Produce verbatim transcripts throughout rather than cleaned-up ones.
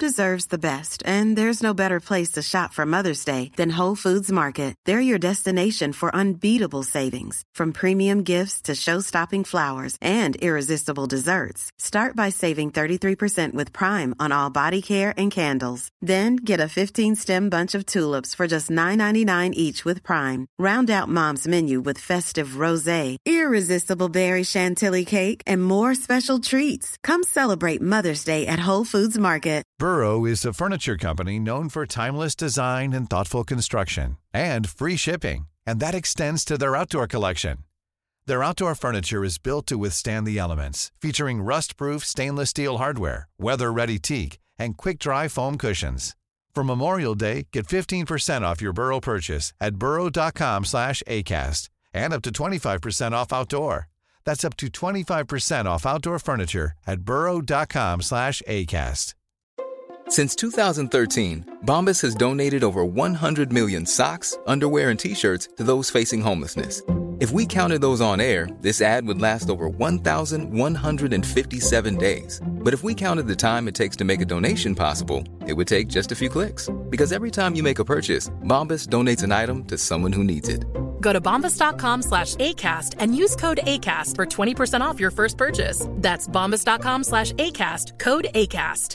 deserves the best, and there's no better place to shop for Mother's Day than Whole Foods Market. They're your destination for unbeatable savings, from premium gifts to show-stopping flowers and irresistible desserts. Start by saving thirty-three percent with Prime on all body care and candles. Then get a fifteen-stem bunch of tulips for just nine ninety-nine each with Prime. Round out Mom's menu with festive rosé, irresistible berry chantilly cake, and more special treats. Come celebrate Mother's Day at Whole Foods Market. Burrow is a furniture company known for timeless design and thoughtful construction, and free shipping, and that extends to their outdoor collection. Their outdoor furniture is built to withstand the elements, featuring rust-proof stainless steel hardware, weather-ready teak, and quick-dry foam cushions. For Memorial Day, get fifteen percent off your Burrow purchase at burrow.com slash ACAST and up to twenty-five percent off outdoor. That's up to twenty-five percent off outdoor furniture at burrow.com slash ACAST. Since two thousand thirteen, Bombas has donated over one hundred million socks, underwear, and T-shirts to those facing homelessness. If we counted those on air, this ad would last over one thousand one hundred fifty-seven days. But if we counted the time it takes to make a donation possible, it would take just a few clicks. Because every time you make a purchase, Bombas donates an item to someone who needs it. Go to bombas.com slash ACAST and use code ACAST for twenty percent off your first purchase. That's bombas.com slash ACAST, code ACAST.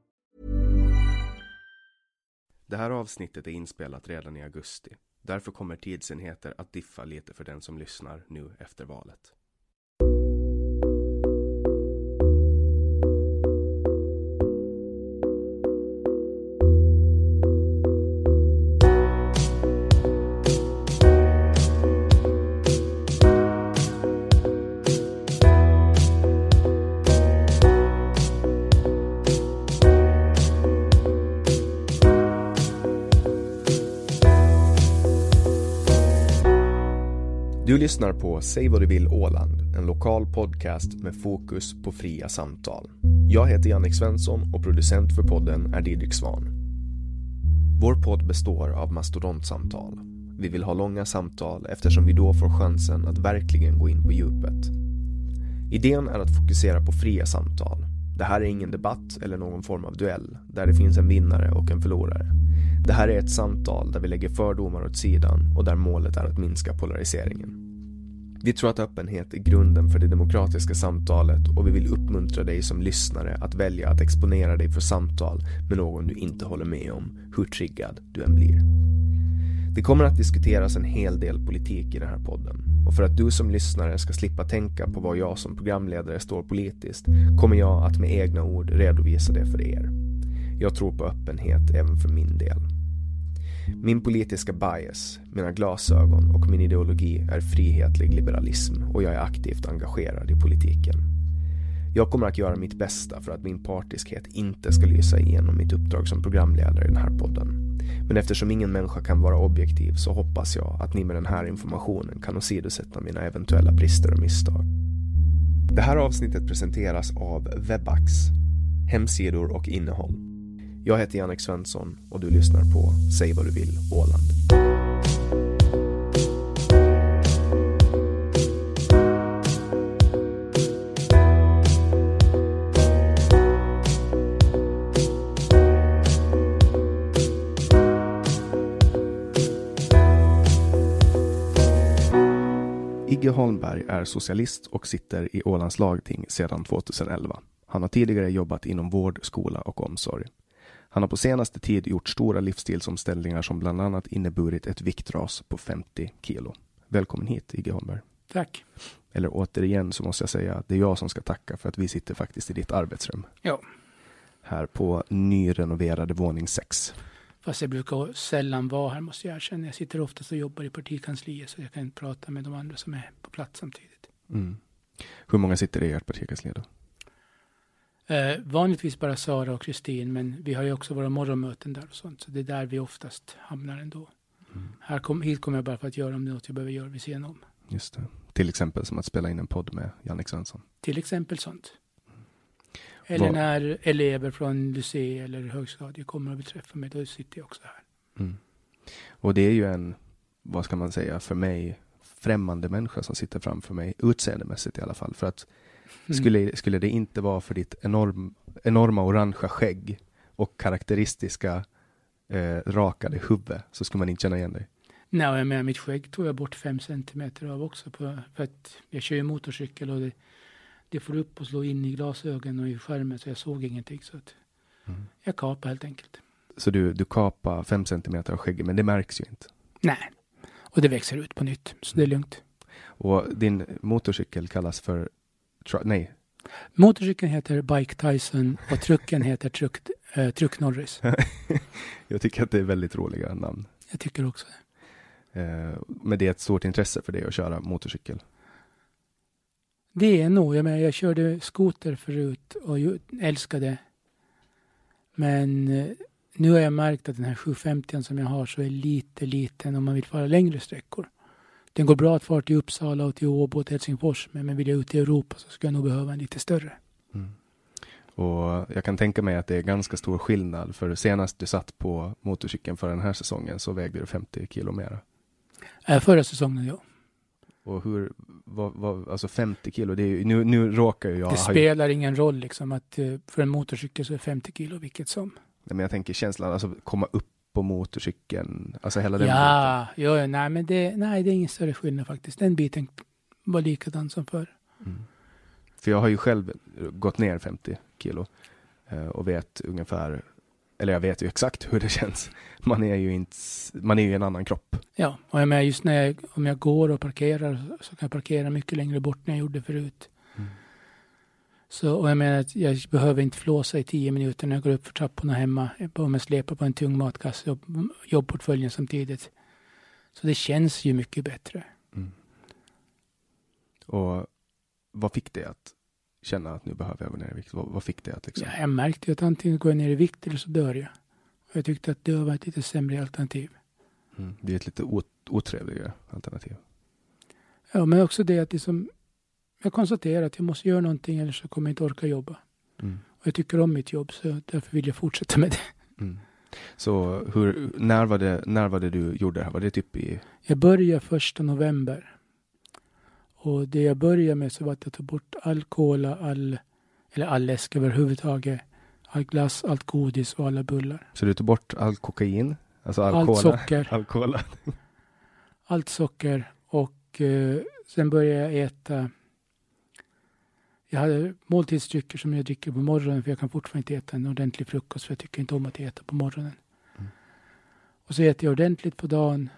Det här avsnittet är inspelat redan i augusti. Därför kommer tidsenheter att diffa lite för den som lyssnar nu efter valet. Du lyssnar på Säg vad du vill Åland, en lokal podcast med fokus på fria samtal. Jag heter Jannik Svensson och producent för podden är Didrik Svan. Vår podd består av mastodontsamtal. Vi vill ha långa samtal eftersom vi då får chansen att verkligen gå in på djupet. Idén är att fokusera på fria samtal. Det här är ingen debatt eller någon form av duell där det finns en vinnare och en förlorare. Det här är ett samtal där vi lägger fördomar åt sidan och där målet är att minska polariseringen. Vi tror att öppenhet är grunden för det demokratiska samtalet och vi vill uppmuntra dig som lyssnare att välja att exponera dig för samtal med någon du inte håller med om, hur triggad du än blir. Det kommer att diskuteras en hel del politik i den här podden. Och för att du som lyssnare ska slippa tänka på vad jag som programledare står politiskt kommer jag att med egna ord redovisa det för er. Jag tror på öppenhet även för min del. Min politiska bias, mina glasögon och min ideologi är frihetlig liberalism och jag är aktivt engagerad i politiken. Jag kommer att göra mitt bästa för att min partiskhet inte ska lysa igenom mitt uppdrag som programledare i den här podden. Men eftersom ingen människa kan vara objektiv så hoppas jag att ni med den här informationen kan åsidosätta mina eventuella brister och misstag. Det här avsnittet presenteras av Webax, hemsidor och innehåll. Jag heter Jannik Svensson och du lyssnar på Säg vad du vill Åland. Igge Holmberg är socialist och sitter i Ålands lagting sedan tjugoelva. Han har tidigare jobbat inom vård, skola och omsorg. Han har på senaste tid gjort stora livsstilsomställningar som bland annat inneburit ett viktras på femtio kilo. Välkommen hit, Igge Holmberg. Tack. Eller återigen så måste jag säga att det är jag som ska tacka för att vi sitter faktiskt i ditt arbetsrum. Ja. Här på nyrenoverade våning sex. Fast jag brukar sällan vara här måste jag erkänna. Jag sitter oftast och jobbar i partikansliet så jag kan inte prata med de andra som är på plats samtidigt. Mm. Hur många sitter i ert partikansli då? Eh, vanligtvis bara Sara och Kristin, men vi har ju också våra morgonmöten där och sånt. Så det är där vi oftast hamnar ändå. Mm. Här kom, hit kommer jag bara för att göra om det är något jag behöver göra vid sidan om. Just det. Till exempel som att spela in en podd med Jannik Svensson. Till exempel sånt. Mm. Eller Var... när elever från lycée eller högstadiet kommer och beträffar mig, då sitter jag också här. Mm. Och det är ju en, vad ska man säga, för mig främmande människa som sitter framför mig, utseendemässigt i alla fall. För att mm. skulle, skulle det inte vara för ditt enorm, enorma orangea skägg och karaktäristiska eh, rakade huvud så skulle man inte känna igen dig. Nej, jag menar, mitt skägg tog jag bort fem centimeter av också. På, för att jag kör ju motorcykel och det, det får upp och slå in i glasögon och i skärmen så jag såg ingenting. Så att mm. jag kapade helt enkelt. Så du, du kapar fem centimeter av skägget, men det märks ju inte? Nej, och det växer ut på nytt, så det är lugnt. Och din motorcykel kallas för... Tra- nej. Motorcykeln heter Bike Tyson och trucken heter Truck, äh, Truck Norris. Jag tycker att det är väldigt roliga namn. Jag tycker också det. Eh, men det är ett stort intresse för dig att köra motorcykel? Det är nog. Jag menar, jag körde skoter förut och älskade. Men eh, nu har jag märkt att den här sjuhundrafemtio som jag har så är lite liten om man vill fara längre sträckor. Den går bra att fara till Uppsala och till Åbo och till Helsingfors. Men vill jag ut i Europa så ska jag nog behöva en lite större. Mm. Och jag kan tänka mig att det är ganska stor skillnad. För senast du satt på motorcykeln för den här säsongen så vägde du femtio kilo mer. Äh, förra säsongen, ja. Och hur, vad, vad, alltså femtio kilo, det är ju, nu, nu råkar jag... Det spelar ju ingen roll liksom att för en motorcykel så är femtio kilo vilket som. Nej, men jag tänker känslan, alltså komma upp på motorcykeln, alltså hela den ja, biten. Ja, nej, men det, nej, det är ingen större skillnad faktiskt. Den biten var likadan som förr. Mm. För jag har ju själv gått ner femtio kilo och vet ungefär, eller jag vet ju exakt hur det känns. Man är ju inte, man är ju en annan kropp. Ja, och jag menar just när jag, om jag går och parkerar så kan jag parkera mycket längre bort än jag gjorde förut. Mm. Så, och jag menar att jag behöver inte flåsa i tio minuter när jag går upp för trapporna hemma. Om jag släpar på en tung matkasse och jobbportföljen samtidigt. Så det känns ju mycket bättre. Mm. Och vad fick det att känna att nu behöver jag gå ner i vikt? Vad, vad fick det att liksom? Ja, jag märkte att antingen går jag ner i vikt eller så dör jag. Och jag tyckte att det var ett lite sämre alternativ. Mm. Det är ett lite otrevligare alternativ. Ja, men också det att liksom, jag konstaterar att jag måste göra någonting eller så kommer jag inte orka jobba. Mm. Och jag tycker om mitt jobb så därför vill jag fortsätta med det. Mm. Så hur, när, var det, när var det du gjorde det här? Var det typ i... Jag började första november. Och det jag började med så var att jag tog bort all cola, all, eller all läsk överhuvudtaget. All glass, allt godis och alla bullar. Så du tog bort all kokain? Alltså all allt cola, socker. All cola. Allt socker. Och eh, sen började jag äta. Jag hade måltidsdrycker som jag dricker på morgonen. För jag kan fortfarande inte äta en ordentlig frukost. För jag tycker inte om att äta på morgonen. Mm. Och så äter jag ordentligt på dagen.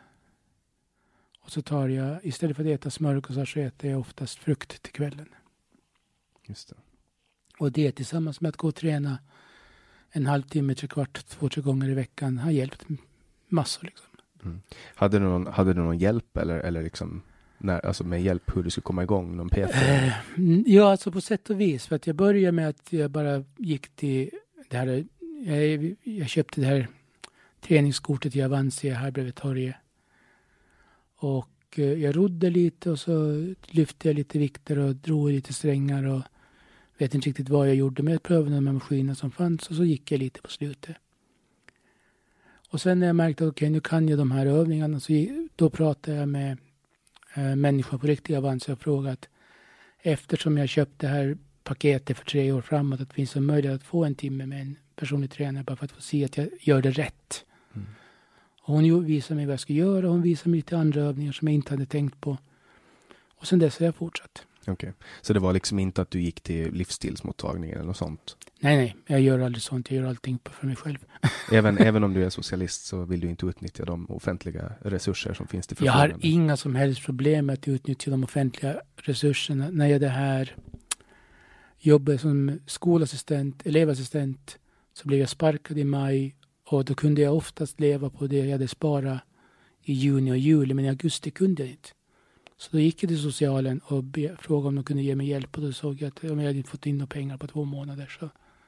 Och så tar jag, istället för att äta smörgåsar så äter jag oftast frukt till kvällen. Just det. Och det tillsammans med att gå och träna en halvtimme, tre kvart, två, tre gånger i veckan har hjälpt massor liksom. Mm. Hade du någon, hade du någon hjälp eller, eller liksom, när, alltså med hjälp hur du skulle komma igång? Någon P T? Eh, ja, alltså på sätt och vis. För att jag började med att jag bara gick till det här, jag, jag köpte det här träningskortet i Avancia här bredvid torget. Och eh, jag rodde lite och så lyfte jag lite vikter och drog lite strängar och vet inte riktigt vad jag gjorde, men jag prövade de här maskinerna som fanns och så gick jag lite på slutet. Och sen när jag märkte att okej, okay, nu kan jag de här övningarna så då pratade jag med eh, människor på riktiga Avanza och frågat eftersom jag köpte det här paketet för tre år framåt att det finns en möjlighet att få en timme med en personlig tränare bara för att få se att jag gör det rätt. Mm. Och hon visade mig vad jag ska göra och hon visade mig lite andra övningar som jag inte hade tänkt på. Och sen dess har jag fortsatt. Okej, okay. Så det var liksom inte att du gick till livsstilsmottagningen eller något sånt? Nej, nej. Jag gör aldrig sånt. Jag gör allting för mig själv. Även, även om du är socialist så vill du inte utnyttja de offentliga resurser som finns till förfogande? Jag har inga som helst problem med att utnyttja de offentliga resurserna. När jag det här jobbade som skolassistent, elevassistent så blev jag sparkad i maj och då kunde jag oftast leva på det jag hade sparat i juni och juli, men i augusti kunde jag inte. Så då gick jag till socialen och be, frågade om de kunde ge mig hjälp och då såg jag att om jag hade fått in några pengar på två månader så,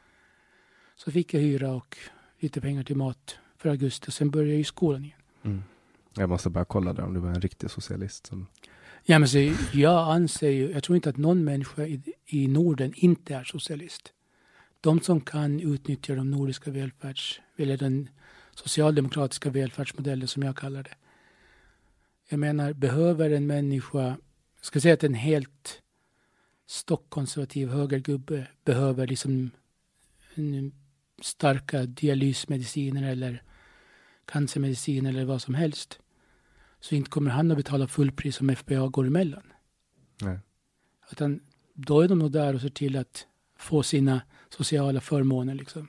så fick jag hyra och lite pengar till mat för augusti och sen började jag i skolan igen. Mm. Jag måste bara kolla där om du var en riktig socialist. Som... Ja, men så jag anser ju, jag tror inte att någon människa i, i Norden inte är socialist. De som kan utnyttja de nordiska välfärds, eller den socialdemokratiska välfärdsmodellen som jag kallar det. Jag menar, behöver en människa, jag ska säga att en helt stockkonservativ högergubbe behöver liksom en starka dialysmediciner eller cancermediciner eller vad som helst, så inte kommer han att betala fullpris om F B A går emellan. Nej. Utan då är de nog där och ser till att få sina sociala förmåner liksom.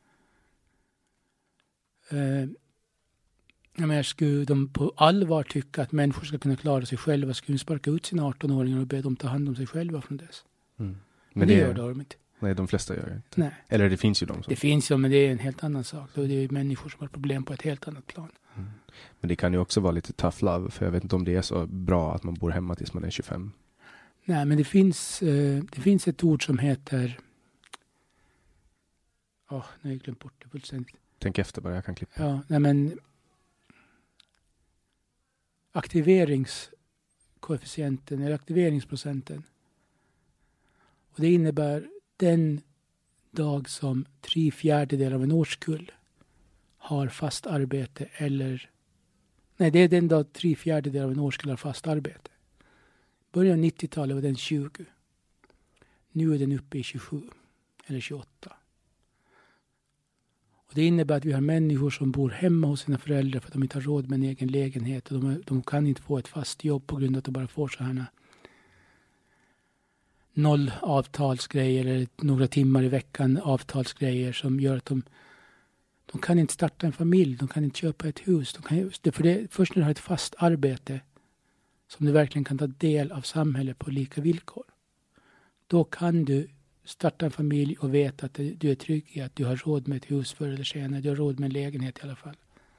Eh, men skulle de på allvar tycka att människor ska kunna klara sig själva, skulle de sparka ut sina arton-åringar och be dem ta hand om sig själva från dess. Mm. Men, men det, det gör de inte. Nej, de flesta gör det inte. Nej. Eller det finns ju de som... Det finns ju, men det är en helt annan sak. Då är det ju människor som har problem på ett helt annat plan. Mm. Men det kan ju också vara lite tough love, för jag vet inte om det är så bra att man bor hemma tills man är tjugofem. Nej, men det finns, eh, det finns ett ord som heter... Åh, oh, nu har jag glömt bort det fullständigt. Tänk efter bara, jag kan klippa. Ja, nej men... Aktiveringskoefficienten, eller aktiveringsprocenten. Och det innebär den dag som tre fjärdedelar av en årskull har fast arbete eller... Nej, det är den dag tre fjärdedelar av en årskull har fast arbete. Början av nittiotalet var den tjugo. Nu är den uppe i tjugosju eller tjugoåtta. Och det innebär att vi har människor som bor hemma hos sina föräldrar för att de inte har råd med en egen lägenhet. Och de, de kan inte få ett fast jobb på grund av att de bara får så här noll avtalsgrejer eller några timmar i veckan avtalsgrejer som gör att de, de kan inte starta en familj, de kan inte köpa ett hus. De kan, det, för det, först när du har ett fast arbete som du verkligen kan ta del av samhället på lika villkor, då kan du starta en familj och veta att du är trygg i att du har råd med ett hus förr eller senare, du har råd med en lägenhet i alla fall.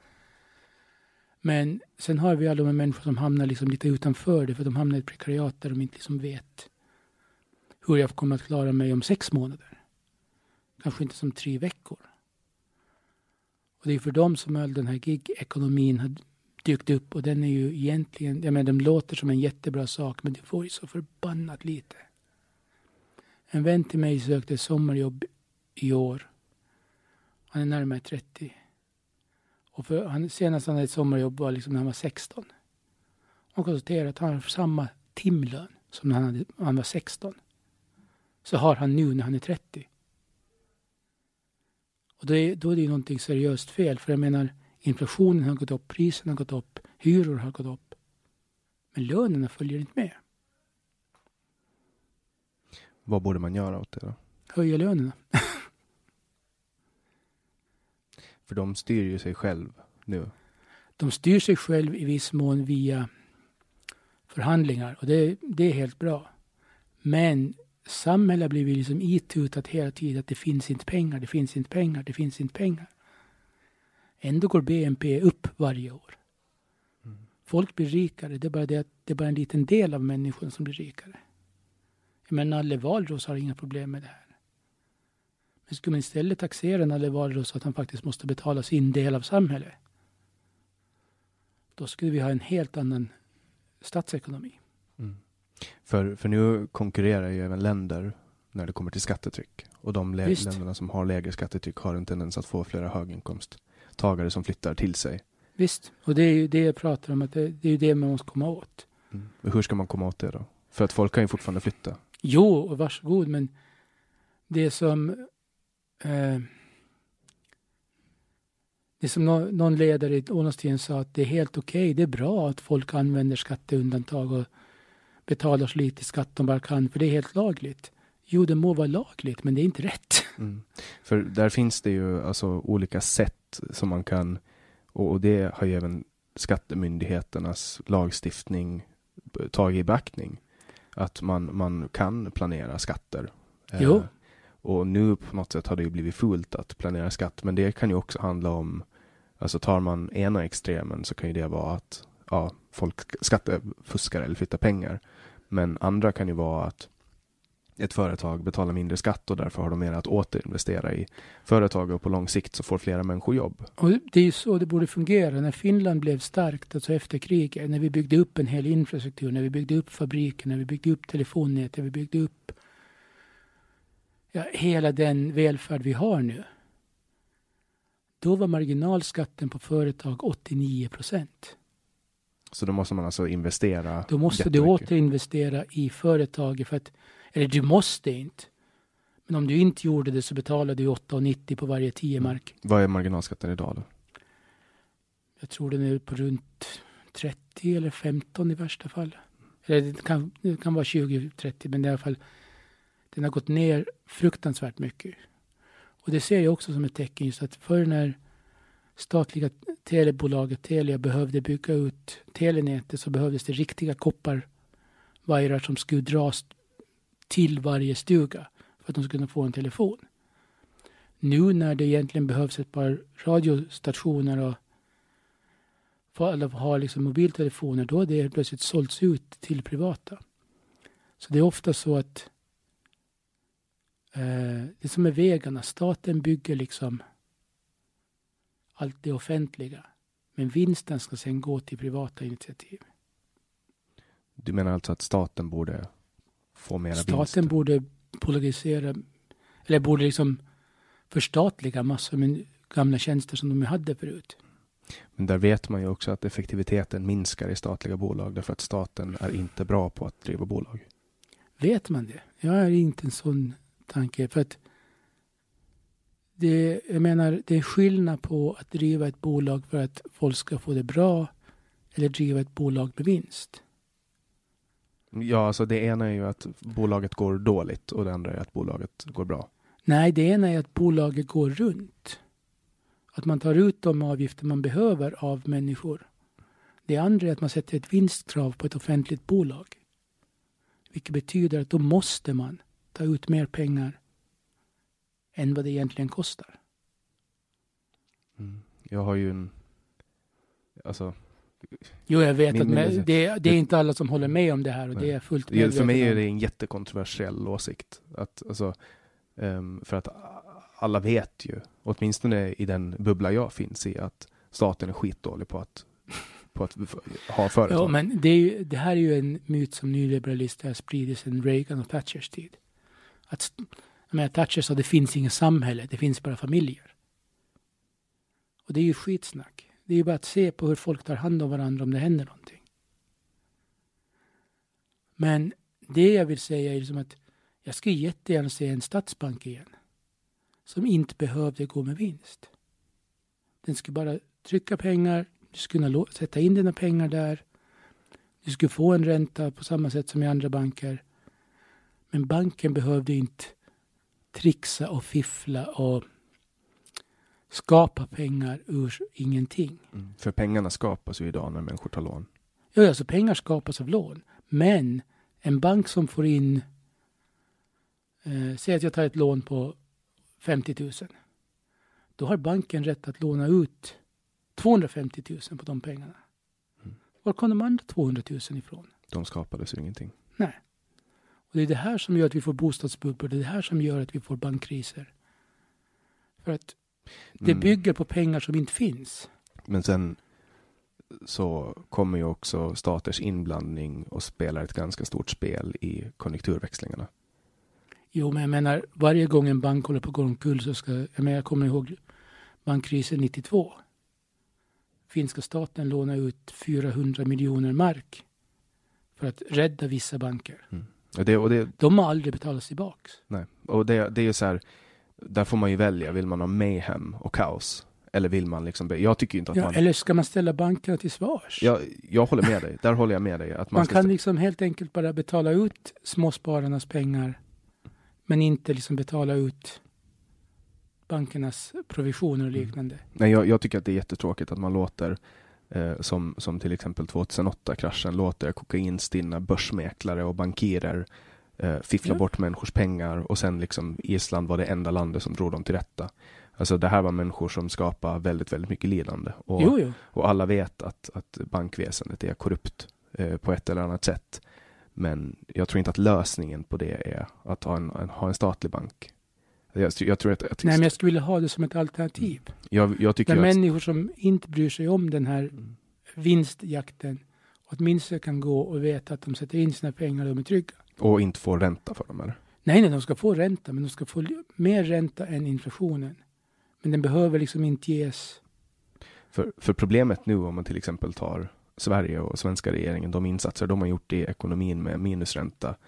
Men sen har vi alla de människor som hamnar liksom lite utanför det, för de hamnar i ett prekariat där de inte liksom vet hur jag kommer att klara mig om sex månader. Kanske inte som tre veckor. Och det är för dem som all den här gig-ekonomin har dykt upp. Och den är ju egentligen, jag menar, de låter som en jättebra sak, men det får ju så förbannat lite. En vän till mig sökte sommarjobb i år. Han är närmare trettio. Och för han, senast han hade ett sommarjobb var liksom när han var sexton. Han konstaterade att han har samma timlön som när han, hade, han var sexton. Så har han nu när han är trettio. Och då är, då är det ju någonting seriöst fel. För jag menar, inflationen har gått upp, priserna har gått upp, hyror har gått upp. Men lönerna följer inte med. Vad borde man göra åt det då? Höja lönerna. För de styr ju sig själv nu. De styr sig själv i viss mån via förhandlingar. Och det, det är helt bra. Men samhället blir liksom itutat hela tiden att det finns inte pengar, det finns inte pengar, det finns inte pengar. Ändå går B N P upp varje år. Mm. Folk blir rikare, det är bara det att det är bara en liten del av människorna som blir rikare. Men Nalle Wahlroos har inga problem med det här. Men skulle man istället taxera Nalle Wahlroos så att han faktiskt måste betala sin del av samhället, då skulle vi ha en helt annan statsekonomi. Mm. För, för nu konkurrerar ju även länder när det kommer till skattetryck. Och de lä- länderna som har lägre skattetryck har en tendens att få flera höginkomsttagare som flyttar till sig. Visst, och det är ju det jag pratar om, att det, det är ju det man måste komma åt. Mm. Hur ska man komma åt det då? För att folk kan ju fortfarande flytta. Jo, och varsågod, men det som eh, det som no, någon ledare i Ålandstiden sa, att det är helt okej, okay, det är bra att folk använder skatteundantag och betalar så lite skatt de bara kan, för det är helt lagligt. Jo, det må vara lagligt, men det är inte rätt. Mm. För där finns det ju alltså olika sätt som man kan, och, och det har ju även skattemyndigheternas lagstiftning tagit i beaktning. Att man, man kan planera skatter. Jo. Eh, och nu på något sätt har det ju blivit fullt att planera skatt. Men det kan ju också handla om, alltså tar man ena extremen så kan ju det vara att ja, folk skattefuskar eller flyttar pengar. Men andra kan ju vara att ett företag betalar mindre skatt och därför har de mer att återinvestera i företag, och på lång sikt så får flera människor jobb. Och det är ju så det borde fungera. När Finland blev starkt, alltså efter kriget, när vi byggde upp en hel infrastruktur, när vi byggde upp fabriker, när vi byggde upp telefonnät, när vi byggde upp ja, hela den välfärd vi har nu. Då var marginalskatten på företag åttionio procent. Så då måste man alltså investera. Då måste du återinvestera i företaget för att, eller du måste inte. Men om du inte gjorde det så betalade du åtta nittio på varje tio mark. Vad är marginalskatten idag då? Jag tror den är på runt trettio eller femton i värsta fall. Eller det kan, det kan vara tjugo trettio, men i alla fall den har gått ner fruktansvärt mycket. Och det ser jag också som ett tecken just att för när statliga telebolaget Telia behövde bygga ut telenätet så behövdes det riktiga kopparvajrar som skulle dras till varje stuga för att de skulle kunna få en telefon. Nu när det egentligen behövs ett par radiostationer och för alla har liksom mobiltelefoner, då är det plötsligt sålts ut till privata. Så det är ofta så att eh, det som är vägarna, staten bygger liksom allt det offentliga. Men vinsten ska sen gå till privata initiativ. Du menar alltså att staten borde få mera vinster? Staten borde bolagisera, eller borde liksom förstatliga massor med gamla tjänster som de hade förut. Men där vet man ju också att effektiviteten minskar i statliga bolag därför att staten är inte bra på att driva bolag. Vet man det? Jag är inte en sån tanke. För att det, jag menar, det är skillnad på att driva ett bolag för att folk ska få det bra eller driva ett bolag med vinst. Ja, alltså det ena är ju att bolaget går dåligt och det andra är att bolaget går bra. Nej, det ena är att bolaget går runt. Att man tar ut de avgifter man behöver av människor. Det andra är att man sätter ett vinstkrav på ett offentligt bolag. Vilket betyder att då måste man ta ut mer pengar än vad det egentligen kostar. Mm. Jag har ju en... Alltså... Jo, jag vet min, att med, min, det, det är inte alla som håller med om det här och nej. Det är fullt medvetet. För mig är det en jättekontroversiell åsikt. Att, alltså, um, för att alla vet ju, åtminstone i den bubbla jag finns i, att staten är skitdålig på att, på att ha företag. Ja, men det, är ju, det här är ju en myt som nyliberalister har spridit sedan Reagan och Thatchers tid. Att, men Thatcher sa att det finns inget samhälle, det finns bara familjer. Och det är ju skitsnack. Det är ju bara att se på hur folk tar hand om varandra om det händer någonting. Men det jag vill säga är liksom att jag skulle jättegärna se en statsbank igen. Som inte behövde gå med vinst. Den skulle bara trycka pengar. Du skulle kunna sätta in dina pengar där. Du skulle få en ränta på samma sätt som i andra banker. Men banken behövde inte trixa och fiffla och skapa pengar ur ingenting. Mm. För pengarna skapas ju idag när människor tar lån. Ja, alltså pengar skapas av lån. Men en bank som får in... Eh, säg att jag tar ett lån på femtio tusen. Då har banken rätt att låna ut tvåhundrafemtio tusen på de pengarna. Mm. Var kom de andra tvåhundratusen ifrån? De skapades ju ingenting. Nej. Och det är det här som gör att vi får bostadsbubblor. Det är det här som gör att vi får bankkriser. För att det mm. bygger på pengar som inte finns. Men sen så kommer ju också staters inblandning och spelar ett ganska stort spel i konjunkturväxlingarna. Jo, men jag menar, varje gång en bank håller på att gå omkull så ska, jag menar, jag kommer ihåg bankkrisen nittiotvå. Finska staten låna ut fyrahundra miljoner mark för att rädda vissa banker. Mm. Och det, och det, De har aldrig betalats tillbaks. Nej, och det, det är ju så här, där får man ju välja, vill man ha mayhem och kaos? Eller vill man liksom, jag tycker ju inte att ja, man... Eller ska man ställa bankerna till svars? Jag, jag håller med dig, där håller jag med dig. Att man man ska kan stä- liksom helt enkelt bara betala ut småspararnas pengar men inte liksom betala ut bankernas provisioner och liknande. Mm. Nej, jag, jag tycker att det är jättetråkigt att man låter, eh, som, som till exempel tjugohundraåtta-kraschen, låter kokainstinna börsmäklare och bankirer eh, fiffla ja. bort människors pengar och sen liksom Island var det enda landet som drog dem till rätta. Alltså det här var människor som skapar väldigt, väldigt mycket lidande. Och, jo, jo. och alla vet att, att bankväsendet är korrupt eh, på ett eller annat sätt. Men jag tror inte att lösningen på det är att ha en, en, ha en statlig bank. Jag, jag tror att, att Nej, men jag skulle vilja ha det som ett alternativ. Jag, jag tycker Där att människor som inte bryr sig om den här mm. vinstjakten åtminstone kan gå och veta att de sätter in sina pengar och de är trygga. Och inte får ränta för dem, eller? Nej, nej, de ska få ränta, men de ska få mer ränta än inflationen. Men den behöver liksom inte ges. För, för problemet nu om man till exempel tar Sverige och svenska regeringen, de insatser de har gjort i ekonomin med minusränta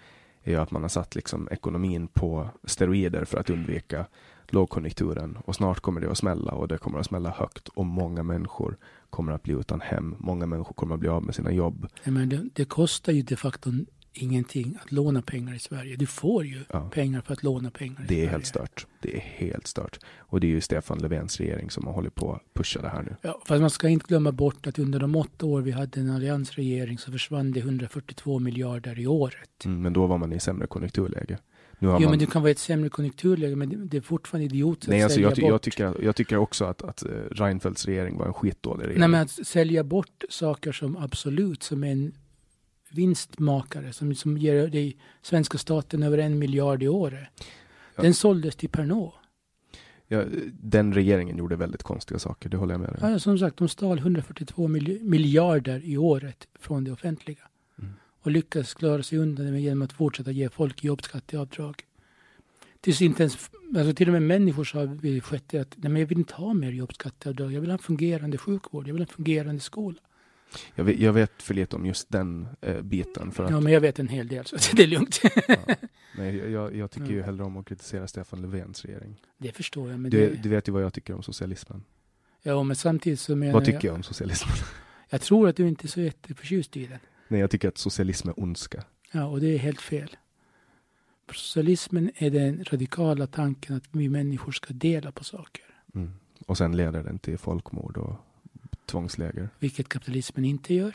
är ju att man har satt liksom ekonomin på steroider för att undvika lågkonjunkturen. Och snart kommer det att smälla, och det kommer att smälla högt. Och många människor kommer att bli utan hem. Många människor kommer att bli av med sina jobb. Ja, men det, det kostar ju de facto ingenting att låna pengar i Sverige. Du får ju ja. pengar för att låna pengar i Det är Sverige. helt stört. Det är helt stört. Och det är ju Stefan Löfvens regering som har hållit på att pusha det här nu. Ja, fast man ska inte glömma bort att under de åtta år vi hade en alliansregering så försvann det hundrafyrtiotvå miljarder i året. Mm, men då var man i sämre konjunkturläge. Nu har jo, man... men det kan vara ett sämre konjunkturläge, men det, det är fortfarande idiotiskt Nej, att alltså sälja jag, ty- bort. jag, tycker, jag tycker också att, att Reinfeldts regering var en skitdålig regering. Nej, men att sälja bort saker som absolut, som är en vinstmakare, som, som ger dig svenska staten över en miljard i året. Ja. Den såldes till Pernod. Ja, den regeringen gjorde väldigt konstiga saker, det håller jag med dig. Ja, som sagt, de stal hundrafyrtiotvå mil- miljarder i året från det offentliga. Mm. Och lyckades klara sig undan det genom att fortsätta ge folk jobbskatteavdrag. Tills inte ens, alltså till och med människor har vi skett att nej, men jag vill inte ha mer jobbskatteavdrag. Jag vill ha en fungerande sjukvård. Jag vill ha en fungerande skola. Jag vet, jag vet för lite om just den eh, biten. För att... Ja, men jag vet en hel del, så det är lugnt. ja. Nej, jag, jag tycker ju hellre om att kritisera Stefan Löfvens regering. Det förstår jag. Men du, det... du vet ju vad jag tycker om socialismen. Ja, men samtidigt så menar Vad tycker jag, jag om socialismen? Jag tror att du inte är så jätteförtjust i den. Nej, jag tycker att socialism är ondska. Ja, och det är helt fel. För socialismen är den radikala tanken att vi människor ska dela på saker. Mm. Och sen leder den till folkmord och tvångsläger. Vilket kapitalismen inte gör.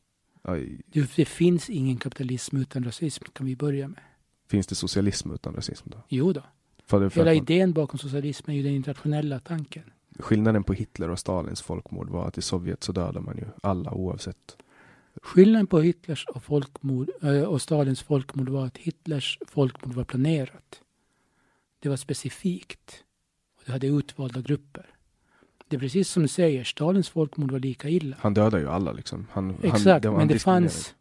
Aj. Det finns ingen kapitalism utan rasism, kan vi börja med. Finns det socialism utan rasism då? Jo då. För det, för Hela man... idén bakom socialismen är ju den internationella tanken. Skillnaden på Hitler och Stalins folkmord var att i Sovjet så dödade man ju alla oavsett. Skillnaden på Hitlers och, folkmord, och Stalins folkmord var att Hitlers folkmord var planerat. Det var specifikt. Och det hade utvalda grupper. Det är precis som du säger, Stalins folkmord var lika illa. Han dödade ju alla liksom. Han, Exakt, han, det var, men det fanns,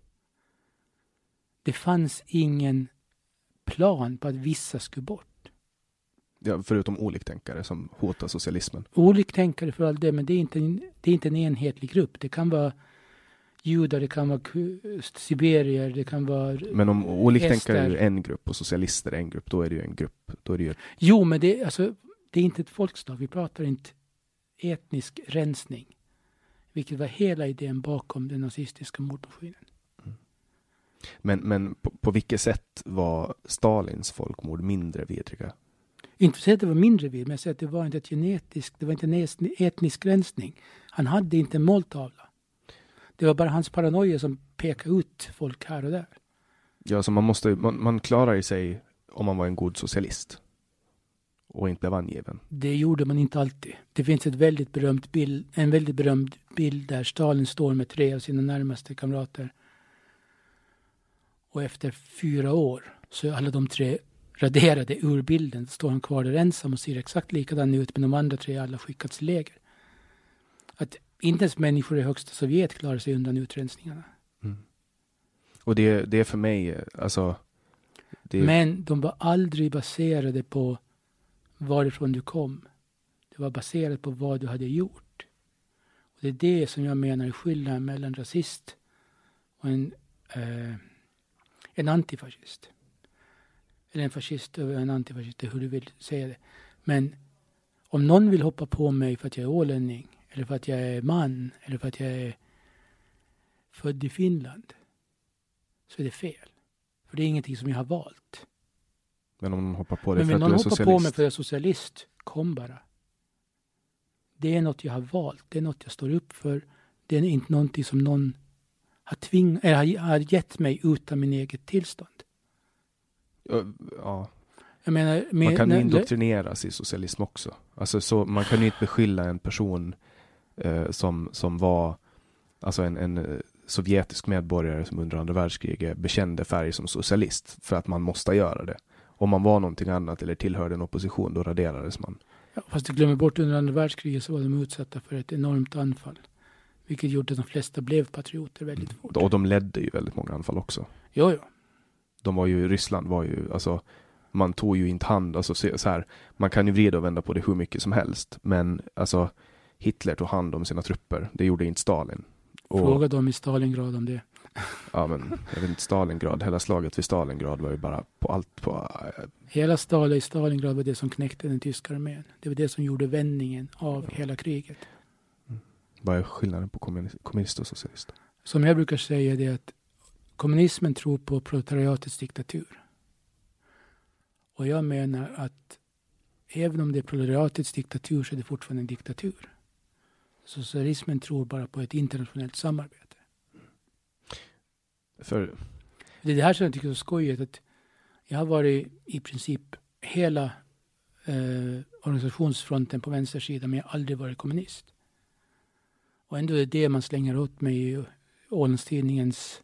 det fanns ingen plan på att vissa skulle bort. Ja, förutom oliktänkare som hotar socialismen. Oliktänkare för allt det, men det är, inte en, det är inte en enhetlig grupp. Det kan vara judar, det kan vara siberier, det kan vara... Men om oliktänkare ester. är ju en grupp och socialister är en grupp, då är det ju en grupp. Då är det ju ett... Jo, men det, alltså, det är inte ett folkslag. Vi pratar inte etnisk rensning. Vilket var hela idén bakom den nazistiska mordmaskinen. Mm. Men, men på, på vilket sätt var Stalins folkmord mindre vidriga? Inte för att det var mindre vid, men jag säger att det var inte ett genetiskt, det var inte en etnisk rensning. Han hade inte en måltavla. Det var bara hans paranoia som pekade ut folk här och där. Ja, så man måste, man, man klarar i sig om man var en god socialist. Och inte blev angiven. Det gjorde man inte alltid. Det finns ett väldigt berömt bild, en väldigt berömd bild där Stalin står med tre av sina närmaste kamrater. Och efter fyra år så är alla de tre raderade ur bilden. Så står han kvar där ensam och ser exakt likadan ut, men de andra tre alla skickats till läger. Att inte ens människor i högsta Sovjet klarar sig undan utrensningarna. Mm. Och det, det är för mig, alltså... Det är... Men de var aldrig baserade på varifrån du kom. Det var baserat på vad du hade gjort. Och det är det som jag menar är skillnaden mellan rasist och en, eh, en antifascist. Eller en fascist och en antifascist, hur du vill säga det. Men om någon vill hoppa på mig för att jag är ålänning, eller för att jag är man, eller för att jag är född i Finland, så är det fel. För det är ingenting som jag har valt. Men om någon hoppar på det Men för att du är någon socialist? hoppar på mig för att jag är socialist, kom bara. Det är något jag har valt. Det är något jag står upp för. Det är inte någonting som någon har, tving- eller har gett mig utan min eget tillstånd. Ja. Jag menar, med, man kan ju när, indoktrineras i socialism också. Alltså så, man kan ju inte beskylla en person eh, som, som var alltså en, en sovjetisk medborgare som under andra världskriget bekände färg som socialist för att man måste göra det. Om man var någonting annat eller tillhörde en opposition, då raderades man. Ja, fast du glömmer bort under andra världskriget så var de utsatta för ett enormt anfall. Vilket gjorde att de flesta blev patrioter väldigt fort. Och de ledde ju väldigt många anfall också. Jo, jo. De var ju, Ryssland var ju, alltså man tog ju inte hand, alltså så, så här, man kan ju vrida och vända på det hur mycket som helst, men alltså Hitler tog hand om sina trupper, det gjorde inte Stalin. Och, Fråga dem i Stalingrad om det. Ja, men jag vet inte, Stalingrad, hela slaget vid Stalingrad var ju bara på allt på... Hela Stalin i Stalingrad var det som knäckte den tyska armén. Det var det som gjorde vändningen av ja. hela kriget. Mm. Vad är skillnaden på kommunist, kommunist och socialist? Som jag brukar säga det är att kommunismen tror på proletariatets diktatur. Och jag menar att även om det är proletariatets diktatur så är det fortfarande en diktatur. Socialismen tror bara på ett internationellt samarbete. För... Det är det här som jag tycker är så skojigt. Att jag har varit i princip hela eh, organisationsfronten på vänstersidan, men jag har aldrig varit kommunist. Och ändå är det det man slänger åt mig i Ålandstidningens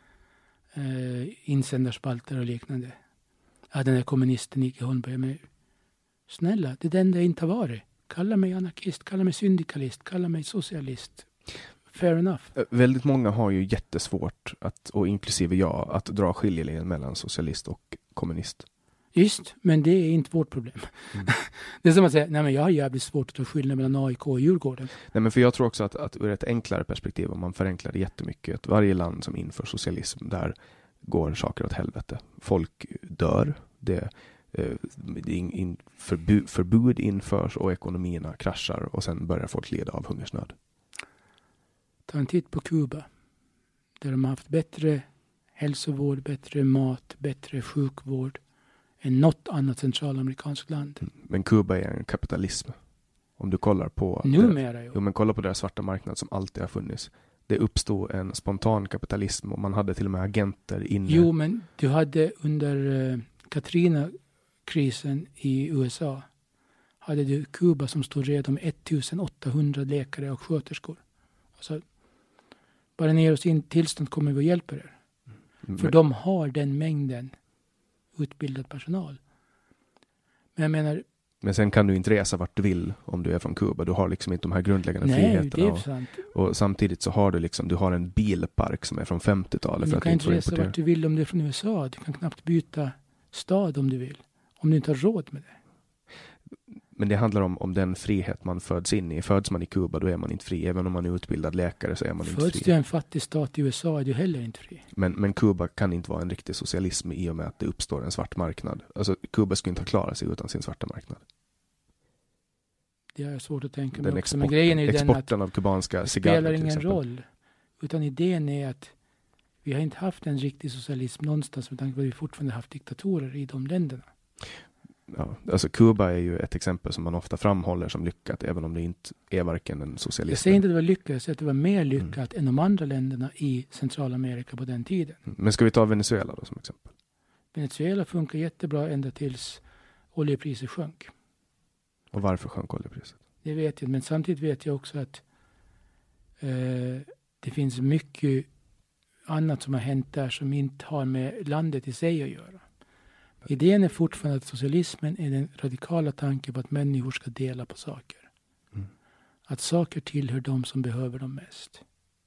eh, insändarspalter och liknande. Ja, den här kommunisten Nicke Holmberg. Men snälla, det är den jag inte har varit. Kalla mig anarkist, kalla mig syndikalist, kalla mig socialist. Fair enough. Väldigt många har ju jättesvårt, att, och inklusive jag, att dra skiljelinjen mellan socialist och kommunist. Just, men det är inte vårt problem. Mm. Det är som att säga, nej men jag har jävligt svårt att ta skillnad mellan A I K och Djurgården. Nej, men för jag tror också att, att ur ett enklare perspektiv, om man förenklar det jättemycket, att varje land som inför socialism, där går saker åt helvete. Folk dör, det, eh, det in, in, förbud, förbud införs och ekonomierna kraschar och sen börjar folk leda av hungersnöd. Ta en titt på Kuba, där de har haft bättre hälsovård, bättre mat, bättre sjukvård än något annat centralamerikanskt land. Men Kuba är en kapitalism. Om du kollar på... Numera, jo. Jo, men kolla på deras svarta marknad som alltid har funnits. Det uppstod en spontan kapitalism och man hade till och med agenter inne. Jo, men du hade under uh, Katrina-krisen i U S A hade du Kuba som stod redo med ettusen åttahundra läkare och sköterskor. Alltså, bara ner oss in tillstånd kommer vi att hjälpa er. Mm. För de har den mängden utbildad personal. Men jag menar... Men sen kan du inte resa vart du vill om du är från Kuba. Du har liksom inte de här grundläggande Nej, friheterna. Det är sant. Och, och samtidigt så har du liksom, du har en bilpark som är från femtiotalet. Du för kan att inte resa vart du vill om du är från U S A. Du kan knappt byta stad om du vill. Om du inte har råd med det. Men det handlar om, om den frihet man föds in i. Föds man i Kuba, då är man inte fri. Även om man är utbildad läkare så är man föds inte fri. Föds du i en fattig stat i U S A är du heller inte fri. Men, men Kuba kan inte vara en riktig socialism i och med att det uppstår en svart marknad. Alltså Kuba skulle inte ha klarat sig utan sin svarta marknad. Det är svårt att tänka mig också. Export, Men grejen är ju exporten den av kubanska det cigarrer spelar ingen roll. Utan idén är att vi har inte haft en riktig socialism någonstans med tanke på att vi fortfarande haft diktatorer i de länderna. Ja, alltså Kuba är ju ett exempel som man ofta framhåller som lyckat, även om det inte är varken en socialism. Jag säger inte att det var lyckat, jag säger att det var mer lyckat mm. än de andra länderna i Centralamerika på den tiden. Men ska vi ta Venezuela då som exempel? Venezuela funkar jättebra ända tills oljepriset sjönk. Och varför sjönk oljepriset? Det vet jag, men samtidigt vet jag också att eh, det finns mycket annat som har hänt där som inte har med landet i sig att göra. Idén är fortfarande att socialismen är den radikala tanken på att människor ska dela på saker. Mm. Att saker tillhör de som behöver dem mest.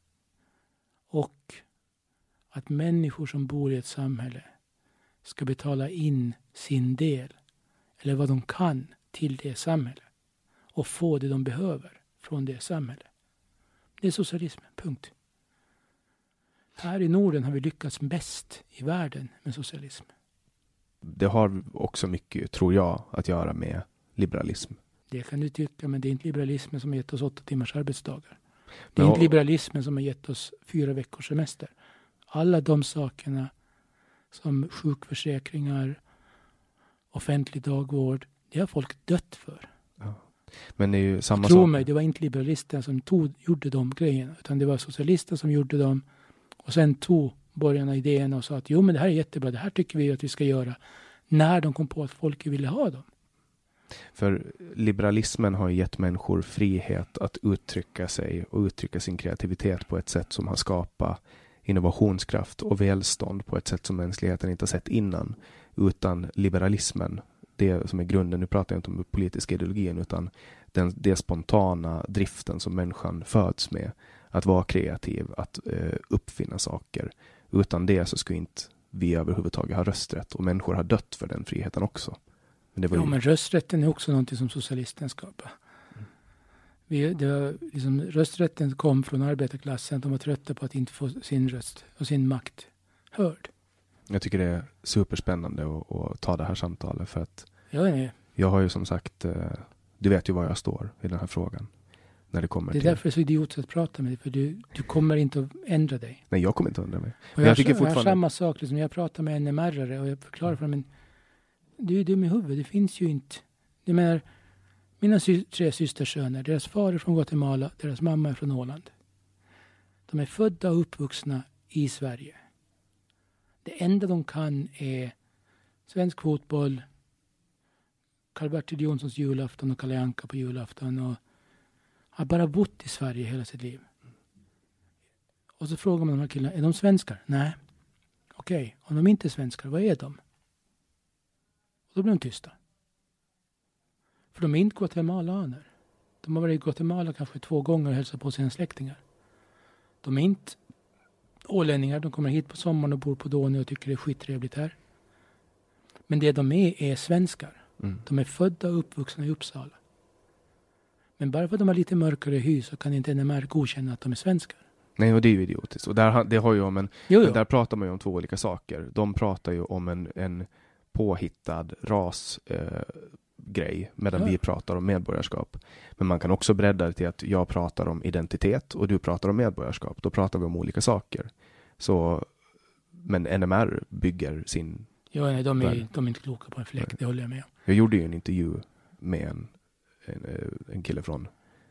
Och att människor som bor i ett samhälle ska betala in sin del eller vad de kan till det samhället och få det de behöver från det samhället. Det är socialismen, punkt. Här i Norden har vi lyckats bäst i världen med socialism. Det har också mycket, tror jag, att göra med liberalism. Det kan du tycka, men det är inte liberalismen som har gett oss åtta timmars arbetsdagar. Det är men, inte liberalismen som har gett oss fyra veckors semester. Alla de sakerna som sjukförsäkringar, offentlig dagvård, det har folk dött för. Ja. Men det är ju samma Tro sak. mig, det var inte liberalisterna som tog, gjorde de grejerna, utan det var socialister som gjorde dem. Och sen tog borgarna idéerna och sa att jo, men det här är jättebra, det här tycker vi att vi ska göra. När de kom på att folk ville ha dem. För liberalismen har gett människor frihet att uttrycka sig och uttrycka sin kreativitet på ett sätt som har skapat innovationskraft och välstånd på ett sätt som mänskligheten inte har sett innan. Utan liberalismen, det som är grunden, nu pratar jag inte om den politiska ideologin utan den, det spontana driften som människan föds med. Att vara kreativ, att eh, uppfinna saker. Utan det så skulle inte vi överhuvudtaget ha rösträtt. Och människor har dött för den friheten också. Men det var ja, ju... men rösträtten är också någonting som socialisten skapar. Mm. Vi, det var liksom, rösträtten kom från arbetarklassen. De var trötta på att inte få sin röst och sin makt hörd. Jag tycker det är superspännande att, att ta det här samtalet för att jag, är jag har ju som sagt, du vet ju var jag står i den här frågan. När det kommer det är till... därför det är så idiotiskt att prata med dig, för du, du kommer inte att ändra dig. Nej, jag kommer inte att ändra mig. Och jag, jag, tycker jag fortfarande... har samma sak, liksom, jag pratar med en N M R-are och jag förklarar för dem, men du är dum i huvudet, det finns ju inte. Jag menar, mina sy- tre systersöner, deras far är från Guatemala, deras mamma är från Åland. De är födda och uppvuxna i Sverige. Det enda de kan är svensk fotboll, Karl-Bertil Jonssons julafton och Kalle Anka på julafton, och har bara bott i Sverige hela sitt liv. Och så frågar man de här killarna, är de svenskar? Nej. Okej, okay. Om de inte är svenskar, vad är de? Och då blir de tysta. För de är inte guatemalaner. De har varit i Guatemala kanske två gånger och hälsat på sina släktingar. De är inte ålänningar, de kommer hit på sommaren och bor på Donö och tycker det är skittrevligt här. Men det de är, är svenskar. Mm. De är födda och uppvuxna i Uppsala. Men bara för att de har lite mörkare hy så kan inte N M R godkänna att de är svenskar. Nej, och det är ju idiotiskt. Och där, det har ju om en, jo, jo. Där pratar man ju om två olika saker. De pratar ju om en, en påhittad rasgrej, eh, medan ja. vi pratar om medborgarskap. Men man kan också bredda det till att jag pratar om identitet och du pratar om medborgarskap. Då pratar vi om olika saker. Så, men N M R bygger sin... Jo, nej, de är, de är inte kloka på en fläck, nej. Det håller jag med om. Jag gjorde ju en intervju med en, en, en kille från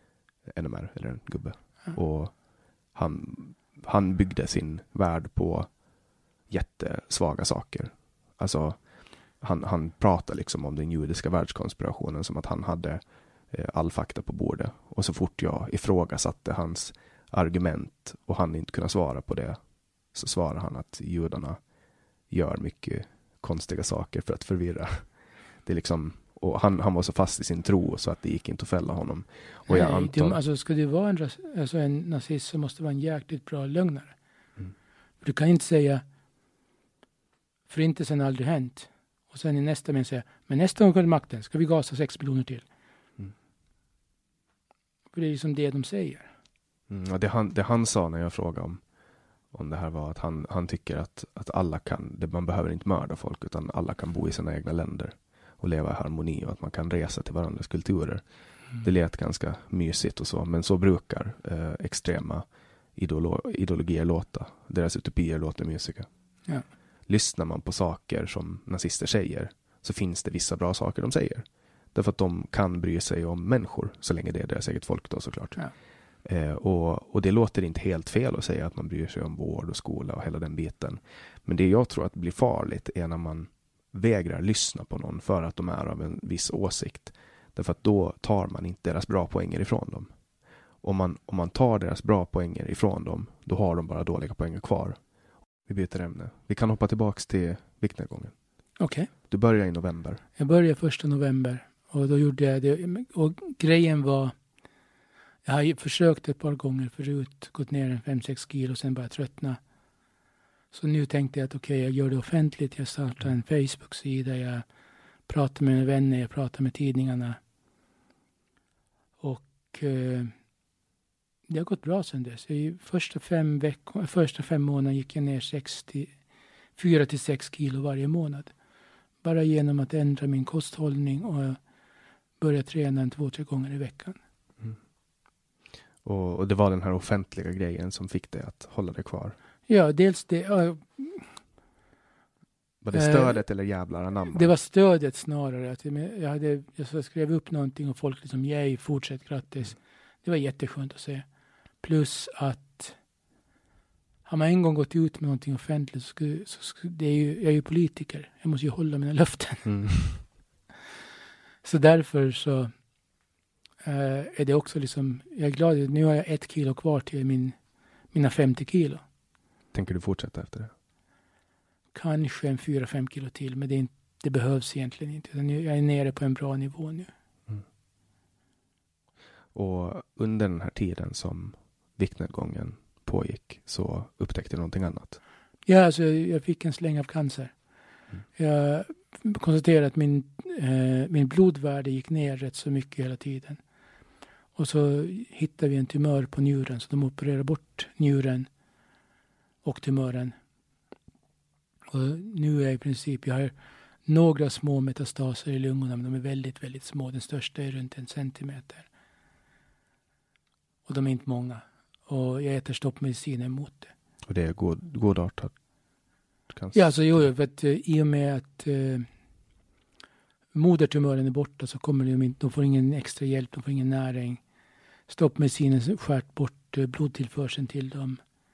N M R, eller en gubbe. Ja. Och han, han byggde sin värld på jättesvaga saker. Alltså, han, han pratar liksom om den judiska världskonspirationen som att han hade eh, all fakta på bordet. Och så fort jag ifrågasatte hans argument och han inte kunde svara på det, så svarar han att judarna gör mycket konstiga saker för att förvirra. Det är liksom, och han, han var så fast i sin tro så att det gick inte att fälla honom. Och jag Nej, antar... du, alltså ska du vara en, alltså en nazist så måste du vara en jäkligt bra lögnare. Mm. Du kan inte säga förintelsen har aldrig hänt. Och sen i nästa men säga, men nästa gång kommer makten ska vi gasa sex miljoner till. Mm. För det är ju som det de säger. Mm, och det, han, det han sa när jag frågade om om det här var att han, han tycker att, att alla kan, det, man behöver inte mörda folk utan alla kan bo i sina egna länder och leva i harmoni och att man kan resa till varandras kulturer. Mm. Det lät ganska mysigt och så, men så brukar eh, extrema idolo- ideologier låta. Deras utopier låter mysiga. Ja. Lyssnar man på saker som nazister säger så finns det vissa bra saker de säger. Därför att de kan bry sig om människor så länge det är deras eget folk då såklart. Ja. Eh, och, och det låter inte helt fel att säga att man bryr sig om vård och skola och hela den biten. Men det jag tror att blir farligt är när man vägrar lyssna på någon för att de är av en viss åsikt. Därför att då tar man inte deras bra poänger ifrån dem. Om man, om man tar deras bra poänger ifrån dem, då har de bara dåliga poänger kvar. Vi byter ämne. Vi kan hoppa tillbaks till viktnedgången. Okej. Okay. Du börjar i november. Jag började första november och då gjorde jag det. Och grejen var, jag har ju försökt ett par gånger förut, gått ner en fem sex kilo och sen bara tröttna. Så nu tänkte jag att okej, okay, jag gör det offentligt. Jag startar en Facebook-sida, jag pratar med mina vänner, jag pratar med tidningarna. Och eh, det har gått bra sedan dess. I första fem veckor, första fem månader gick jag ner fyra till sex kilo varje månad. Bara genom att ändra min kosthållning och börja träna en två, tre gånger i veckan. Mm. Och, och det var den här offentliga grejen som fick dig att hålla dig kvar? Ja, dels det. Uh, var det stödet uh, eller jävlar anamma? Det var stödet snarare. Att jag, hade, jag skrev upp någonting och folk liksom, yay, fortsätt, grattis. Det var jätteskönt att se. Plus att har man en gång gått ut med någonting offentligt så, skulle, så skulle, det är ju, jag är ju politiker. Jag måste ju hålla mina löften. Mm. Så därför så uh, är det också liksom, jag är glad att nu har jag ett kilo kvar till min, mina femtio kilo. Tänker du fortsätta efter det? Kanske en fyra fem kilo till, men det, är inte, det behövs egentligen inte. Jag är nere på en bra nivå nu. Mm. Och under den här tiden som viktnedgången pågick så upptäckte du någonting annat? Ja, alltså jag fick en släng av cancer. Mm. Jag konstaterade att min, eh, min blodvärde gick ner rätt så mycket hela tiden. Och så hittade vi en tumör på njuren, så de opererade bort njuren och tumören. Och nu är i princip, jag har några små metastaser i lungorna, men de är väldigt, väldigt små. Den största är runt en centimeter. Och de är inte många. Och jag äter stoppmediciner emot det. Och det är god, godartat cancer? Ja, alltså jo, för att uh, i och med att uh, modertumören är borta så kommer de inte, de får ingen extra hjälp, de får ingen näring. Stoppmedicinen skärt bort uh, blodtillförseln till dem.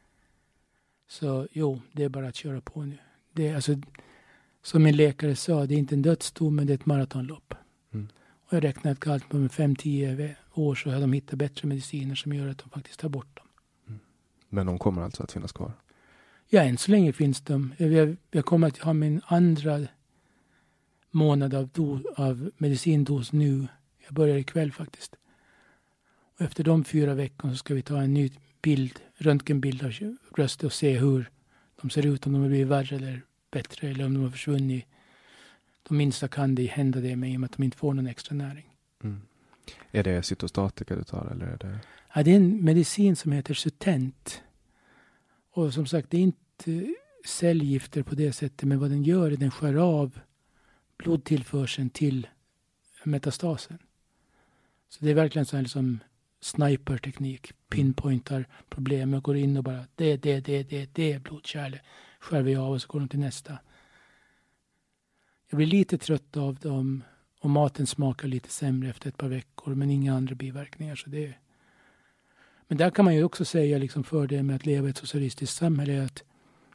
Så jo, det är bara att köra på nu. Det är alltså, som min läkare sa, det är inte en dödsdom, men det är ett maratonlopp. Mm. Och jag räknar ett kallt på med fem till tio år så har de hittat bättre mediciner som gör att de faktiskt tar bort dem. Mm. Men de kommer alltså att finnas kvar? Ja, än så länge finns de. Jag, jag kommer att ha min andra månad av, do, av medicindos nu. Jag börjar ikväll faktiskt. Och efter de fyra veckorna så ska vi ta en ny bild, röntgenbild av bröstet och se hur de ser ut, om de har blivit värre eller bättre eller om de har försvunnit. De minsta kan det hända det med i och med att de inte får någon extra näring. Mm. Är det cytostatika du tar eller är det? Ja, det är en medicin som heter Sutent. Och som sagt, det är inte cellgifter på det sättet, men vad den gör är att den skär av blodtillförseln till metastasen. Så det är verkligen så här liksom sniperteknik, pinpointar problem och går in och bara det, det, det, det, det är blodkärl. Skär vi av och så går de till nästa. Jag blir lite trött av dem och maten smakar lite sämre efter ett par veckor, men inga andra biverkningar. Så det är... Men där kan man ju också säga liksom fördelen med att leva i ett socialistiskt samhälle är att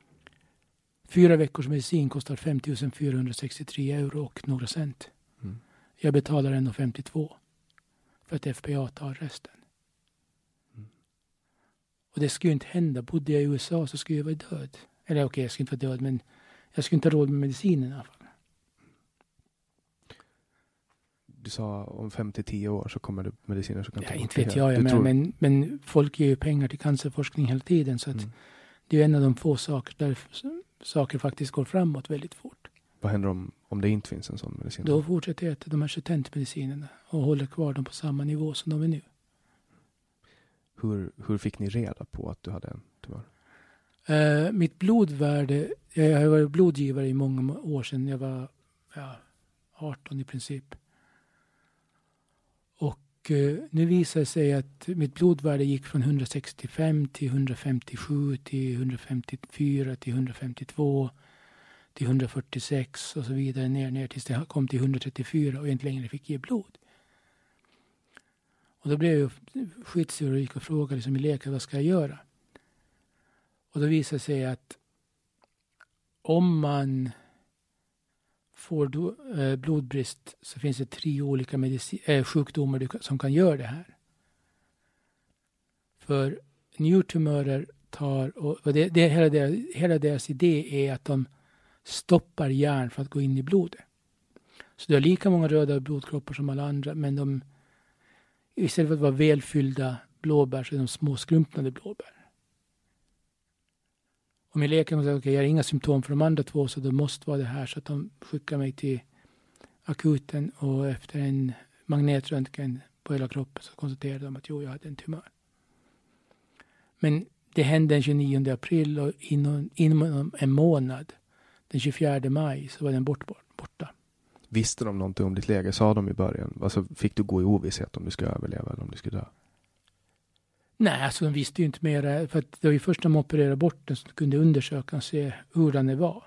fyra veckors medicin kostar fem tusen fyrahundrasextiotre euro och några cent. Mm. Jag betalar en femtiotvå för att F P A tar resten. Mm. Och det skulle ju inte hända. Bodde jag i U S A så skulle jag vara död. Eller okej, okay, jag skulle inte vara död, men jag skulle inte ha råd med medicinen i alla fall. Du sa om fem till tio år så kommer det mediciner som kan ja, ta inte vet jag, jag men, tror... men, men folk ger ju pengar till cancerforskning hela tiden. Så att mm. det är ju en av de få saker där saker faktiskt går framåt väldigt fort. Vad händer om, om det inte finns en sån medicin? Då fortsätter jag äta de här Sutent-medicinerna och håller kvar dem på samma nivå som de är nu. Hur, hur fick ni reda på att du hade en tumör? Uh, mitt blodvärde, jag har varit blodgivare i många år sedan. Jag var ja, arton i princip. Och uh, nu visar det sig att mitt blodvärde gick från hundrasextiofem till hundrafemtiosju till hundrafemtiofyra till hundrafemtiotvå till hundrafyrtiosex och så vidare ner, ner tills det kom till hundratrettiofyra och inte längre fick ge blod. Och då blev jag skitsur och gick och frågade liksom i läkare, vad ska jag göra? Och då visade det sig att om man får do, eh, blodbrist så finns det tre olika medicin, eh, sjukdomar som kan göra det här. För njurtumörer tar, och, och det, det, hela, deras, hela deras idé är att de stoppar järn för att gå in i blodet. Så du har lika många röda blodkroppar som alla andra, men de istället för att vara välfyllda blåbär så är de små skrumpnade blåbär. Och min läkare säger, okej, okay, jag har inga symptom för de andra två så det måste vara det här. Så att de skickar mig till akuten och efter en magnetröntgen på hela kroppen så konstaterade de att jo, jag hade en tumör. Men det hände den tjugonionde april och inom, inom en månad, den tjugofjärde maj, så var den bort, bort, borta. Visste de någonting om ditt läge? Sa de i början? Alltså, fick du gå i ovisshet om du skulle överleva eller om du skulle dö? Nej, alltså de visste ju inte mer. För att det var ju först när de opererade bort den så de kunde undersöka och se hur den var.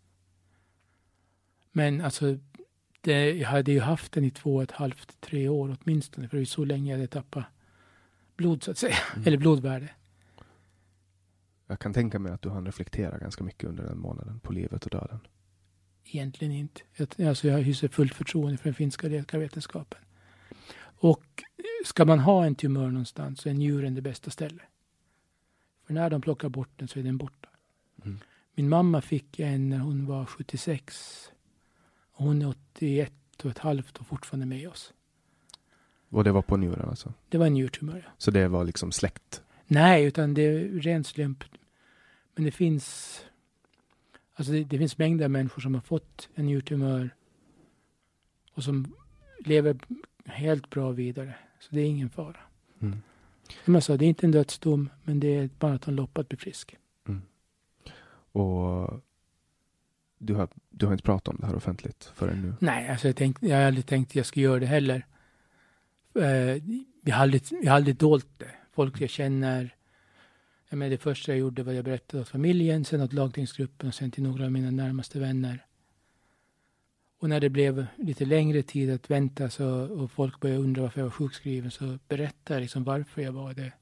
Men alltså, det, jag hade ju haft den i två och ett halvt, tre år åtminstone. För det var ju så länge jag hade tappat blod så att säga. Mm. Eller blodvärde. Jag kan tänka mig att du hann reflektera ganska mycket under den månaden på livet och döden. Egentligen inte. Jag, alltså jag hyser fullt förtroende för den finska läkarvetenskapen. Och ska man ha en tumör någonstans så är njuren det bästa stället. För när de plockar bort den så är den borta. Mm. Min mamma fick en när hon var sjuttiosex. Och hon är åttioett och ett halvt och fortfarande med oss. Och det var på njuren alltså? Det var en njurtumör, ja. Så det var liksom släkt? Nej, utan det är ren slump. Men det finns... Alltså det, det finns mängder av människor som har fått en njurtumör och som lever helt bra vidare. Så det är ingen fara. Mm. Som jag sa, det är inte en dödsdom, men det är bara att han lopp att bli frisk. Mm. Och du har, du har inte pratat om det här offentligt förrän nu? Nej, alltså jag, tänkte, jag har aldrig tänkt att jag skulle göra det heller. Eh, jag, har aldrig, jag har aldrig dolt det. Folk jag känner, jag menar, det första jag gjorde var att jag berättade åt familjen, sen åt lagtingsgruppen och sen till några av mina närmaste vänner. Och när det blev lite längre tid att vänta så, och folk började undra varför jag var sjukskriven, så berättade jag liksom varför jag var det.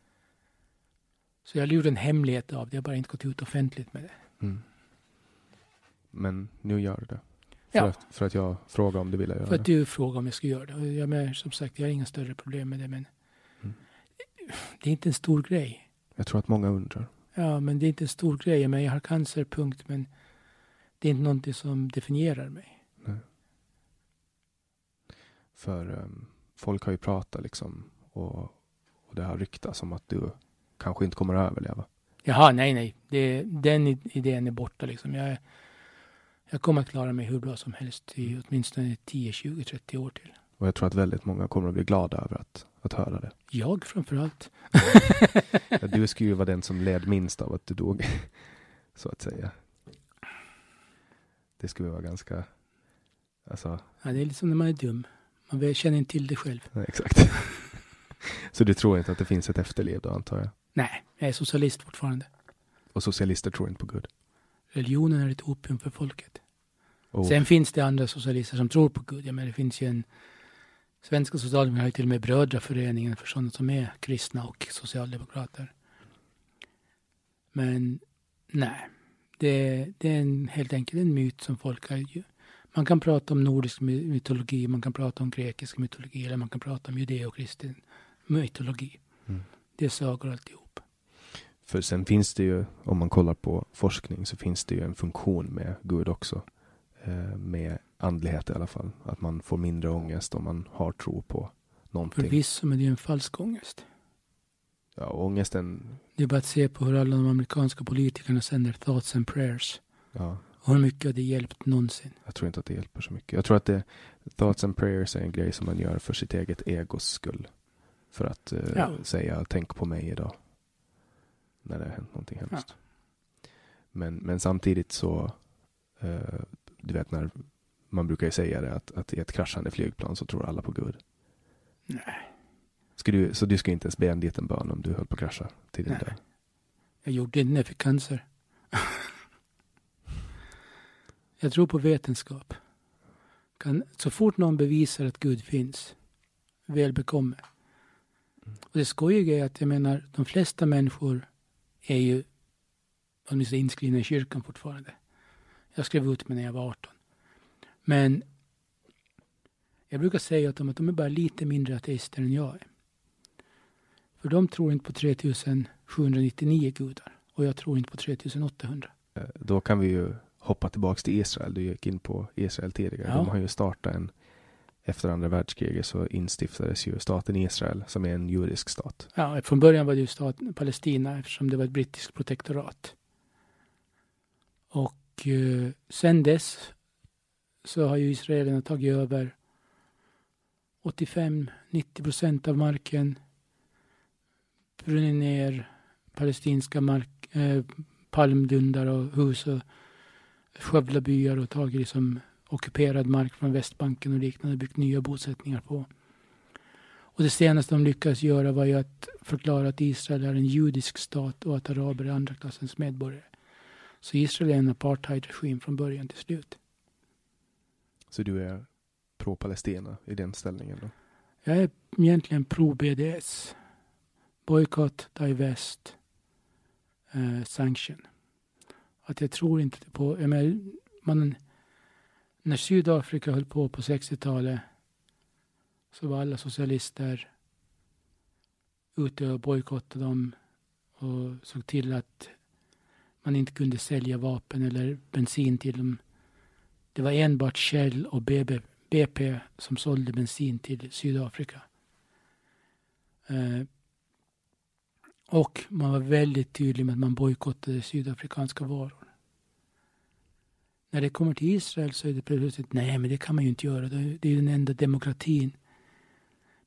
Så jag gjorde en hemlighet av det. Jag har bara inte gått ut offentligt med det. Mm. Men nu gör du det. För, Ja. att, för att jag frågar om du vill göra För att det. du frågar om jag ska göra det. Och jag menar, som sagt, jag har inga större problem med det. Men Mm. det är inte en stor grej. Jag tror att många undrar. Ja, men det är inte en stor grej. Men jag har cancer, punkt. Men det är inte någonting som definierar mig. Nej. För um, folk har ju pratat liksom. Och, och det har ryktats om att du kanske inte kommer att överleva. Jaha, nej, nej. Det, den idén är borta liksom. Jag, jag kommer att klara mig hur bra som helst i åtminstone tio, tjugo, trettio år till. Och jag tror att väldigt många kommer att bli glada över att, att höra det. Jag framförallt. Ja, du skulle ju vara den som led minst av att du dog. Så att säga. Det skulle vara ganska... Alltså... Ja, det är lite som när man är dum. Man väl känner inte till det själv. Nej, exakt. Så du tror inte att det finns ett efterliv då, antar jag? Nej, jag är socialist fortfarande. Och socialister tror inte på Gud? Religionen är ett opium för folket. Och, Sen finns det andra socialister som tror på Gud. Ja, men det finns ju en... Svenska socialdemokrater har ju till och med brödraföreningen för sådana som är kristna och socialdemokrater. Men nej, det, det är en, helt enkelt en myt som folk har ju. Man kan prata om nordisk mytologi, man kan prata om grekisk mytologi eller man kan prata om judeo-kristen mytologi. Mm. Det är sagor alltihop. För sen finns det ju, om man kollar på forskning, så finns det ju en funktion med Gud också. Eh, med andlighet i alla fall. Att man får mindre ångest om man har tro på någonting. Förvisso, men det är ju en falsk ångest. Ja, ångesten... Det är bara att se på hur alla de amerikanska politikerna sänder thoughts and prayers. Ja. Och hur mycket har det hjälpt någonsin? Jag tror inte att det hjälper så mycket. Jag tror att det, thoughts and prayers är en grej som man gör för sitt eget egos skull. För att eh, Ja. säga, tänk på mig idag. När det har hänt någonting hemskt. Ja. Men, men samtidigt så, eh, du vet när man brukar ju säga det att, att i ett kraschande flygplan så tror alla på Gud. Nej. Ska du, så du skulle inte ens be en liten bön om du höll på att krascha till din Nej. död? Jag gjorde det när jag fick cancer. Jag tror på vetenskap. Kan, så fort någon bevisar att Gud finns, väl bekomme. Och det skojiga är att jag menar, de flesta människor är ju åtminstone inskrivna i kyrkan fortfarande. Jag skrev ut mig när jag var arton. Men jag brukar säga åt dem att de är bara lite mindre ateister än jag är. För de tror inte på tre tusen sjuhundranittionio gudar. Och jag tror inte på tre tusen åttahundra. Eh, Då kan vi ju hoppa tillbaka till Israel. Du gick in på Israel tidigare. Ja. De har ju startat en, efter andra världskriget så instiftades ju staten Israel som är en judisk stat. Ja, från början var det ju staten Palestina eftersom det var ett brittiskt protektorat. Och eh, sen dess så har ju israelerna tagit över åttiofem till nittio procent av marken, brunnit ner palestinska mark, eh, palmdundar och hus och skövla byar och tagit liksom ockuperad mark från Västbanken och liknande, byggt nya bosättningar på. Och det senaste de lyckades göra var ju att förklara att Israel är en judisk stat och att araber är andra klassens medborgare. Så Israel är en apartheidregim från början till slut. Så du är pro-Palestina i den ställningen då? Jag är egentligen pro-B D S. Boycott, divest, eh, sanction. Att jag tror inte på... Jag menar, man, när Sydafrika höll på på sextiotalet så var alla socialister ute och bojkottade dem och såg till att man inte kunde sälja vapen eller bensin till dem. Det var enbart Shell och B P som sålde bensin till Sydafrika. Eh, och man var väldigt tydlig med att man bojkottade sydafrikanska varor. När det kommer till Israel så är det plötsligt, nej men det kan man ju inte göra. Det är ju den enda demokratin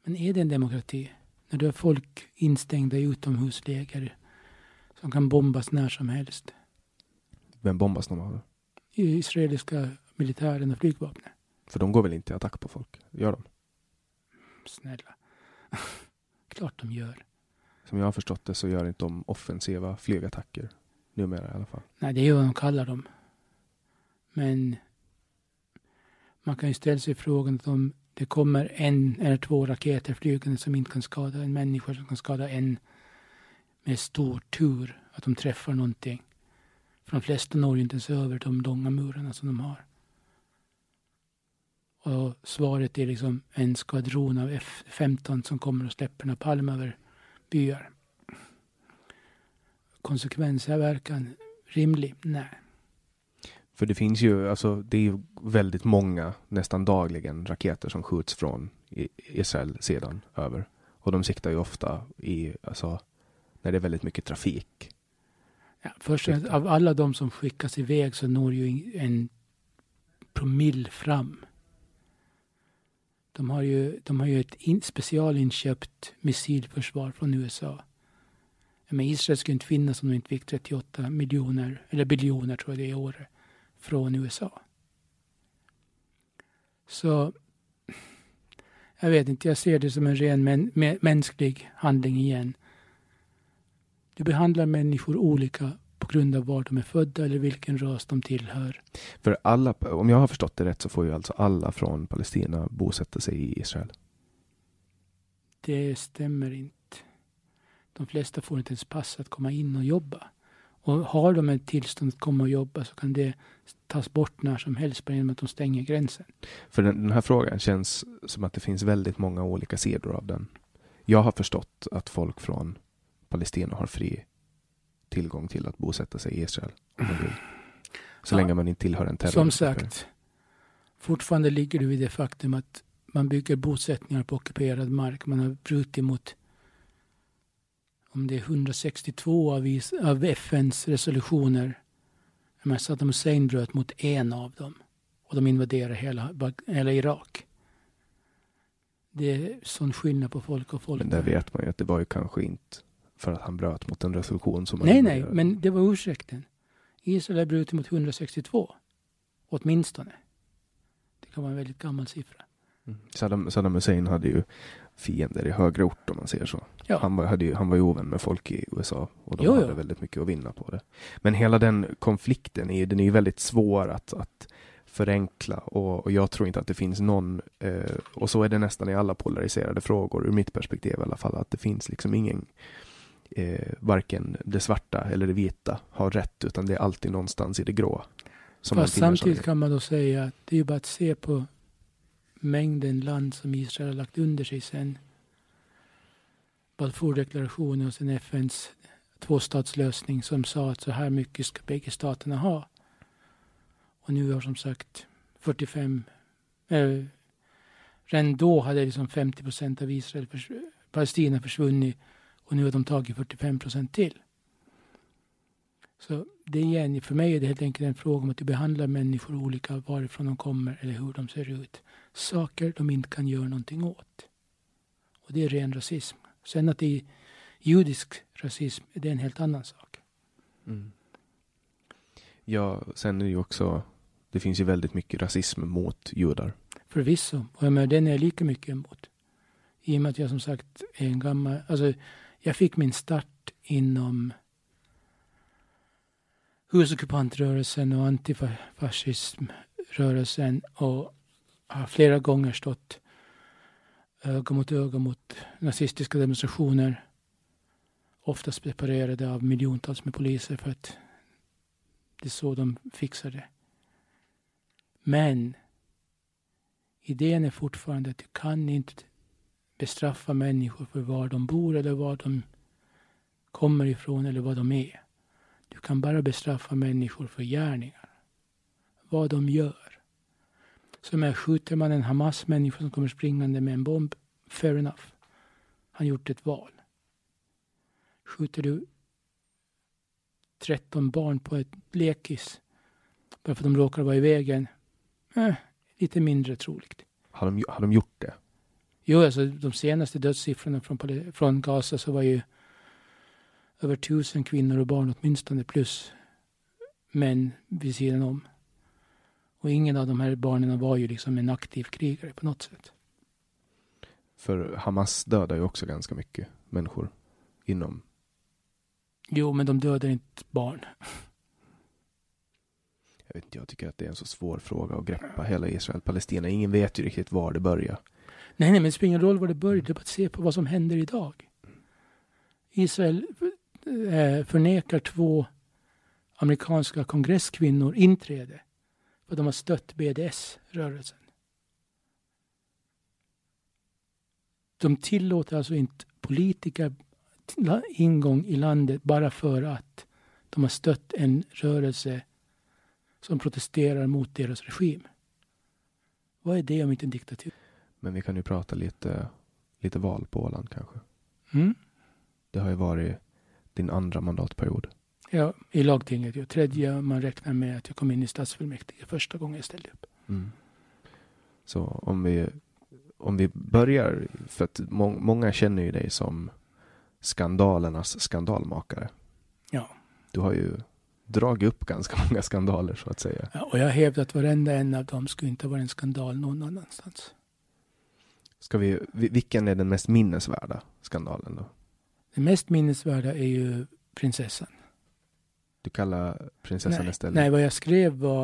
Men är det en demokrati? När du har folk instängda i utomhusläger som kan bombas när som helst. Vem bombas de av? Israeliska militären och flygvapnet. För de går väl inte i attack på folk? Gör de? Snälla. Klart de gör. Som jag har förstått det så gör inte de offensiva flygattacker. Numera i alla fall. Nej, det är vad de kallar dem. Men man kan ju ställa sig frågan om det kommer en eller två raketer flygande som inte kan skada en människa, som kan skada en med stor tur att de träffar någonting. För de flesta når ju inte ens över de långa murarna som de har. Och svaret är liksom en skvadron av F femton som kommer och släpper napalm över byar. Konsekvensverkan rimlig? Nej. För det finns ju, alltså det är ju väldigt många, nästan dagligen, raketer som skjuts från Israel sedan över. Och de siktar ju ofta i, alltså, när det är väldigt mycket trafik. Ja, först av alla de som skickas iväg så når ju en promille fram. De har ju, de har ju ett in, specialinköpt missilförsvar från U S A. Men Israel skulle inte finnas om de inte fick trettioåtta miljoner, eller biljoner tror jag det är i år, från U S A. Så jag vet inte, jag ser det som en ren mä, mä, mänsklig handling igen. Du behandlar människor olika på grund av var de är födda eller vilken ras de tillhör. För alla, om jag har förstått det rätt så får ju alltså alla från Palestina bosätta sig i Israel. Det stämmer inte. De flesta får inte ens pass att komma in och jobba. Och har de ett tillstånd att komma och jobba så kan det tas bort när som helst bara genom att de stänger gränsen. För den, den här frågan känns som att det finns väldigt många olika sidor av den. Jag har förstått att folk från Palestina har fri tillgång till att bosätta sig i Israel. Om man vill. Så ja, länge man inte tillhör en terror. Som sagt, fortfarande ligger du i det faktum att man bygger bosättningar på ockuperad mark. Man har brutit mot om det är hundrasextiotvå av, is, av F N:s resolutioner. Men Saddam Hussein bröt mot en av dem. Och de invaderar hela, hela Irak. Det är sån skillnad på folk och folk. Men där vet man ju att det var ju kanske inte för att han bröt mot en resolution som... Nej, nej, men det var ursäkten. Israel har brutit mot hundrasextiotvå. Åtminstone. Det kan vara en väldigt gammal siffra. Mm. Saddam, Saddam Hussein hade ju fiender i högre ort om man ser så. Ja. Han, var, hade ju, han var ju ovän med folk i U S A och de jo, hade jo. väldigt mycket att vinna på det. Men hela den konflikten är, den är ju väldigt svår att, att förenkla och, och jag tror inte att det finns någon, eh, och så är det nästan i alla polariserade frågor ur mitt perspektiv i alla fall, att det finns liksom ingen eh, varken det svarta eller det vita har rätt, utan det är alltid någonstans i det grå. Som Fast samtidigt kan man då säga att det är ju bara att se på mängden land som Israel har lagt under sig sen Balfour-deklarationen och sen F N:s tvåstatslösning som sa att så här mycket ska bägge staterna ha. Och nu har som sagt fyrtiofem äh, redan då hade liksom femtio procent av Israel förs- Palestina försvunnit och nu har de tagit fyrtiofem procent till. Så det igen, för mig är det helt enkelt en fråga om att du behandlar människor olika varifrån de kommer eller hur de ser ut. Saker de inte kan göra någonting åt. Och det är ren rasism. Sen att det är judisk rasism, det är en helt annan sak. Mm. Ja, sen är det ju också, det finns ju väldigt mycket rasism mot judar. Förvisso, och jag menar, den är jag lika mycket emot. I och med att jag som sagt är en gammal, alltså jag fick min start inom husockupantrörelsen och antifascismrörelsen och har flera gånger stått öga mot öga mot nazistiska demonstrationer. Oftast preparerade av miljontals med poliser för att det är så de fixar det. Men idén är fortfarande att du kan inte bestraffa människor för var de bor eller var de kommer ifrån eller vad de är. Du kan bara bestraffa människor för gärningar. Vad de gör. Så med skjuter man en Hamas-människa som kommer springande med en bomb, fair enough. Han har gjort ett val. Skjuter du tretton barn på ett lekis bara för att de råkar vara i vägen, eh, lite mindre troligt. Har de, har de gjort det? Jo, alltså de senaste dödssiffrorna från, från Gaza så var ju över tusen kvinnor och barn åtminstone plus män vid sidan om. Och ingen av de här barnen var ju liksom en aktiv krigare på något sätt. För Hamas dödar ju också ganska mycket människor inom. Jo, men de dödar inte barn. Jag vet inte, jag tycker att det är en så svår fråga att greppa hela Israel-Palestina. Ingen vet ju riktigt var det börjar. Nej, nej, men det spelar ingen roll var det börjar. Det är bara att se på vad som händer idag. Israel eh, förnekar två amerikanska kongresskvinnor inträde för de har stött B D S-rörelsen. De tillåter alltså inte politiker ingång i landet bara för att de har stött en rörelse som protesterar mot deras regim. Vad är det om inte en diktatur? Men vi kan ju prata lite, lite val på Åland kanske. Mm. Det har ju varit din andra mandatperiod. Ja, i lagtinget. Jag tredje man räknar med att jag kom in i stadsfullmäktige första gången jag ställde upp. Mm. Så om vi, om vi börjar, för att må, många känner ju dig som skandalernas skandalmakare. Ja. Du har ju dragit upp ganska många skandaler så att säga. Ja, och jag hävdar att varenda en av dem skulle inte vara en skandal någon annanstans. Ska vi, vilken är den mest minnesvärda skandalen då? Den mest minnesvärda är ju prinsessan. Du kallar prinsessan nej, istället? Nej, vad jag skrev var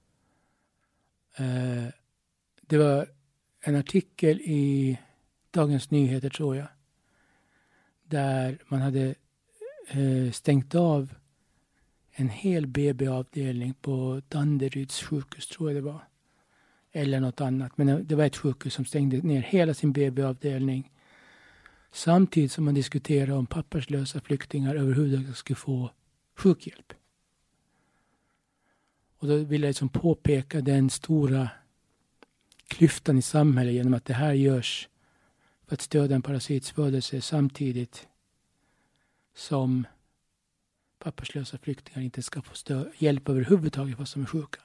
eh, det var en artikel i Dagens Nyheter tror jag. Där man hade eh, stängt av en hel B B-avdelning på Danderyds sjukhus tror jag det var. Eller något annat. Men det var ett sjukhus som stängde ner hela sin B B-avdelning. Samtidigt som man diskuterade om papperslösa flyktingar överhuvudtaget skulle få sjukhjälp. Och då vill jag liksom påpeka den stora klyftan i samhället genom att det här görs för att stödja en parasits födelse samtidigt som papperslösa flyktingar inte ska få stö- hjälp överhuvudtaget fast de är sjuka.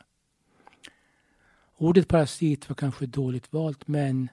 Ordet parasit var kanske dåligt valt, men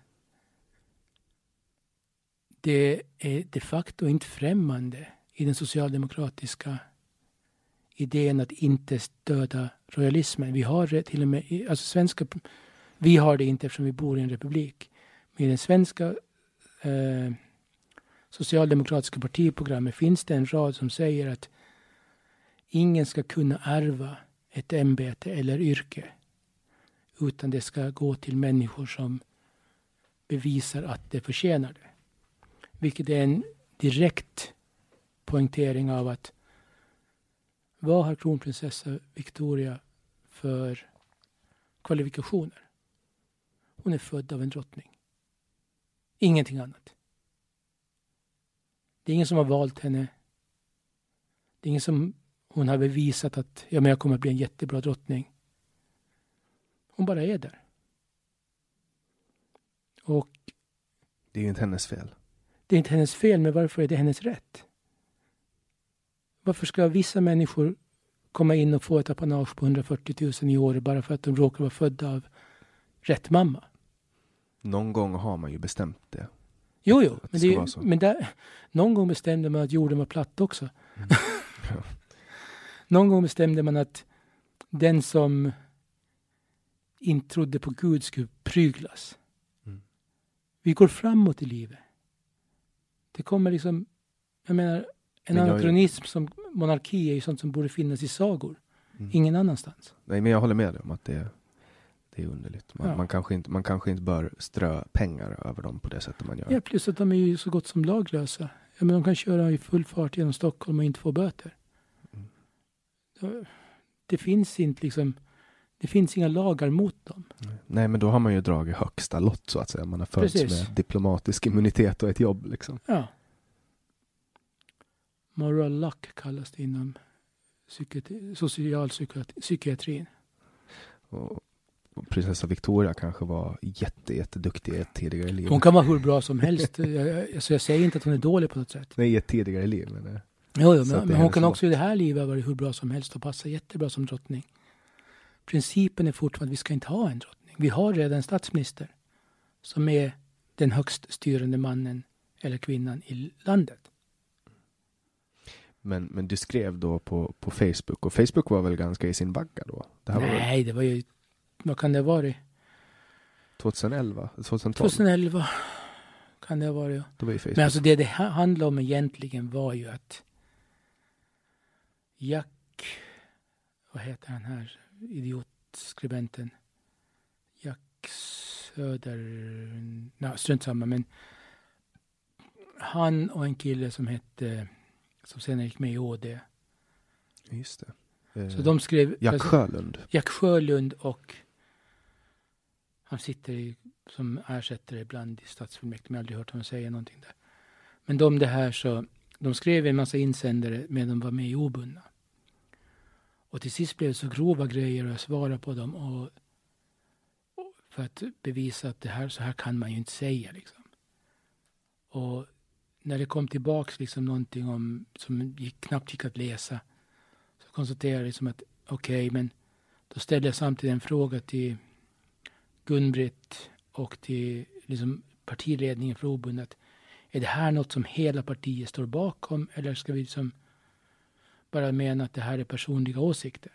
det är de facto inte främmande i den socialdemokratiska idén att inte stödja royalismen. Vi har det till och med, alltså svenska, vi har det inte eftersom vi bor i en republik. Men i den svenska eh, socialdemokratiska partiprogrammet finns det en rad som säger att ingen ska kunna ärva ett ämbete eller yrke, utan det ska gå till människor som bevisar att det förtjänar det. Vilket är en direkt poängtering av att vad har kronprinsessa Victoria för kvalifikationer? Hon är född av en drottning. Ingenting annat. Det är ingen som har valt henne. Det är ingen som hon har bevisat att ja, men jag kommer att bli en jättebra drottning. Hon bara är där. Och det är ju inte hennes fel. Det är inte hennes fel, men varför är det hennes rätt? Varför ska vissa människor komma in och få ett apanage på hundrafyrtio tusen i år bara för att de råkar vara födda av rätt mamma? Någon gång har man ju bestämt det. Jo, jo. Det men det, men där, någon gång bestämde man att jorden var platt också. Mm. Ja. Någon gång bestämde man att den som inte trodde på Gud skulle pryglas. Mm. Vi går framåt i livet. Det kommer liksom, jag menar, en men anakronism jag... som monarki är ju sånt som borde finnas i sagor. Mm. Ingen annanstans. Nej, men jag håller med dig om att det, det är underligt. Man, ja. man, kanske inte, man kanske inte bör strö pengar över dem på det sättet man gör. Ja, plus att de är ju så gott som laglösa. Ja, men de kan köra i full fart genom Stockholm och inte få böter. Mm. Det finns inte liksom, det finns inga lagar mot dem. Nej, men då har man ju dragit högsta lott så att säga. Man har följts med diplomatisk immunitet och ett jobb liksom. Ja. Moral luck kallas det inom psykiatri, socialpsykiatrin. Och, och prinsessa Victoria kanske var jätte, jätteduktig i ett tidigare liv. Hon kan vara hur bra som helst. jag, alltså jag säger inte att hon är dålig på något sätt. Nej, i ett tidigare liv. Men, det, jo, jo, men, men hon kan också i det här livet vara hur bra som helst och passa jättebra som drottning. Principen är fortfarande att vi ska inte ha en drottning. Vi har redan en statsminister som är den högst styrande mannen eller kvinnan i landet. Men, men du skrev då på, på Facebook, och Facebook var väl ganska i sin vagga då? Det här Nej, var det var ju, vad kan det ha varit? tjugoelva, tjugohundratolv? tjugoelva kan det ha varit, ja. Då var ju Facebook. Men alltså det det handlade om egentligen var ju att Jack, vad heter han här, idiotskribenten? Jack Söder, nej, strunt samma, men han och en kille som hette, som senare gick med i Å D. Just det. Eh, Så de skrev... Jack alltså, Sjölund. Jack Sjölund, och han sitter i, som ersättare ibland i stadsfullmäktige, men jag har aldrig hört honom säga någonting där. Men de det här så, de skrev en massa insändare medan de var med i Obundna. Och till sist blev det så grova grejer och jag svarade på dem och, och för att bevisa att det här, så här kan man ju inte säga liksom. Och när det kom tillbaks liksom någonting om, som gick, knappt gick att läsa, så konstaterade jag liksom att okej, okay, men då ställde jag samtidigt en fråga till Gun-Britt och till liksom partiledningen för Obundet. Är det här något som hela partiet står bakom, eller ska vi liksom bara mena att det här är personliga åsikter?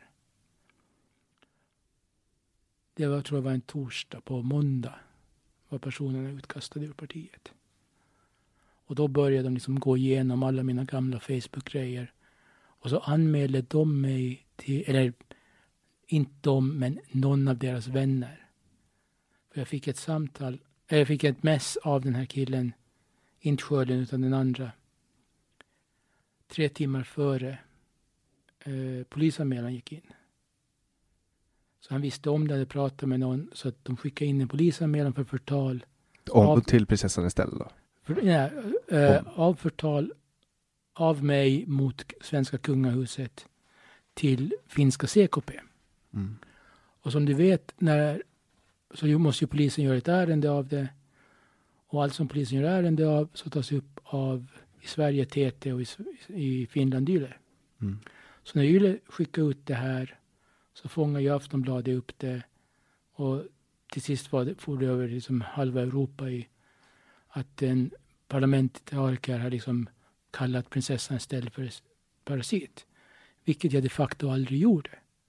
Det var, tror jag var en torsdag. På måndag var personerna utkastade ur partiet. Och då började de liksom gå igenom alla mina gamla Facebook-grejer. Och så anmälde de mig till, eller inte de, men någon av deras vänner. För jag fick ett samtal, eller jag fick ett mess av den här killen, inte Sjölund utan den andra. Tre timmar före eh, polisanmälan gick in. Så han visste om det, hade pratat med någon, så att de skickade in en polisanmälan för förtal. Om, av, till prinsessan istället då? För, nej, eh, av förtal av mig mot svenska kungahuset till finska C K P. Mm. Och som du vet, när, så måste ju polisen göra ett ärende av det. Och allt som polisen gör ärende av så tas upp av i Sverige T T och i, i Finland Yle. Mm. Så när Yle skickade ut det här så fångar ju Aftonbladet upp det. Och till sist var det, for det över liksom halva Europa i att en parlamentariker har liksom kallat prinsessan istället för parasit. Vilket jag de facto aldrig gjorde.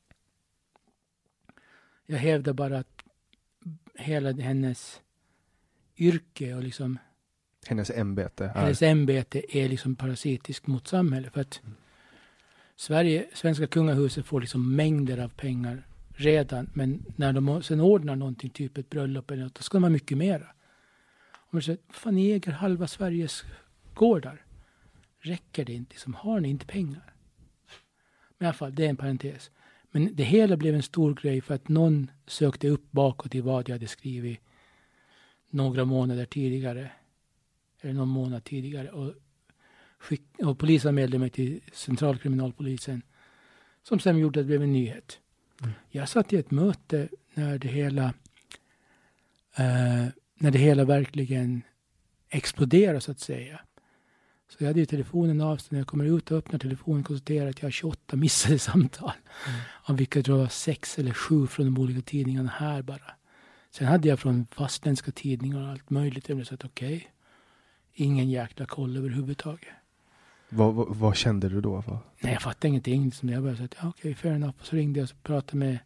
Jag hävdar bara att hela hennes yrke och liksom hennes ämbete är... hennes ämbete är liksom parasitisk mot samhället. För att mm. Sverige, svenska kungahuset får liksom mängder av pengar redan. Men när de sen ordnar någonting, typ ett bröllop eller något, då ska de ha mycket mera. Om man säger, fan, ni äger halva Sveriges gårdar. Räcker det inte? Liksom, har ni inte pengar? Men i alla fall, det är en parentes. Men det hela blev en stor grej för att någon sökte upp bakåt i vad jag hade skrivit några månader tidigare. Eller någon månad tidigare. Och, skick, och polisen anmälde mig till centralkriminalpolisen. Som sen gjorde att det blev en nyhet. Mm. Jag satt i ett möte när det hela eh, när det hela verkligen exploderar så att säga. Så jag hade ju telefonen av sig. När jag kommer ut och öppnar telefonen och konstaterar att jag har tjugoåtta missade samtal. Mm. Av vilka jag tror var sex eller sju från de olika tidningarna här bara. Sen hade jag från fastländska tidningar och allt möjligt. Jag blev så att okej. Okay, ingen jäkla koll överhuvudtaget. Vad, vad, vad kände du då? Va? Nej, jag fattade ingenting. Som jag bara sa att ja, okej, okay, fair enough. Och så ringde jag och pratade med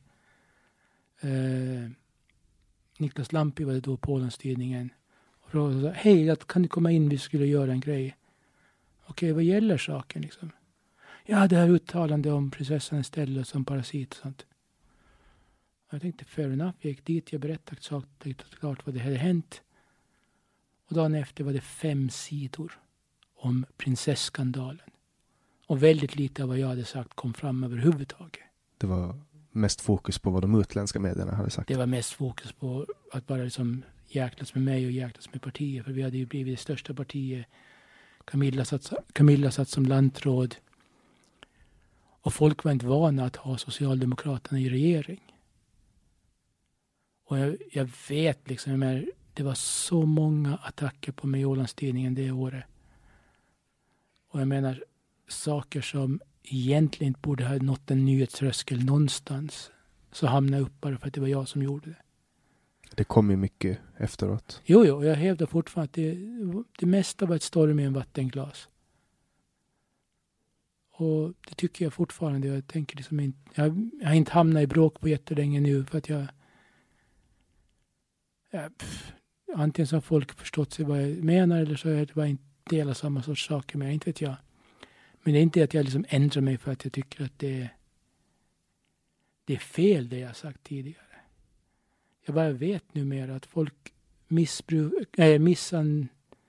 eh, Niklas Lampi var det då på Ålandstidningen. Och frågade, hej, kan du komma in? Vi skulle göra en grej. Okej, vad gäller saken liksom? Ja, det här uttalande om prinsessan ställer som parasit och sånt. Jag tänkte, fair enough. Jag gick dit, jag berättade sagt, klart vad det hade hänt. Och dagen efter var det fem sidor om prinsesskandalen. Och väldigt lite av vad jag hade sagt kom fram överhuvudtaget. Det var mest fokus på vad de utländska medierna hade sagt. Det var mest fokus på att bara liksom jäklas med mig och jäklas med partiet. För vi hade ju blivit det största partiet. Camilla satt, Camilla satt som lantråd. Och folk var inte vana att ha Socialdemokraterna i regering. Och jag, jag vet liksom, jag menar, det var så många attacker på mig i Ålandstidningen det året. Och jag menar, saker som egentligen inte borde ha nått en nyhetströskel någonstans, så hamnade jag upp bara för att det var jag som gjorde det. Det kom ju mycket efteråt. Jo, jo, jag hävdar fortfarande att det, det mesta var ett storm i en vattenglas. Och det tycker jag fortfarande. Jag tänker liksom inte, jag, jag har inte hamnat i bråk på jättelänge nu för att jag, jag pff, antingen så har folk förstått sig vad jag menar eller så är det bara inte dela samma sorts saker med, inte vet jag. Men det är inte att jag liksom ändrar mig för att jag tycker att det, det är fel det jag sagt tidigare. Jag bara vet numera att folk missbruk, äh, missan,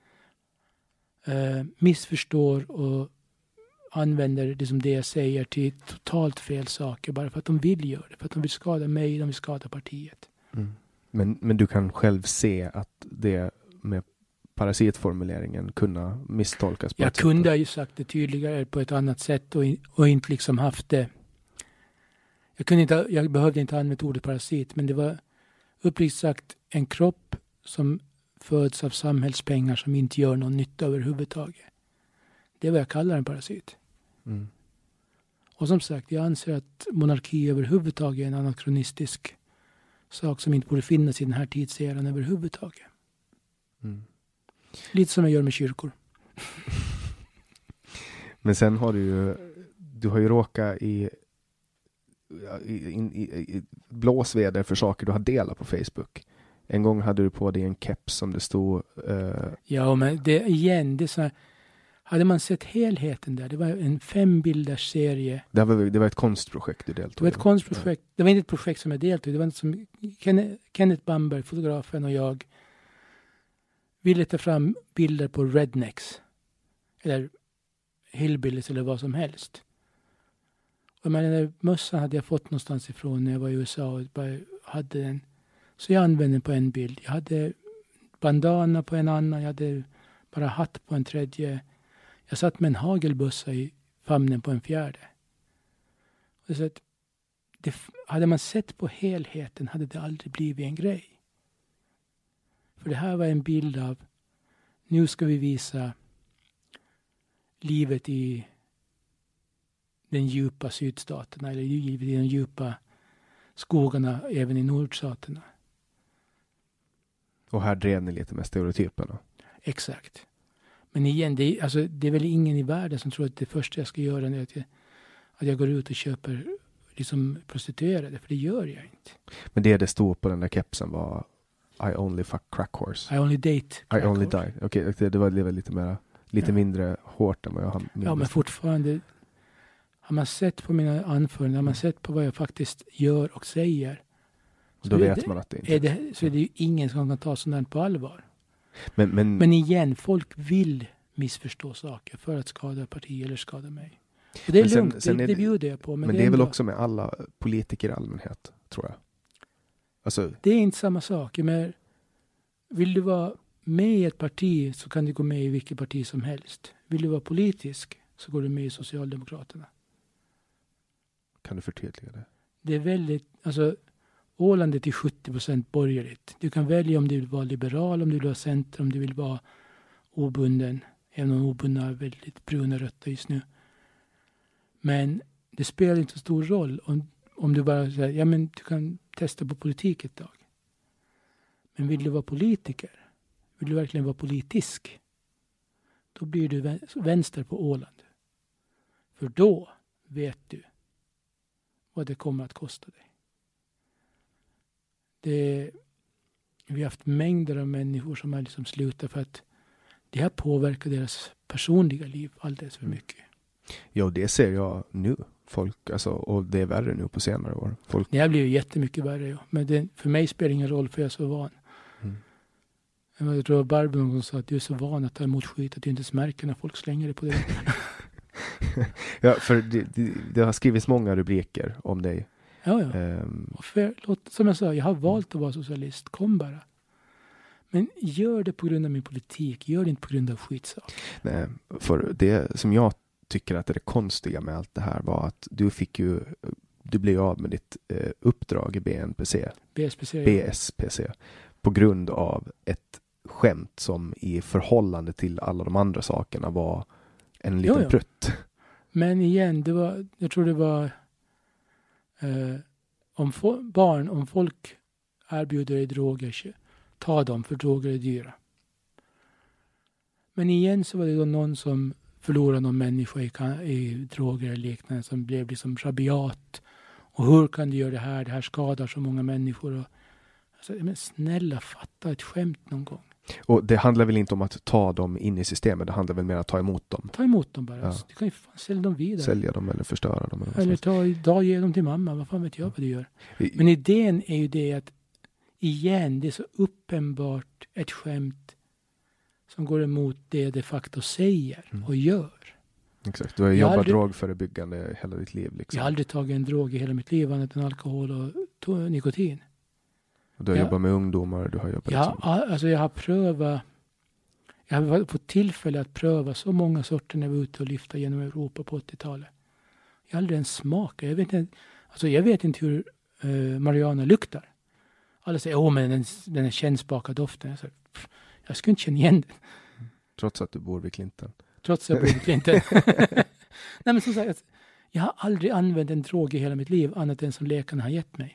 äh, missförstår och använder det som det jag säger till totalt fel saker bara för att de vill göra det. För att de vill skada mig, de vill skada partiet. Mm. Men, men du kan själv se att det med parasitformuleringen kunna misstolkas på jag ett sätt? Jag kunde ha ju sagt det tydligare på ett annat sätt och, in, och inte liksom haft det. Jag, kunde inte, jag behövde inte använda ordet parasit, men det var uppriktigt sagt en kropp som föds av samhällspengar som inte gör någon nytta överhuvudtaget. Det är vad jag kallar en parasit. Mm. Och som sagt, jag anser att monarki överhuvudtaget är en anakronistisk sak som inte borde finnas i den här tidseran överhuvudtaget. Mm. Lite som jag gör med kyrkor. Men sen har du ju du har ju råkat i, i, i, i blåsväder för saker du har delat på Facebook. En gång hade du på dig en keps som det stod... Uh... Ja, men det igen, det är så här, hade man sett helheten där, det var en fem bilders serie. Det var, det var ett konstprojekt du deltog i. Det var ett konstprojekt. Det var inte ett projekt som jag deltog i. Det var inte som Ken, Kenneth Bamberg, fotografen, och jag ville ta fram bilder på rednecks. Eller hillbillies eller vad som helst. Och men den där mössan hade jag fått någonstans ifrån när jag var i U S A och bara hade den. Så jag använde den på en bild. Jag hade bandana på en annan. Jag hade bara hatt på en tredje. Jag satt med en hagelbussa i famnen på en fjärde. Och så att det, hade man sett på helheten hade det aldrig blivit en grej. För det här var en bild av, nu ska vi visa livet i den djupa sydstaterna eller livet i de djupa skogarna även i nordstaterna. Och här drev ni lite med stereotyperna. Exakt. Men igen, det är, alltså, det är väl ingen i världen som tror att det första jag ska göra är att jag, att jag går ut och köper liksom prostituerade, för det gör jag inte. Men det det stod på den där kepsen var I only fuck crack horse. I only date I only die. Okej, okay, det var lite mer, lite ja. mindre hårt än vad jag har. Ja, men fortfarande har man sett på mina anföranden, har man sett på vad jag faktiskt gör och säger. Då vet det, man att det inte är det. Så är det ju ingen som kan ta sådant på allvar. Men, men, men igen, folk vill missförstå saker för att skada parti eller skada mig. Och det är sen, lugnt, sen det, är det, det bjuder jag på. Men, men det är, det är väl ändå, också med alla politiker i allmänhet, tror jag. Alltså, det är inte samma sak. Men vill du vara med i ett parti så kan du gå med i vilket parti som helst. Vill du vara politisk så går du med i Socialdemokraterna. Kan du förtydliga det? Det är väldigt, alltså Åland är till sjuttio procent borgerligt. Du kan välja om du vill vara liberal, om du vill vara center, om du vill vara obunden. Även om obundna är väldigt bruna rötter just nu. Men det spelar inte så stor roll om, om du bara säger, ja men du kan testa på politik ett tag. Men vill du vara politiker, vill du verkligen vara politisk, då blir du vänster på Åland. För då vet du vad det kommer att kosta dig. Det, vi har haft mängder av människor som har liksom slutat för att det har påverkat deras personliga liv alldeles för mycket. Ja, det ser jag nu. Folk, alltså, och det är värre nu på senare år. Folk... Det har blivit jättemycket värre, ja. Men det, för mig spelar det ingen roll för jag är så van. Mm. Jag tror att Barbro någon gång sa att du är så van att ta emot skit att du inte märker när folk slänger det på dig. Ja, för det, det, det har skrivits många rubriker om dig. Ja, ja. Um, och för, låt, som jag sa, jag har valt att vara socialist. Kom bara. Men gör det på grund av min politik. Gör det inte på grund av skitsak. Nej, för det som jag tycker att det är konstiga med allt det här var att du fick ju, du blev av med ditt eh, uppdrag i B N P C. B S P C. B S P C. På grund av ett skämt som i förhållande till alla de andra sakerna var en liten jo, jo. prutt. Men igen, det var, jag tror det var eh, om fo- barn, om folk erbjuder dig droger, ta dem för droger är dyra. Men igen så var det då någon som förlorade någon människa i, i droger eller liknande som blev liksom rabiat. Och hur kan du göra det här? Det här skadar så många människor. Och, alltså, men snälla, fatta ett skämt någon gång. Och det handlar väl inte om att ta dem in i systemet, det handlar väl mer om att ta emot dem. Ta emot dem bara. Ja. Du kan ju fan sälja dem vidare. Sälja dem eller förstöra dem. Eller, eller ta idag ge dem till mamma. Vad fan vet jag vad du gör? Men idén är ju det att igen, det är så uppenbart ett skämt som går emot det de facto säger mm. och gör. Exakt, du har jobbat aldrig, drogförebyggande hela ditt liv. Liksom. Jag har aldrig tagit en drog i hela mitt liv annat än alkohol och to- nikotin. Och du har jag, jobbat med ungdomar, du har jobbat... Ja, liksom. alltså jag har prövat, jag har fått tillfälle att pröva så många sorter när vi var ute och lyfta genom Europa på åttiotalet. Jag har aldrig ens smakat. Jag vet inte, alltså jag vet inte hur uh, marijuana luktar. Alla säger, åh men den, den är kännspaka doften. Jag, säger, jag skulle inte känna igen den. Trots att du bor vid Clinton. Trots att jag bor vid Clinton. Nej men som sagt, jag har aldrig använt en drog i hela mitt liv annat än som läkarna har gett mig.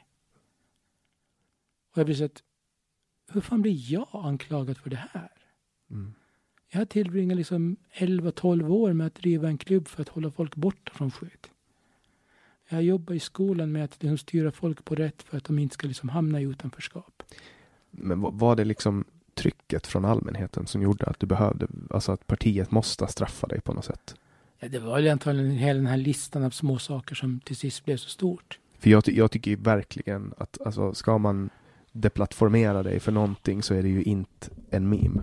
Och jag blir så att, hur fan blir jag anklagad för det här? Mm. Jag har tillbringat liksom elva tolv år med att driva en klubb för att hålla folk borta från skit. Jag jobbar i skolan med att de styra folk på rätt för att de inte ska liksom hamna i utanförskap. Men var det liksom trycket från allmänheten som gjorde att du behövde, alltså att partiet måste straffa dig på något sätt? Ja, det var ju antagligen hela den här listan av små saker som till sist blev så stort. För jag, jag tycker ju verkligen att alltså, ska man deplattformera dig för någonting så är det ju inte en meme.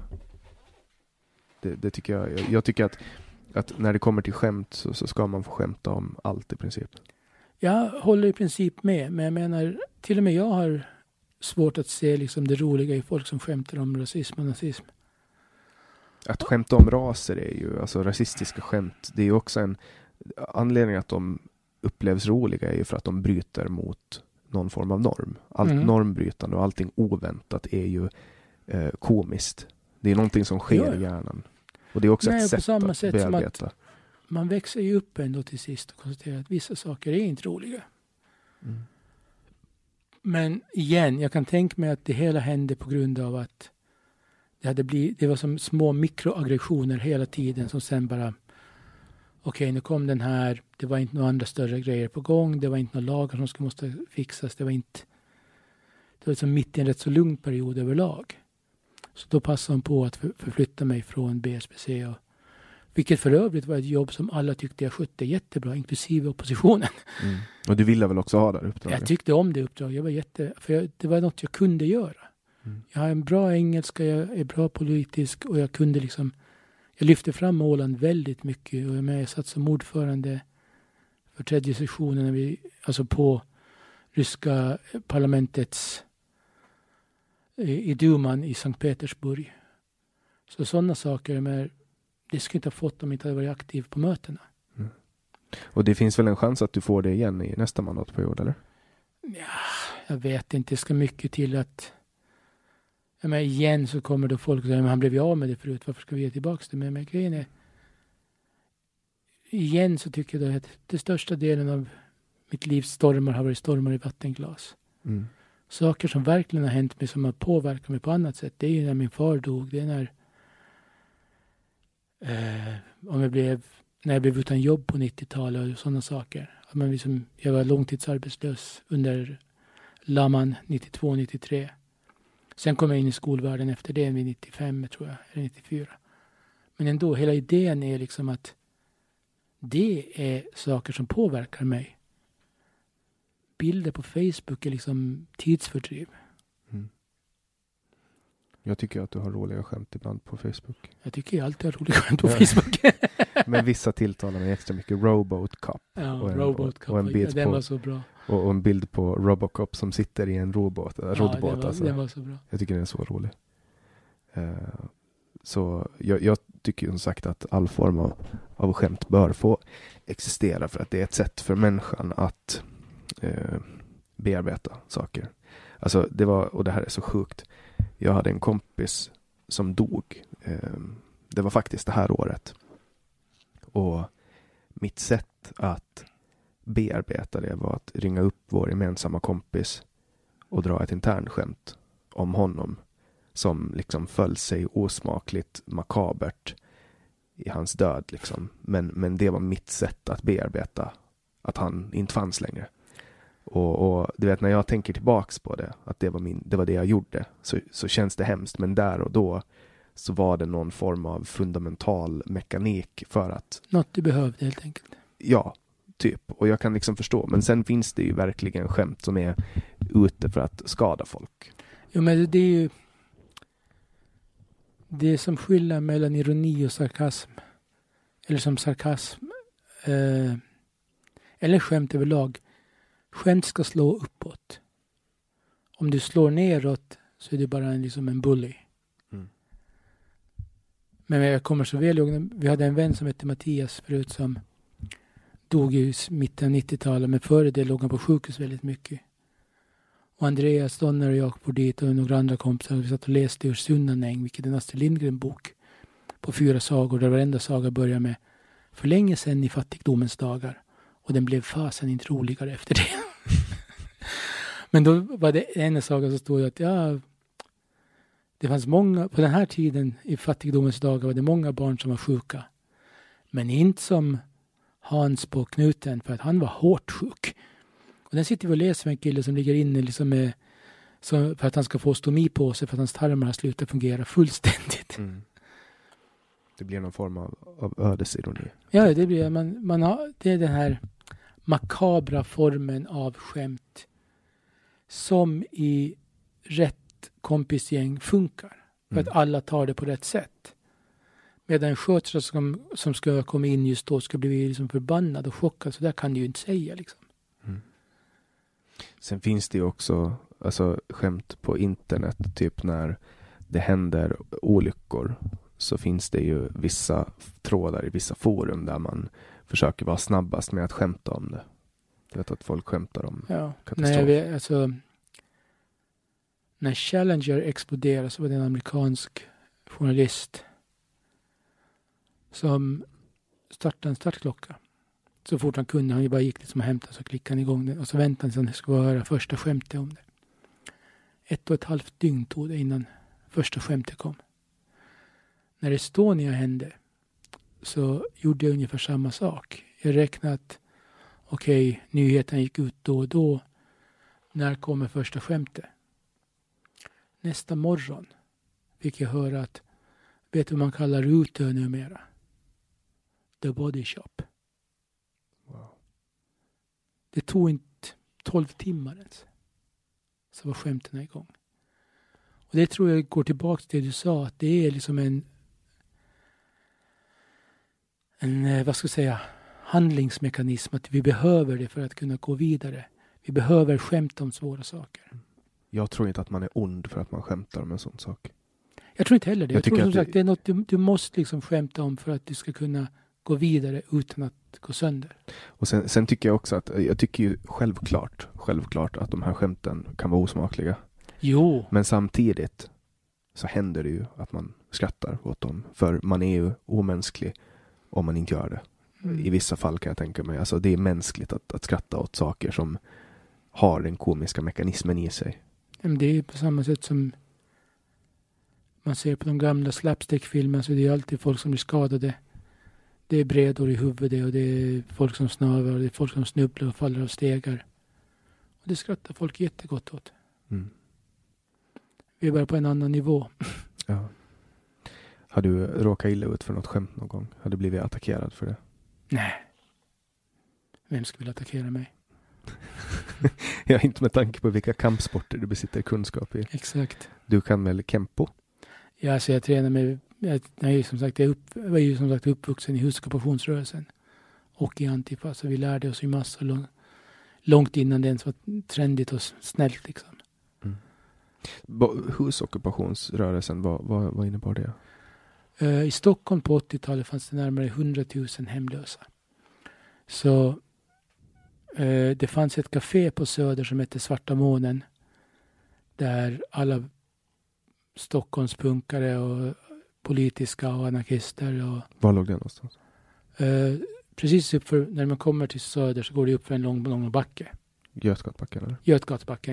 Det, det tycker jag. Jag, jag tycker att, att när det kommer till skämt så, så ska man få skämta om allt i princip. Jag håller i princip med, men jag menar, till och med jag har svårt att se liksom det roliga i folk som skämtar om rasism och nazism. Att skämta om raser är ju, alltså rasistiska skämt, det är ju också en anledning att de upplevs roliga är ju för att de bryter mot någon form av norm. Allt mm. normbrytande och allting oväntat är ju eh, komiskt. Det är någonting som sker ja. i hjärnan. Och det är också Nej, ett sätt att sätt bearbeta. Att man växer ju upp ändå till sist och konstaterar att vissa saker är inte roliga. Mm. Men igen, jag kan tänka mig att det hela hände på grund av att det, hade blivit, det var som små mikroaggressioner hela tiden som sen bara okej, okay, nu kom den här, det var inte några andra större grejer på gång, det var inte några lagar som skulle måste fixas, det var inte det var liksom mitt i en rätt så lugn period överlag. Så då passade hon på att för, förflytta mig från B S B C och vilket för övrigt var ett jobb som alla tyckte jag skötte jättebra, inklusive oppositionen. Mm. Och du ville väl också ha det uppdraget? Jag tyckte om det uppdraget. Jag var jätte, för jag, det var något jag kunde göra. Mm. Jag har en bra engelska, jag är bra politisk och jag kunde liksom, jag lyfte fram Åland väldigt mycket och jag, med, jag satt som ordförande för tredje sessionen när vi, alltså på ryska parlamentets i Duman i Sankt Petersburg. Så sådana saker med det skulle inte ha fått om jag inte hade varit aktiv på mötena. Mm. Och det finns väl en chans att du får det igen i nästa mandatperiod, eller? Ja, jag vet inte. Det ska mycket till att ja, men igen så kommer då folk och säger, men han blev ju av med det förut. Varför ska vi ge tillbaka det? Men, men grejen är igen så tycker jag att det största delen av mitt livs stormar har varit stormar i vattenglas. Mm. Saker som verkligen har hänt mig som har påverkat mig på annat sätt. Det är ju när min far dog. Det är när Eh, om jag blev, när jag blev utan jobb på nittiotalet och sådana saker. Men liksom, jag var långtidsarbetslös under Laman nittiotvå nittiotre. Sen kom jag in i skolvärlden efter det vid nittiofem tror jag, eller nittiofyra. Men ändå, hela idén är liksom att det är saker som påverkar mig. Bilder på Facebook är liksom tidsfördriv. Mm. Jag tycker att du har roliga skämt ibland på Facebook. Jag tycker jag alltid har roliga skämt på Facebook. Men vissa tilltalar mig extra mycket. Robot Cop. Ja, och en, Robot Cop. Och en bild ja, den på, var så bra. Och, och en bild på Robocop som sitter i en robot. Ja, robot, den, var, alltså. den var så bra. Jag tycker den är så rolig. Uh, så jag, jag tycker som sagt att all form av, av skämt bör få existera för att det är ett sätt för människan att uh, bearbeta saker. Alltså det var, och det här är så sjukt. Jag hade en kompis som dog. Det var faktiskt det här året. Och mitt sätt att bearbeta det var att ringa upp vår gemensamma kompis och dra ett internskämt om honom som liksom föll sig osmakligt makabert i hans död liksom. Men, men det var mitt sätt att bearbeta att han inte fanns längre. Och, och du vet, när jag tänker tillbaks på det, att det var, min, det, var det jag gjorde, så, så känns det hemskt. Men där och då så var det någon form av fundamental mekanik för att... Något du behövde helt enkelt. Ja, typ. Och jag kan liksom förstå. Men sen finns det ju verkligen skämt som är ute för att skada folk. Jo, men det är ju... Det är som skiljer mellan ironi och sarkasm. Eller som sarkasm. Eh, eller skämt överlag. Skämt ska slå uppåt. Om du slår neråt så är det bara en, liksom en bully. Mm. Men jag kommer så väl ihåg, vi hade en vän som hette Mattias förut som dog i mitten av nittiotalet, men före det låg han på sjukhus väldigt mycket. Och Andreas Donner och jag var dit och några andra kompisar, vi satt och läste ur Sunnanäng, vilket är en Astrid Lindgren-bok på fyra sagor, där varenda saga börjar med för länge sedan i fattigdomens dagar. Och den blev fasen inte roligare efter det. Men då var det en saga som stod att ja, det fanns många, på den här tiden i fattigdomens dagar var det många barn som var sjuka. Men inte som Hans på knuten, för att han var hårt sjuk. Och den sitter vi och läser med en kille som ligger inne liksom med, så för att han ska få stomi på sig för att hans tarmar har slutat fungera fullständigt. Mm. Det blir någon form av, av ödesironi. Ja, det blir man, man har, det är den här makabra formen av skämt som i rätt kompisgäng funkar. För mm. att alla tar det på rätt sätt. Medan en sköterska som, som ska komma in just då ska bli liksom förbannad och chockad. Så där kan du ju inte säga liksom. Mm. Sen finns det ju också alltså, skämt på internet. Typ när det händer olyckor. Så finns det ju vissa trådar i vissa forum där man försöker vara snabbast med att skämta om det. Jag vet att folk skämtar om ja. katastrof. Nej, vet, alltså, när Challenger exploderade så var det en amerikansk journalist som startade en startklocka. Så fort han kunde, han bara gick liksom och hämtade så klickade han igång den. Och så väntade han tills han skulle höra första skämtet om det. Ett och ett halvt dygn tog det innan första skämtet kom. När Estonia hände så gjorde jag ungefär samma sak. Jag räknade att okej, okay, nyheten gick ut då och då. När kommer första skämtet? Nästa morgon fick jag höra att vet du vad man kallar Rutö numera? The Body Shop. Wow. Det tog inte tolv timmar ens. Så var skämten igång. Och det tror jag går tillbaka till det du sa. Att det är liksom en en, vad ska jag säga, handlingsmekanism. Att vi behöver det för att kunna gå vidare. Vi behöver skämta om svåra saker. Jag tror inte att man är ond för att man skämtar om en sån sak. Jag tror inte heller det. Jag, jag tror som det... sagt det är något du, du måste liksom skämta om för att du ska kunna gå vidare utan att gå sönder. Och sen, sen tycker jag också att, jag tycker ju självklart, självklart att de här skämten kan vara osmakliga. Jo. Men samtidigt så händer det ju att man skrattar åt dem. För man är ju omänsklig om man inte gör det. Mm. I vissa fall kan jag tänka mig. Alltså det är mänskligt att, att skratta åt saker som har den komiska mekanismen i sig. Men det är på samma sätt som man ser på de gamla slapstick-filmerna, så det är alltid folk som blir skadade. Det är bredor i huvudet och det är folk som snövar och det är folk som snubblar och faller av stegar. Och det skrattar folk jättegott åt. Mm. Vi är bara på en annan nivå. Ja. Har du råkat illa ut för något skämt någon gång? Har du blivit attackerad för det? Nej. Vem skulle attackera mig? Ja, inte med tanke på vilka kampsporter du besitter kunskap i. Exakt. Du kan väl kempo? Ja, så jag tränar med, jag, jag, som sagt, jag, upp, jag var ju som sagt uppvuxen i huskapationsrörelsen och i Antifa, så vi lärde oss ju massor lång, långt innan det ens var trendigt och snällt liksom. Mm. Husockupationsrörelsen, vad, vad, vad innebar det? Uh, I Stockholm på åttiotalet fanns det närmare hundratusen hemlösa. Så uh, det fanns ett café på Söder som hette Svarta månen, där alla Stockholms punkare och politiska och anarkister och... Var låg det någonstans? Uh, precis upp för, när man kommer till Söder så går det upp för en lång, lång backe. Götgatbacken eller? Götgatbacken, ja. Och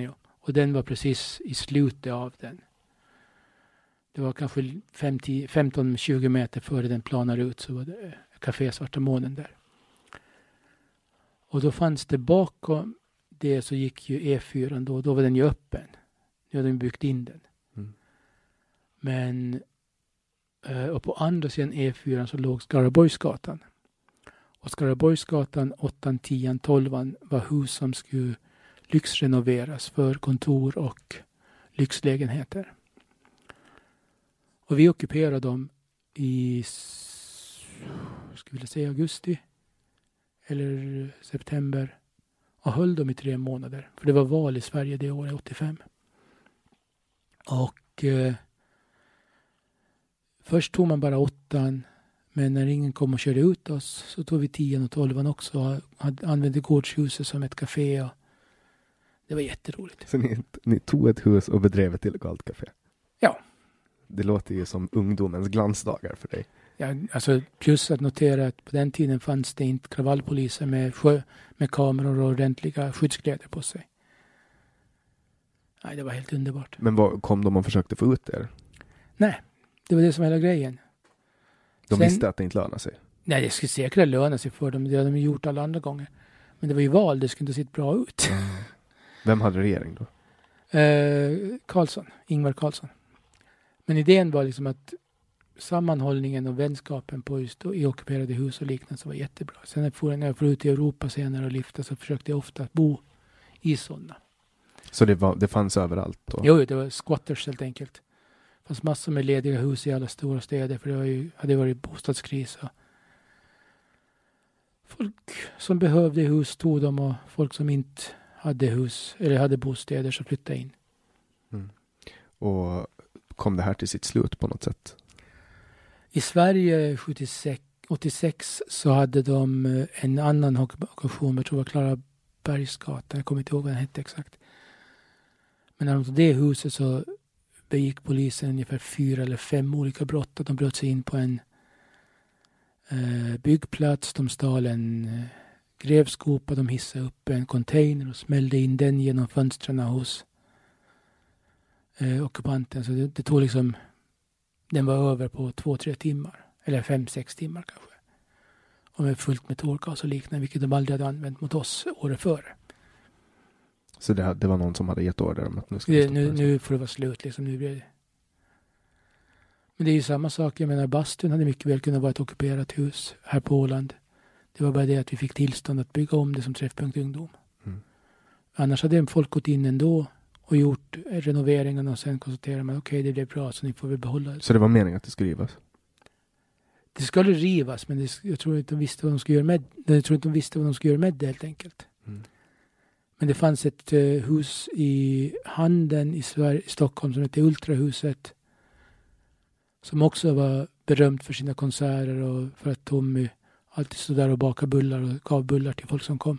Och den var precis i slutet av den. Det var kanske femton till tjugo meter före den planar ut så var det Café Svarta Månen där. Och då fanns det bakom det så gick ju E fyra då. Då var den ju öppen. Nu hade de byggt in den. Mm. Men och på andra sidan E fyra så låg Skaraborgsgatan. Och Skaraborgsgatan åtta, tio, tolv var hus som skulle lyxrenoveras för kontor och lyxlägenheter. Och vi ockuperade dem i skulle vilja säga augusti eller september och höll dem i tre månader. För det var val i Sverige det året, åttiofem. Och eh, först tog man bara åttan, men när ingen kom och körde ut oss så tog vi tian och tolvan också. Och använde gårdshuset som ett café. Och det var jätteroligt. Så ni, ni tog ett hus och bedrev ett illegalt café? Ja. Det låter ju som ungdomens glansdagar för dig. Ja, alltså plus att notera att på den tiden fanns det inte kravallpoliser med, sjö, med kameror och ordentliga skyddskläder på sig. Nej, det var helt underbart. Men vad, kom de och försökte få ut er? Nej, det var det som var hela grejen. De Sen, visste att det inte lönade sig? Nej, det skulle säkert löna sig för dem. Det hade de gjort alla andra gånger. Men det var ju val, det skulle inte se bra ut. Mm. Vem hade regering då? Eh, Karlsson, Ingvar Karlsson. Men idén var liksom att sammanhållningen och vänskapen på just i ockuperade hus och liknande så var jättebra. Sen när jag får ut i Europa senare och lyfta så försökte jag ofta bo i sådana. Så det, var, det fanns överallt då? Jo, det var squatters helt enkelt. Det fanns massor med lediga hus i alla stora städer för det var ju, hade varit bostadskris. Och folk som behövde hus tog dem och folk som inte hade hus eller hade bostäder så flyttade in. Mm. Och kom det här till sitt slut på något sätt? I Sverige sjuttiosex, åttiosex så hade de en annan ockupation, jag tror det var Klara Bergsgatan, jag kommer inte ihåg vad den hette exakt. Men när de tog det huset så begick polisen ungefär fyra eller fem olika brott. De bröt sig in på en eh, byggplats, de stal en eh, grävskopa, de hissade upp en container och smällde in den genom fönstren hos eh, ockupanten. Så det, det tog liksom, den var över på två, tre timmar. Eller fem, sex timmar kanske. Och med fullt med tårgas och liknande, vilket de aldrig hade använt mot oss året före. Så det, det var någon som hade gett order om att nu ska det, nu, nu får det vara slut liksom. Nu blir det. Men det är ju samma sak. Jag menar, bastun hade mycket väl kunnat vara ett ockuperat hus här på Åland. Det var bara det att vi fick tillstånd att bygga om det som träffpunkt ungdom. Mm. Annars hade folk gått in ändå och gjort renoveringen och sen konstaterar man okej, okay, det blev bra så ni får väl behålla det. Så det var meningen att det skulle rivas? Det skulle rivas, men det, jag tror inte de visste vad de skulle göra med jag tror inte de visste vad de skulle göra med det helt enkelt. Mm. Men det fanns ett uh, hus i Handen i, Sverige, i Stockholm som hette Ultrahuset. Som också var berömt för sina konserter och för att Tommy alltid stod där och bakade bullar och gav bullar till folk som kom.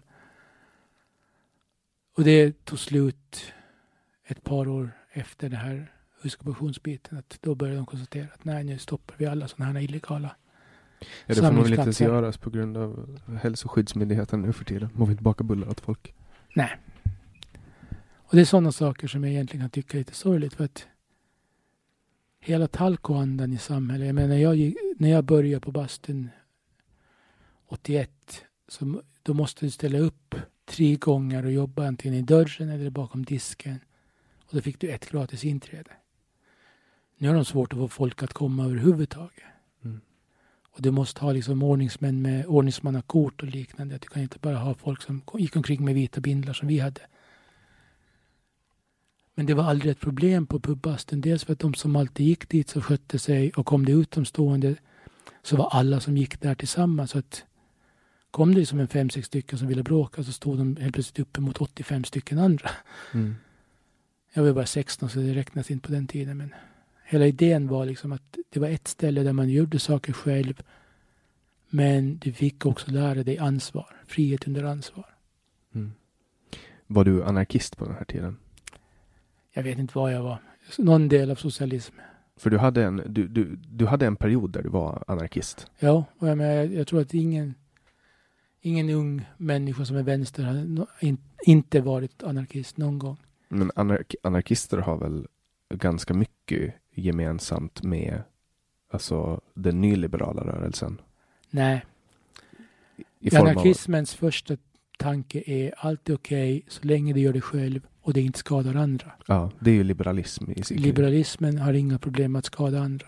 Och det tog slut ett par år efter det här husockupationsbiten. Att då började de konstatera att nej, nu stoppar vi alla sådana här illegala ja, det får man väl inte ens göras på grund av hälsoskyddsmyndigheten nu för tiden. Man vill inte baka bullar åt folk. Nej. Och det är sådana saker som jag egentligen kan tycka är lite sorgligt för att hela talkoandan i samhället. Jag menar, när jag, när jag började på bastun åttioett så då måste du ställa upp tre gånger och jobba antingen i dörren eller bakom disken. Och då fick du ett gratis inträde. Nu har de svårt att få folk att komma överhuvudtaget. Mm. Och du måste ha liksom ordningsmän med ordningsmannakort och liknande. Du kan inte bara ha folk som gick omkring med vita bindlar som vi hade. Men det var aldrig ett problem på pubbastun. Dels för att de som alltid gick dit så skötte sig och kom det utomstående så var alla som gick där tillsammans. Så att kom det som en fem, sex stycken som ville bråka så stod de helt plötsligt uppe mot åttiofem stycken andra. Mm. Jag var bara sexton så det räknas inte på den tiden. Men hela idén var liksom att det var ett ställe där man gjorde saker själv. Men du fick också lära dig ansvar. Frihet under ansvar. Mm. Var du anarkist på den här tiden? Jag vet inte vad jag var. Någon del av socialism. För du hade en, du, du, du hade en period där du var anarkist. Ja, och jag, menar, jag, jag tror att ingen, ingen ung människa som är vänster har in, inte varit anarkist någon gång. Men anark- anarkister har väl ganska mycket gemensamt med alltså den nyliberala rörelsen? Nej. I form Anarkismens av... första tanke är allt är okej okay, så länge det gör det själv och det inte skadar andra. Ja, det är ju liberalism i sig. Liberalismen har inga problem med att skada andra.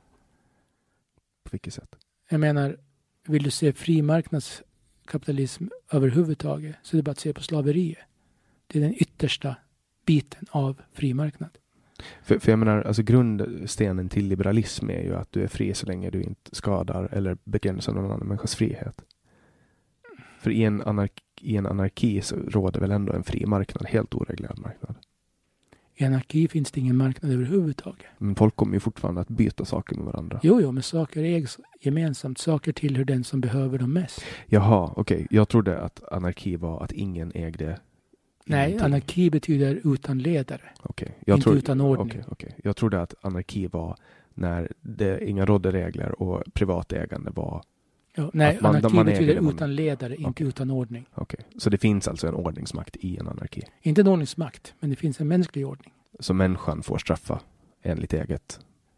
På vilket sätt? Jag menar, vill du se frimarknadskapitalism överhuvudtaget så är det bara att se på slaveriet. Det är den yttersta biten av frimarknad. För, för jag menar, alltså grundstenen till liberalism är ju att du är fri så länge du inte skadar eller begränsar någon annan människas frihet. För i en, anark- i en anarki så råder väl ändå en fri marknad, helt oreglerad marknad. I anarki finns det ingen marknad överhuvudtaget. Men folk kommer ju fortfarande att byta saker med varandra. Jo, jo, men saker ägs gemensamt. Saker tillhör den som behöver dem mest. Jaha, okej. Okay. Jag trodde att anarki var att ingen ägde... Nej, ingenting. Anarki betyder utan ledare. Okay. Jag inte trodde, utan ordning. Okay, okay. Jag trodde att anarki var när det inga rådde regler och privat ägande var... Ja, nej, man, anarki man betyder man... utan ledare, okay. inte utan ordning. Okej, okay. Så det finns alltså en ordningsmakt i en anarki? Inte en ordningsmakt, men det finns en mänsklig ordning. Så människan får straffa enligt eget?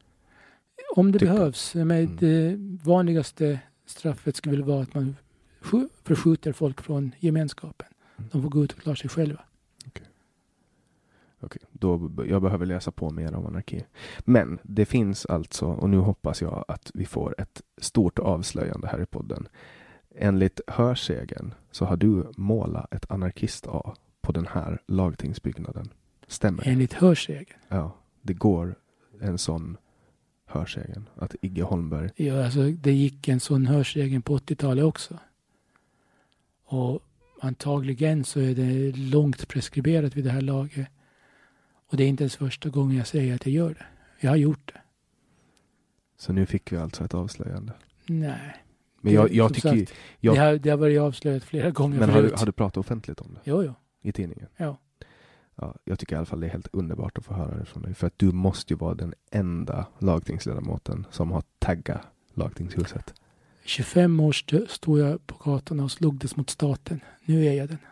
Om det typ. behövs. Men mm. Det vanligaste straffet skulle väl vara att man förskjuter folk från gemenskapen. Mm. De får gå ut och klara sig själva. Okej. Okej, då jag behöver läsa på mer om anarki. Men det finns alltså, och nu hoppas jag att vi får ett stort avslöjande här i podden. Enligt hörsägen så har du målat ett anarkist-A på den här lagtingsbyggnaden. Stämmer? Enligt hörsägen? Ja, det går en sån hörsägen. Att Igge Holmberg... Ja, alltså det gick en sån hörsägen på åttiotalet också. Och antagligen så är det långt preskriberat vid det här laget. Och det är inte ens första gången jag säger att jag gör det. Jag har gjort det. Så nu fick vi alltså ett avslöjande? Nej. Men jag, jag tycker... Sagt, jag... Det, har, det har varit avslöjat flera gånger. Men har du, har du pratat offentligt om det? Jo, jo. I tidningen? Ja. Ja. Jag tycker i alla fall det är helt underbart att få höra det från dig. För att du måste ju vara den enda lagtingsledamoten som har taggat lagtingshuset. tjugofem år stod stod jag på gatan och slogdes mot staten. Nu är jag den.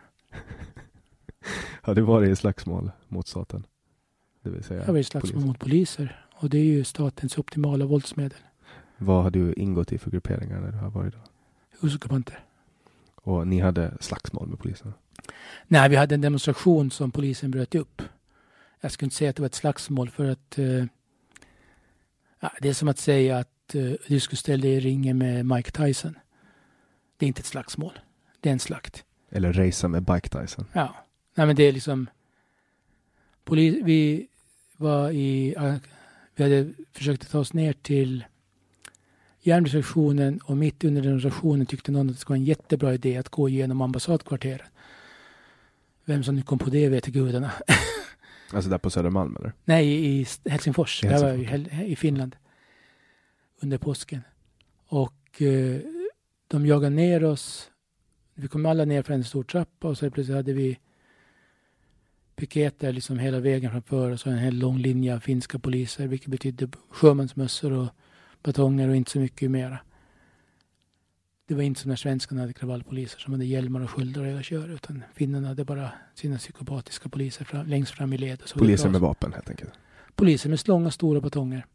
Har du varit i slagsmål mot staten? Det vill säga jag har varit i slagsmål poliser. mot poliser. Och det är ju statens optimala våldsmedel. Vad har du ingått i för grupperingar när du har varit där? Husockupanter. Och ni hade slagsmål med polisen? Nej, vi hade en demonstration som polisen bröt upp. Jag skulle inte säga att det var ett slagsmål för att uh, ja, det är som att säga att uh, du skulle ställa dig i ringen med Mike Tyson. Det är inte ett slagsmål. Det är en slakt. Eller racea med Mike Tyson. Ja. Nej, men det är liksom polis, vi var i uh, vi hade försökt ta oss ner till järnvägsstationen och mitt under den stationen tyckte någon att det skulle vara en jättebra idé att gå igenom ambassadkvarteren. Vem som nu kom på det vet gudarna. Alltså där på Södermalm eller? Nej, i Helsingfors. I, Helsingfors. Jag var i, i Finland under påsken. Och eh, de jagade ner oss. Vi kom alla ner för en stor trappa och så plötsligt hade vi piketer liksom hela vägen framför oss och en hel lång linje av finska poliser, vilket betydde sjömansmössor och batonger och inte så mycket mera. Det var inte som när svenskarna hade kravallpoliser som hade hjälmar och sköldar och hela kör, utan finnarna hade bara sina psykopatiska poliser fram, längst fram i led. Och så poliser med vapen helt enkelt? Poliser med långa stora batonger.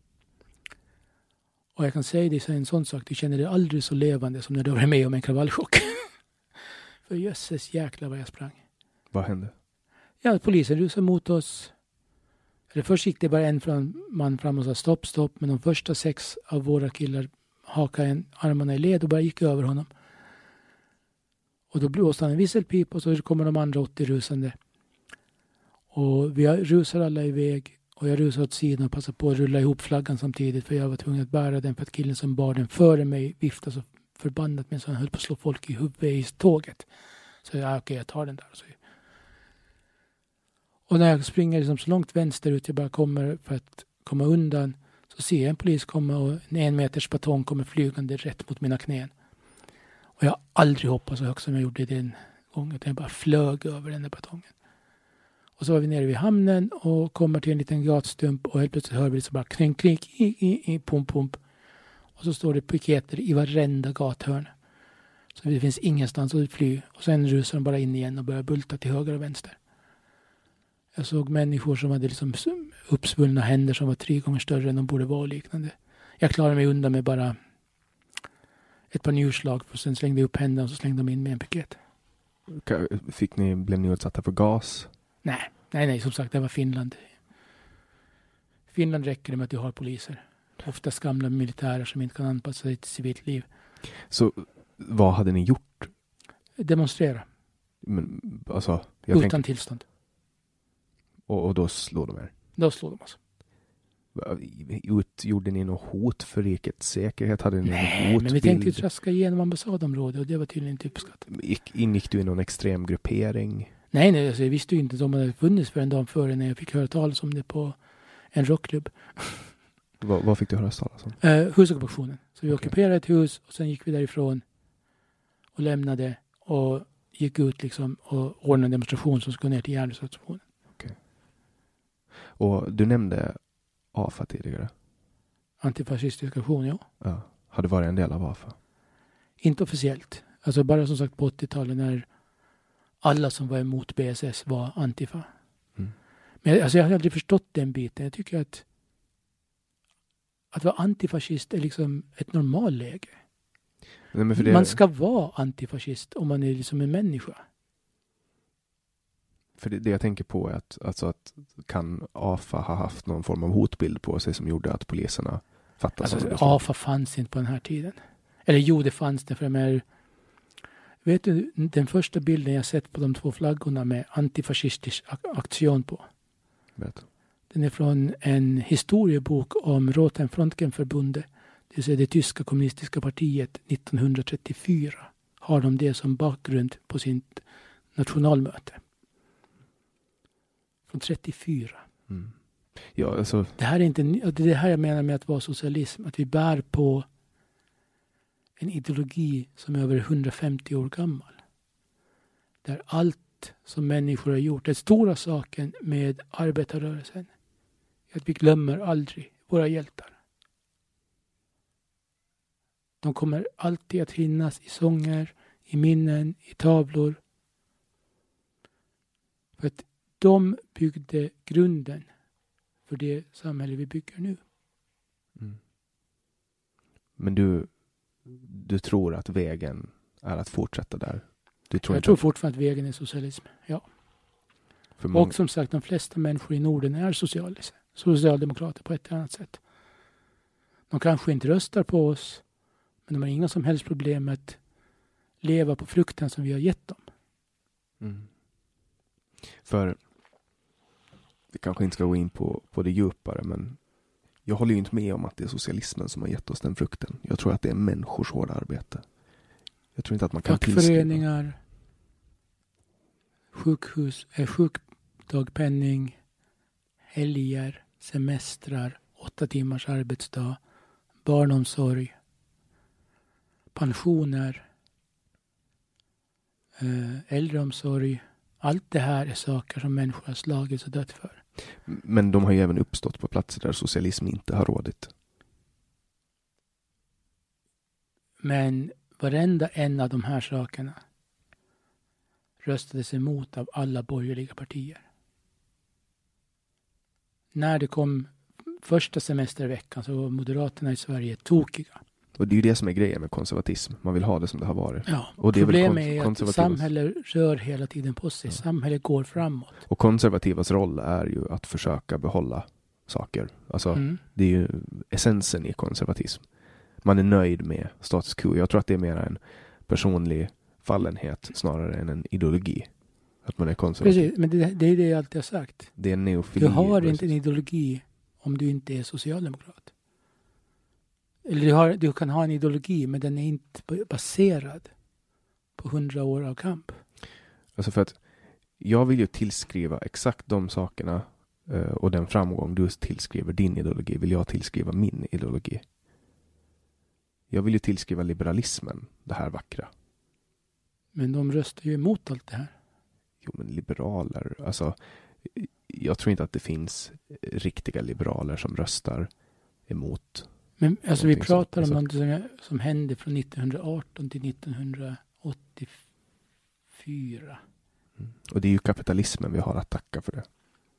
Och jag kan säga det en sån sak, du känner dig aldrig så levande som när du var med om en kravallchock. För jösses jäkla vad jag sprang. Vad hände? Ja, polisen rusade mot oss. Eller först gick det bara en fram, man fram och sa stopp, stopp. Men de första sex av våra killar hakade en, armarna i led och bara gick över honom. Och då blåste han en visselpip och så kommer de andra åttio rusande. Och vi rusar alla iväg. Och jag rusade åt sidan och passade på att rulla ihop flaggan samtidigt. För jag var tvungen att bära den för att killen som bar den före mig viftade så förbannat med så han höll på att slå folk i huvudet i tåget. Så ja, okej, jag tar den där. Så och när jag springer liksom så långt vänsterut jag bara kommer för att komma undan så ser jag en polis komma och en en meters batong kommer flygande rätt mot mina knän. Och jag har aldrig hoppat så högt som jag gjorde den gången. Utan jag bara flög över den där batongen. Och så var vi nere vid hamnen och kommer till en liten gatstump och helt plötsligt hör vi så bara knink, knink, i, i, i, pump, pump. Och så står det piketer i varenda gathörn. Så det finns ingenstans att fly. Och sen rusar de bara in igen och börjar bulta till höger och vänster. Jag såg människor som hade liksom uppsvullna händer som var tre gånger större än de borde vara och liknande. Jag klarade mig undan med bara ett par njurslag och sen slängde jag upp händerna och så slängde de in med en piket. Fick ni, blev ni utsatta för gas? Nej, nej, nej, som sagt, det var Finland. Finland räcker det med att du har poliser. Oftast gamla militärer som inte kan anpassa sig till civilt liv. Så vad hade ni gjort? Demonstrera. Men, alltså, jag Utan tänk... tillstånd. Och, och då slog de er? Då slog de oss. Ut, gjorde ni något hot för rikets säkerhet? Hade ni Nej, något men vi tänkte ju traska igenom ambassadområdet och det var tydligen inte uppskattat. Ingick du i någon extrem gruppering? Nej, nej, alltså jag visste ju inte att de hade funnits för en dag före när jag fick höra talas om det på en rockklubb. Vad, vad fick du höra talas om? Uh, husockupationen. Så vi Okay. ockuperade ett hus och sen gick vi därifrån och lämnade och gick ut liksom och ordnade en demonstration som skulle ner till järnvägsstationen. Okej. Och du nämnde A F A tidigare? Antifascistisk aktion, ja. Ja. Har du varit en del av A F A? Inte officiellt. Alltså bara som sagt på åttiotalet när alla som var emot B S S var antifa. Mm. Men alltså jag har aldrig förstått den biten. Jag tycker att att vara antifascist är liksom ett normalläge. Nej, men för det... Man ska vara antifascist om man är liksom en människa. För det, det jag tänker på är att, alltså att kan A F A ha haft någon form av hotbild på sig som gjorde att poliserna fattade Alltså, som A F A fanns inte på den här tiden. Eller jo, det fanns det. För de är, vet du, den första bilden jag sett på de två flaggorna med antifascistisk aktion på. Berätta. Den är från en historiebok om Roten Frontkämpferbundet. Det vill säga det tyska kommunistiska partiet nittonhundratrettiofyra. Har de det som bakgrund på sin nationalmöte. Från trettiofyra. Mm. Ja, alltså... Det här är inte, det är det här jag menar med att vara socialism. Att vi bär på en ideologi som är över hundrafemtio år gammal. Där allt som människor har gjort, den stora saken med arbetarrörelsen, är att vi glömmer aldrig våra hjältar. De kommer alltid att finnas i sånger, i minnen, i tavlor. För att de byggde grunden för det samhälle vi bygger nu. Mm. Men du, du tror att vägen är att fortsätta där? Du tror Jag inte tror att... fortfarande att vägen är socialism. Ja. För många... Och som sagt, de flesta människor i Norden är socialis- socialdemokrater på ett eller annat sätt. De kanske inte röstar på oss, men de har inga som helst problem med att leva på frukten som vi har gett dem. Mm. För vi kanske inte ska gå in på, på det djupare, men jag håller ju inte med om att det är socialismen som har gett oss den frukten. Jag tror att det är människors hårda arbete. Jag tror inte att man kan fackföreningar, sjukhus, eh, sjukdagpenning, helger, semestrar, åtta timmars arbetsdag, barnomsorg, pensioner, eh, äldreomsorg. Allt det här är saker som människor har slagits och dött för. Men de har ju även uppstått på platser där socialism inte har rådit. Men varenda en av de här sakerna röstades emot av alla borgerliga partier. När det kom första semesterveckan så var Moderaterna i Sverige tokiga. Och det är ju det som är grejen med konservatism. Man vill ha det som det har varit. Ja, och det problemet är, väl är att samhället rör hela tiden på sig. Ja. Samhället går framåt. Och konservativas roll är ju att försöka behålla saker. Alltså, mm. det är ju essensen i konservatism. Man är nöjd med status quo. Jag tror att det är mer en personlig fallenhet snarare än en ideologi. Att man är konservativ. Precis, men det, det är det jag alltid har sagt. Det är en neofili. Du har inte en ideologi om du inte är socialdemokrat. Eller du, har, du kan ha en ideologi, men den är inte baserad på hundra år av kamp. Alltså för att jag vill ju tillskriva exakt de sakerna uh, och den framgång du tillskriver din ideologi vill jag tillskriva min ideologi. Jag vill ju tillskriva liberalismen det här vackra. Men de röstar ju emot allt det här. Jo, men liberaler, alltså jag tror inte att det finns riktiga liberaler som röstar emot. Men alltså vi pratar som, om något som, som hände från nittonhundraarton till nittonhundraåttiofyra. Mm. Och det är ju kapitalismen vi har att tacka för det.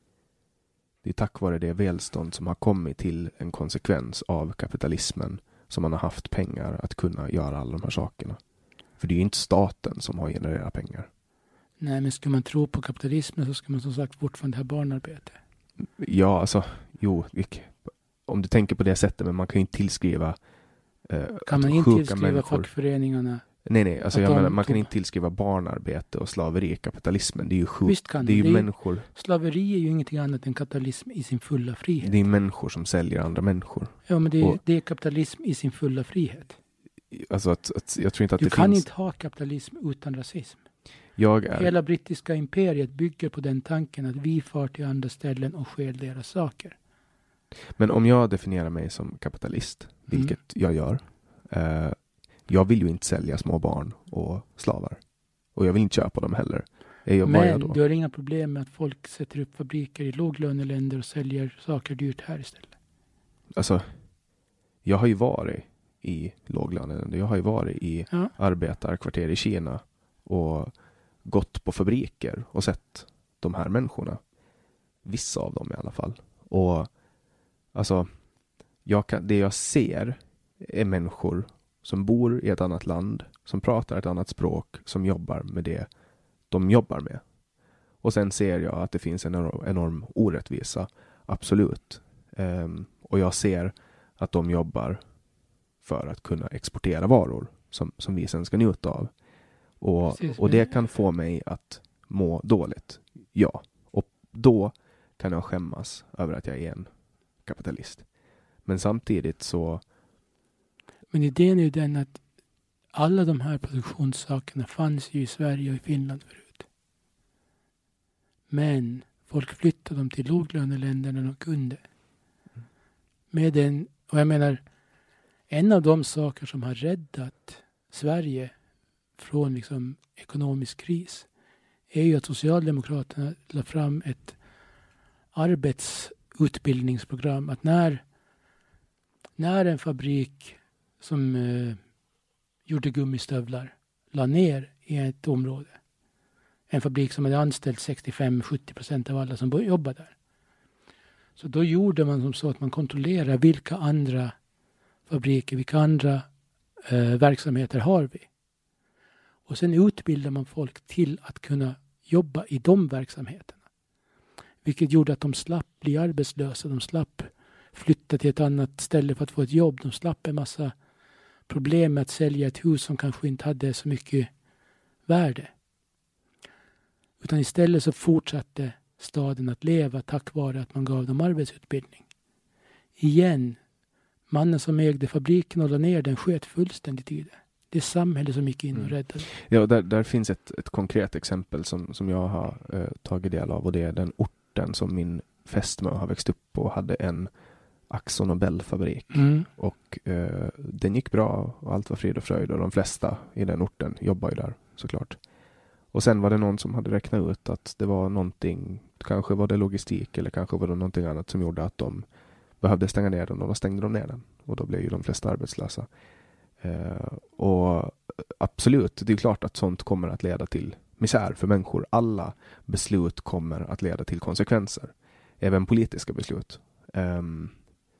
Det är tack vare det välstånd som har kommit till en konsekvens av kapitalismen som man har haft pengar att kunna göra alla de här sakerna. För det är ju inte staten som har genererat pengar. Nej, men ska man tro på kapitalismen så ska man som sagt bort från det här barnarbetet. Ja, alltså, jo, om du tänker på det sättet, men man kan ju inte tillskriva eh, kan man inte tillskriva människor... fackföreningarna? Nej, nej, alltså jag de menar, man tog... kan inte tillskriva barnarbete och slaveri kapitalismen. Det är ju sjukt. Visst kan det är ju det är människor. Ju, slaveri är ju ingenting annat än kapitalism i sin fulla frihet. Det är människor som säljer andra människor. Ja, men det är, och, det är kapitalism i sin fulla frihet. Alltså att, att jag tror inte att du det kan finns... inte ha kapitalism utan rasism. Jag är... Hela brittiska imperiet bygger på den tanken att vi far till andra ställen och skäl deras saker. Men om jag definierar mig som kapitalist, vilket mm. jag gör, eh, jag vill ju inte sälja små barn och slavar. Och jag vill inte köpa dem heller. Jag, Men jag då? du har inga problem med att folk sätter upp fabriker i låglöneländer och säljer saker dyrt här istället? Alltså, jag har ju varit i låglöneländer. Jag har ju varit i ja. arbetarkvarter i Kina och gått på fabriker och sett de här människorna. Vissa av dem i alla fall. Och alltså, jag kan, det jag ser är människor som bor i ett annat land, som pratar ett annat språk, som jobbar med det de jobbar med. Och sen ser jag att det finns en enorm, enorm orättvisa, absolut. Um, och jag ser att de jobbar för att kunna exportera varor som, som vi sen ska njuta av. Och, Precis, och det kan få mig att må dåligt. Ja. Och då kan jag skämmas över att jag är en kapitalist. Men samtidigt så... Men idén är ju den att alla de här produktionssakerna fanns ju i Sverige och i Finland förut. Men folk flyttade dem till låglöneländer när de kunde. Med den, och jag menar, en av de saker som har räddat Sverige från liksom ekonomisk kris är ju att Socialdemokraterna la fram ett arbetsutbildningsprogram. Att när, när en fabrik som eh, gjorde gummistövlar la ner i ett område, en fabrik som hade anställt sextiofem till sjuttio procent av alla som jobbade där, så då gjorde man som så att man kontrollerade vilka andra fabriker, vilka andra eh, verksamheter har vi. Och sen utbildar man folk till att kunna jobba i de verksamheterna. Vilket gjorde att de slapp bli arbetslösa. De slapp flytta till ett annat ställe för att få ett jobb. De slapp en massa problem med att sälja ett hus som kanske inte hade så mycket värde. Utan istället så fortsatte staden att leva tack vare att man gav dem arbetsutbildning. Igen, mannen som ägde fabriken och la ner den sköt fullständigt i det. Det är samhället som gick in och räddade. Ja, där, där finns ett, ett konkret exempel som, som jag har eh, tagit del av, och det är den orten som min fästmö har växt upp på hade en Akzo Nobel-fabrik. Mm. Och eh, den gick bra och allt var frid och fröjd, och de flesta i den orten jobbar ju där såklart. Och sen var det någon som hade räknat ut att det var någonting, kanske var det logistik eller kanske var det någonting annat som gjorde att de behövde stänga ner den, och då stängde de ner den. Och då blev ju de flesta arbetslösa. Uh, och absolut, det är klart att sånt kommer att leda till misär för människor. Alla beslut kommer att leda till konsekvenser. Även politiska beslut. Um,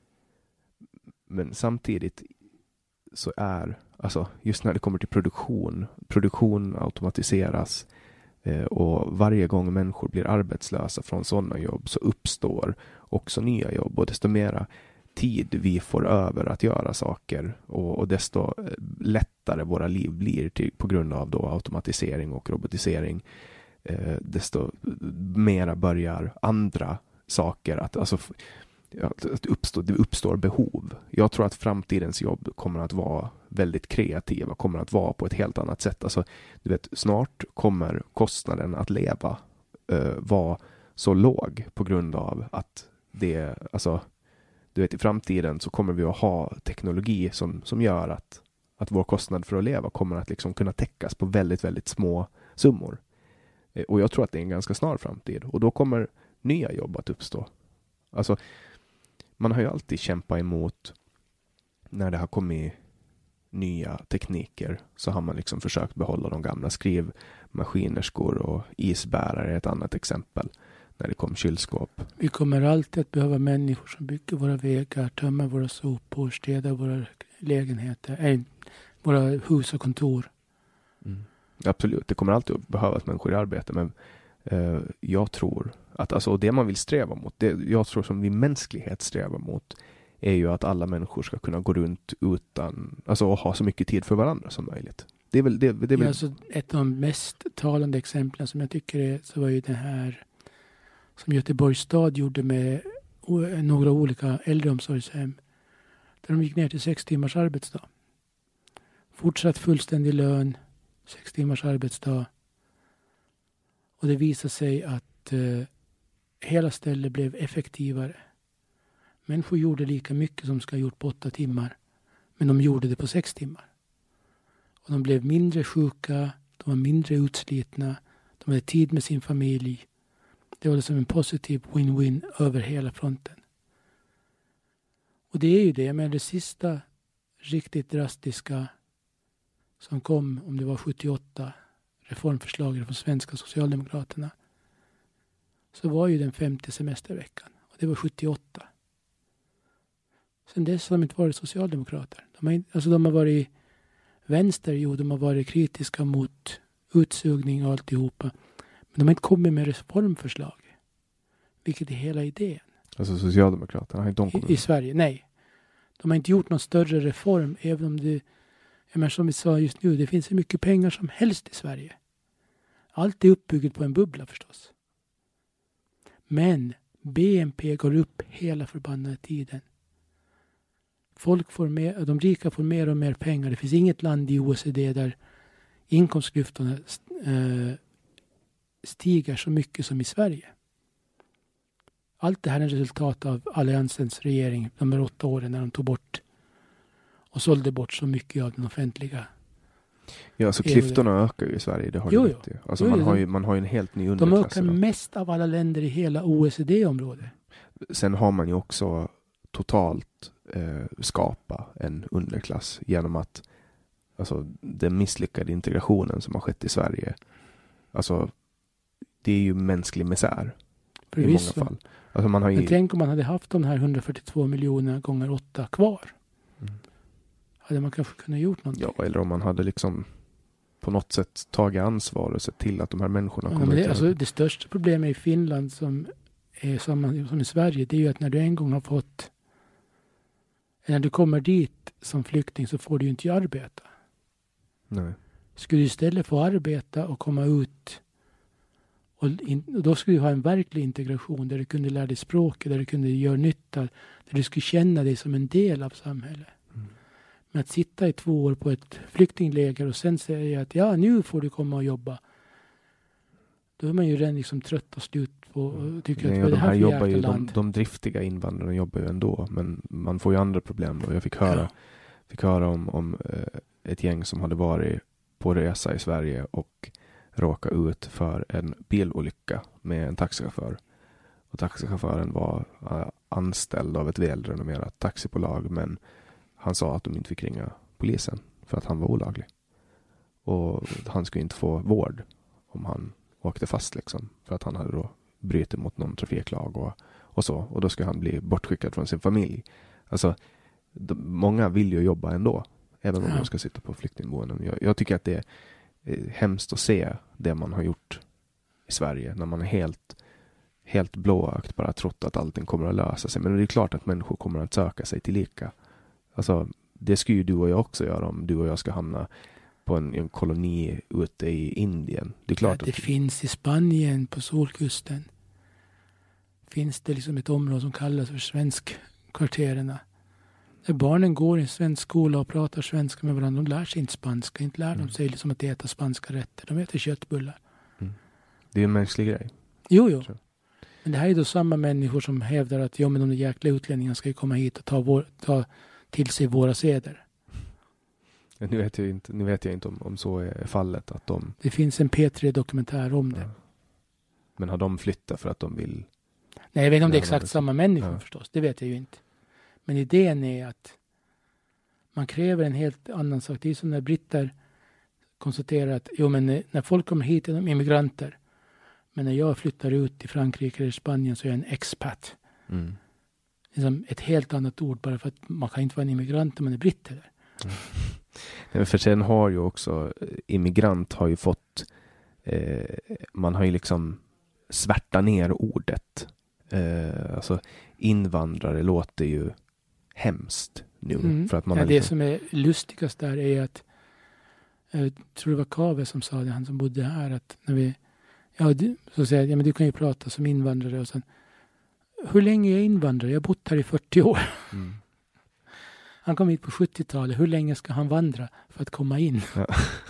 men samtidigt så är, alltså just när det kommer till produktion, produktion automatiseras eh, och varje gång människor blir arbetslösa från sådana jobb så uppstår också nya jobb, och desto mera tid vi får över att göra saker och, och desto lättare våra liv blir till, på grund av då automatisering och robotisering, eh, desto mera börjar andra saker att, alltså, att uppstå, det uppstår behov. Jag tror att framtidens jobb kommer att vara väldigt kreativa, kommer att vara på ett helt annat sätt. Alltså, du vet, snart kommer kostnaden att leva eh, vara så låg på grund av att det, alltså du vet, i framtiden så kommer vi att ha teknologi som, som gör att, att vår kostnad för att leva kommer att liksom kunna täckas på väldigt, väldigt små summor. Eh, och jag tror att det är en ganska snar framtid. Och då kommer nya jobb att uppstå. Alltså, man har ju alltid kämpat emot när det har kommit nya tekniker, så har man liksom försökt behålla de gamla. Skrivmaskinerskor och isbärare är ett annat exempel. när det kom kylskåp. Vi kommer alltid att behöva människor som bygger våra vägar, tömmer våra sopor, städar våra lägenheter, äh, våra hus och kontor. Mm. Absolut, det kommer alltid att behövas människor i arbete, men eh, jag tror att alltså, det man vill sträva mot, det jag tror som vi mänsklighet strävar mot, är ju att alla människor ska kunna gå runt utan, alltså ha så mycket tid för varandra som möjligt. Det är väl, det, det är väl... Ja, alltså, ett av de mest talande exemplen som jag tycker är, så var ju det här som Göteborgs stad gjorde med o- några olika äldreomsorgshem, där de gick ner till sex timmars arbetsdag. Fortsatt fullständig lön, sex timmars arbetsdag. Och det visade sig att eh, hela stället blev effektivare. Människor gjorde lika mycket som ska ha gjort på åtta timmar. Men de gjorde det på sex timmar. Och de blev mindre sjuka, de var mindre utslitna, de hade tid med sin familj. Det var liksom en positiv win-win över hela fronten. Och det är ju det, men det sista riktigt drastiska som kom, om det var sjuttioåtta, reformförslaget från svenska socialdemokraterna, så var ju den femte semesterveckan. Och det var sjuttioåtta. Sen dess har de inte varit socialdemokrater. De har, alltså de har varit vänster, jo, de har varit kritiska mot utsugning och alltihopa. Men de har inte kommit med reformförslag. Vilket är hela idén. Alltså Socialdemokraterna har inte de kommit I, I Sverige, nej. De har inte gjort någon större reform, även om det, men som vi sa just nu, det finns hur mycket pengar som helst i Sverige. Allt är uppbyggt på en bubbla förstås. Men B N P går upp hela förbannade tiden. Folk får mer, de rika får mer och mer pengar. Det finns inget land i O E C D där inkomstklyftorna eh, stiger så mycket som i Sverige. Allt det här är ett resultat av alliansens regering de här åtta åren när de tog bort och sålde bort så mycket av den offentliga. Ja, alltså klyftorna ökar ju i Sverige, det har jo, ju rätt i. Alltså jo, man, jo, har ju, man har ju en helt ny de underklass. ökar mest av alla länder i hela O E C D-området. Sen har man ju också totalt eh, skapa en underklass genom att alltså den misslyckade integrationen som har skett i Sverige, alltså det är ju mänsklig misär i många fall. Alltså man har ju... Men tänk om man hade haft de här hundrafyrtiotvå miljoner gånger åtta kvar. Mm. Hade man kanske kunnat gjort någonting? Ja, eller om man hade liksom på något sätt tagit ansvar och sett till att de här människorna ja, kommer det, till... Alltså, det största problemet i Finland som är samma som i Sverige, det är ju att när du en gång har fått, när du kommer dit som flykting så får du ju inte arbeta. Nej. Skulle du istället få arbeta och komma ut och, in, och då skulle du ha en verklig integration där du kunde lära dig språket, där du kunde göra nytta, där du skulle känna dig som en del av samhället. Mm. Men att sitta i två år på ett flyktingläger och sen säga att ja, nu får du komma och jobba. Då är man ju redan liksom trött och slut på och tycker Nej, att de det här, här jobbar ju, land. de, de driftiga invandrarna jobbar ju ändå, men man får ju andra problem. Och jag fick höra, ja. fick höra om, om eh, ett gäng som hade varit på resa i Sverige och råka ut för en bilolycka med en taxichaufför. Och taxichauffören var uh, anställd av ett välrenommerat taxibolag, men han sa att de inte fick ringa polisen för att han var olaglig. Och han skulle inte få vård om han åkte fast liksom, för att han hade då brutit mot någon trafiklag och, och så. Och då skulle han bli bortskickad från sin familj. Alltså, de, många vill ju jobba ändå, även om ja. de ska sitta på flyktingboenden. Jag, jag tycker att det är hemskt att se det man har gjort i Sverige när man är helt, helt blåögt bara trott att allting kommer att lösa sig. Men det är klart att människor kommer att söka sig till lika. Alltså, det ska ju du och jag också göra om du och jag ska hamna på en, en koloni ute i Indien. Det är klart ja, det att... finns i Spanien på solkusten. Finns det liksom ett område som kallas för svenskkvartererna. Där barnen går i en svensk skola och pratar svenska med varandra. De lär sig inte spanska. Inte lär mm. de sig liksom att äta spanska rätter. De äter köttbullar. Mm. Det är en mänsklig grej. Jo, jo. Men det här är då samma människor som hävdar att ja, men de jäkla utlänningarna ska ju komma hit och ta, vår, ta till sig våra seder. Ja, nu vet jag inte, nu vet jag inte om, om så är fallet. Att de... Det finns en P tre-dokumentär om det. Ja. Men har de flyttat för att de vill... Nej, jag vet inte om det är exakt samma människor ja. förstås. Det vet jag ju inte. Men idén är att man kräver en helt annan sak. Det är som när britter konstaterar att jo, men när folk kommer hit, de immigranter, Men när jag flyttar ut till Frankrike eller Spanien så är jag en expat. Mm. Liksom ett helt annat ord bara för att man kan inte vara en immigrant om man är britt eller. Mm. För sen har ju också immigrant har ju fått eh, man har ju liksom svärta ner ordet. Eh, alltså invandrare låter ju hemskt nu. Mm. För att man ja, har det liksom... som är lustigast där är att jag tror det var Kave som sa det, han som bodde här, att när vi ja, du, så säger jag, ja men du kan ju prata som invandrare och sen hur länge är jag invandrare? Jag har bott här i fyrtio år. Mm. Han kom hit på sjuttiotalet. Hur länge ska han vandra för att komma in? Ja.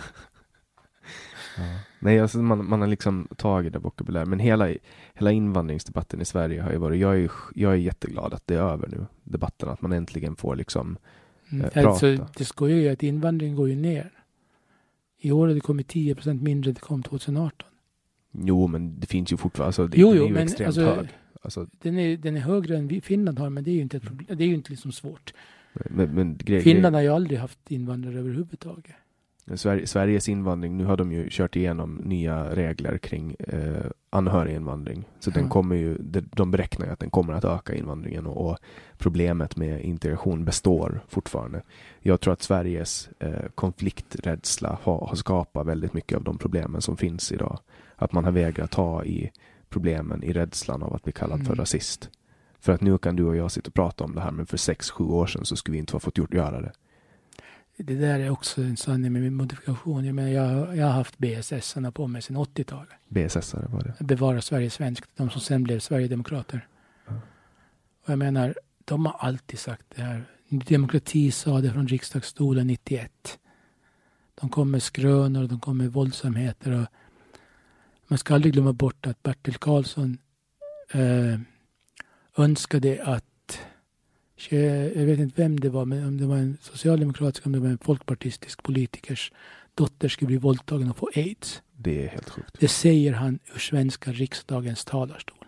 Ja. Nej, alltså man, man har liksom tagit det vokabulär. Men hela, hela invandringsdebatten i Sverige har ju varit, jag är, jag är jätteglad att det är över nu, debatten, att man äntligen får liksom mm. eh, prata. Alltså, det ska ju att invandringen går ju ner. I år har det kommit tio procent mindre, det kom tjugoarton. Jo, men det finns ju fortfarande, alltså, det, jo, den jo, är ju men extremt alltså, hög. Alltså, den, är, den är högre än vi, Finland har, men det är ju inte ett problem. Det är ju inte liksom svårt. men, men, grej, Finland har ju aldrig haft invandrare överhuvudtaget. Sverige, Sveriges invandring, nu har de ju kört igenom nya regler kring eh, anhöriginvandring. Så ja. den kommer ju, de, de beräknar ju att den kommer att öka invandringen och, och problemet med integration består fortfarande. Jag tror att Sveriges eh, konflikträdsla har, har skapat väldigt mycket av de problemen som finns idag. Att man har vägrat ta i problemen i rädslan av att bli kallad mm. för rasist. För att nu kan du och jag sitta och prata om det här, men för sex, sju år sedan så skulle vi inte ha fått gjort göra det. Det där är också en sanning med min modifikation. Jag, menar, jag, jag har haft B S S-arna på mig sedan åttiotalet. B S S-are var det? Bevara Sverige svenskt. De som sen blev Sverigedemokrater. Ja. Och jag menar, de har alltid sagt det här. Demokrati sa det från riksdagsstolen nittioett. De kom med skrönor, de kom med våldsamheter. Och man ska aldrig glömma bort att Bertil Karlsson eh, önskade att jag vet inte vem det var, men om det var en socialdemokratisk, om det var en folkpartistisk politikers dotter skulle bli våldtagen och få AIDS. Det är helt sjukt. Det säger han ur svenska riksdagens talarstol.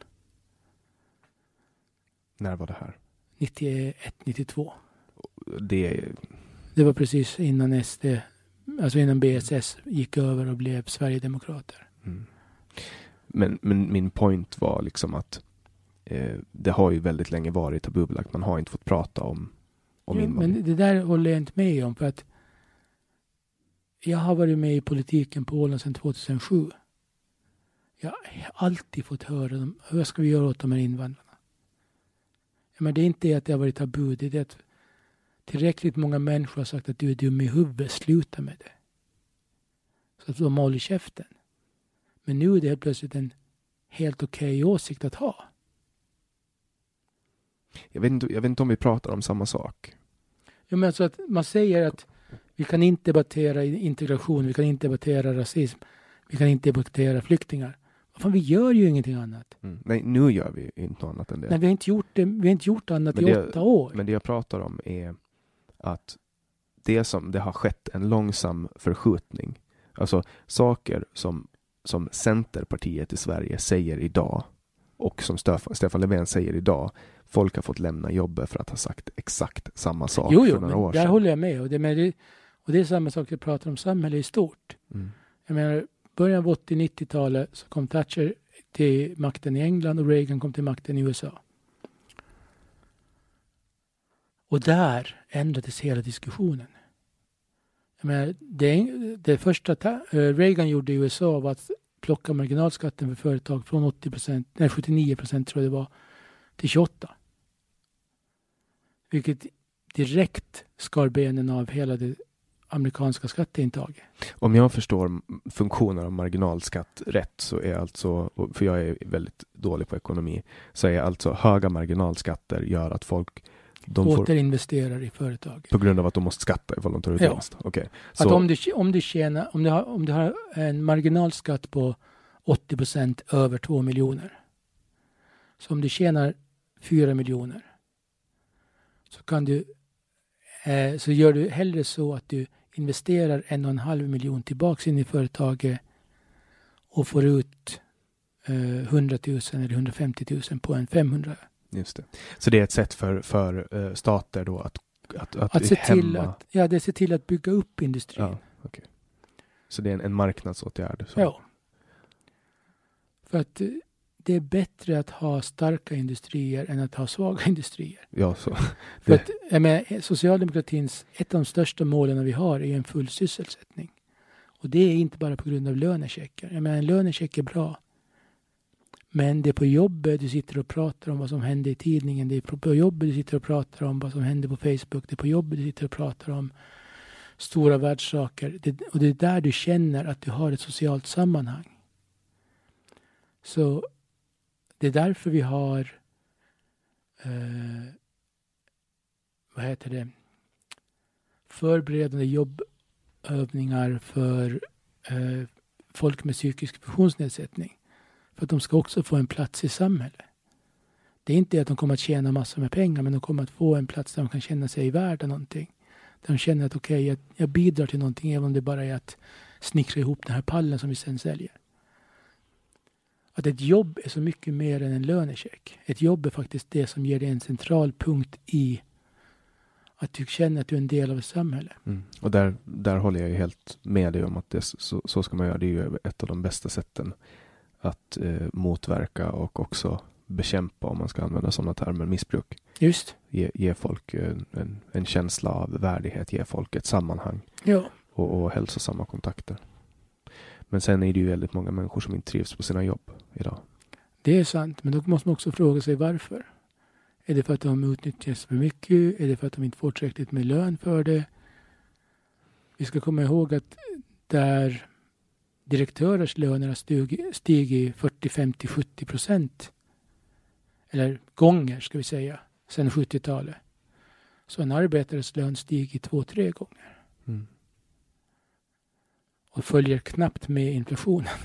När var det här? nittioett nittiotvå. Det, det var precis innan S D, alltså innan B S S gick över och blev Sverigedemokrater. Mm. Men, men min point var liksom att eh, det har ju väldigt länge varit tabubelagt. Man har inte fått prata om, om ja, invandring. Men det där håller jag inte med om, för att jag har varit med i politiken på Åland sedan tvåtusensju. Jag har alltid fått höra dem, hur ska vi göra åt de här invandrarna? Ja, men det är inte det att det har varit tabu, det är det att tillräckligt många människor har sagt att du är dum i huvudet, sluta med det. Så att de håller käften. Men nu är det helt plötsligt en helt okej åsikt att ha. Jag vet inte, jag vet inte om vi pratar om samma sak. Ja, men alltså att man säger att vi kan inte debattera integration, vi kan inte debattera rasism, vi kan inte debattera flyktingar. Fan, vi gör ju ingenting annat. Mm. Nej, nu gör vi inte annat än det. Nej, vi har inte gjort det, vi har inte gjort annat men i det, åtta år. Men det jag pratar om är att det som det har skett en långsam förskjutning. Alltså saker som, som Centerpartiet i Sverige säger idag och som Stefan, Stefan Löfven säger idag. Folk har fått lämna jobbet för att ha sagt exakt samma sak jo, jo, för några men år där sedan. håller jag med. Och det, men det, och det är samma sak jag pratar om samhället i stort. Mm. Jag menar, början av åttio-nittiotalet så kom Thatcher till makten i England och Reagan kom till makten i U S A. Och där ändrades hela diskussionen. Jag menar, det, det första ta, Reagan gjorde i U S A var att plocka marginalskatten för företag från åttio procent, nej sjuttionio procent tror jag det var, till tjugoåtta. Vilket direkt skar benen av hela det amerikanska skatteintaget. Om jag förstår funktionen av marginalskatt rätt så är alltså, för jag är väldigt dålig på ekonomi, så är alltså höga marginalskatter gör att folk de återinvesterar får, i företag. På grund av att de måste skatta ifall de tar ut ja. vinst. Okay. Att om du, om du tjänar, om du har, om du har en marginalskatt på åttio procent över två miljoner. Så om du tjänar fyra miljoner så kan du eh, så gör du hellre så att du investerar en och en halv miljon tillbaka in i företaget och får ut eh, hundratusen eller hundrafemtiotusen på en femhundra. Just det. Så det är ett sätt för, för uh, stater då att att, att, att se hämma... till att ja, det ser till att bygga upp industrin. Ja, okay. Så det är en, en marknadsåtgärd. Så. Ja. För att det är bättre att ha starka industrier än att ha svaga industrier. Ja, så. För att, jag menar, socialdemokratins, ett av de största målen vi har är en full sysselsättning. Och det är inte bara på grund av lönecheckar. Jag menar, en lönecheck är bra. Men det är på jobbet du sitter och pratar om vad som händer i tidningen. Det är på jobbet du sitter och pratar om vad som händer på Facebook. Det är på jobbet du sitter och pratar om stora världssaker. Det, och det är där du känner att du har ett socialt sammanhang. Så det är därför vi har eh, vad heter det? Förberedande jobbövningar för eh, folk med psykisk funktionsnedsättning. För att de ska också få en plats i samhället. Det är inte att de kommer att tjäna massor med pengar, men de kommer att få en plats där de kan känna sig värda någonting. Där de känner att okej, okay, jag, jag bidrar till någonting även om det bara är att snickra ihop den här pallen som vi sen säljer. Att ett jobb är så mycket mer än en lönecheck. Ett jobb är faktiskt det som ger dig en central punkt i att du känner att du är en del av ett samhälle. Mm. Och där, där håller jag ju helt med dig om att det, så, så ska man göra. Det är ju ett av de bästa sätten att eh, motverka och också bekämpa, om man ska använda sådana termer, missbruk. Just. Ge, ge folk en, en, en känsla av värdighet, ge folk ett sammanhang. Ja. Och, och hälsosamma kontakter. Men sen är det ju väldigt många människor som inte trivs på sina jobb idag. Det är sant, men då måste man också fråga sig varför. Är det för att de utnyttjas för mycket? Är det för att de inte får tillräckligt med lön för det? Vi ska komma ihåg att där direktörers löner har stigit, stigit fyrtio, femtio, sjuttio procent. Eller gånger ska vi säga. Sedan sjuttiotalet. Så en arbetares lön stiger två, tre gånger. Mm. Och följer knappt med inflationen.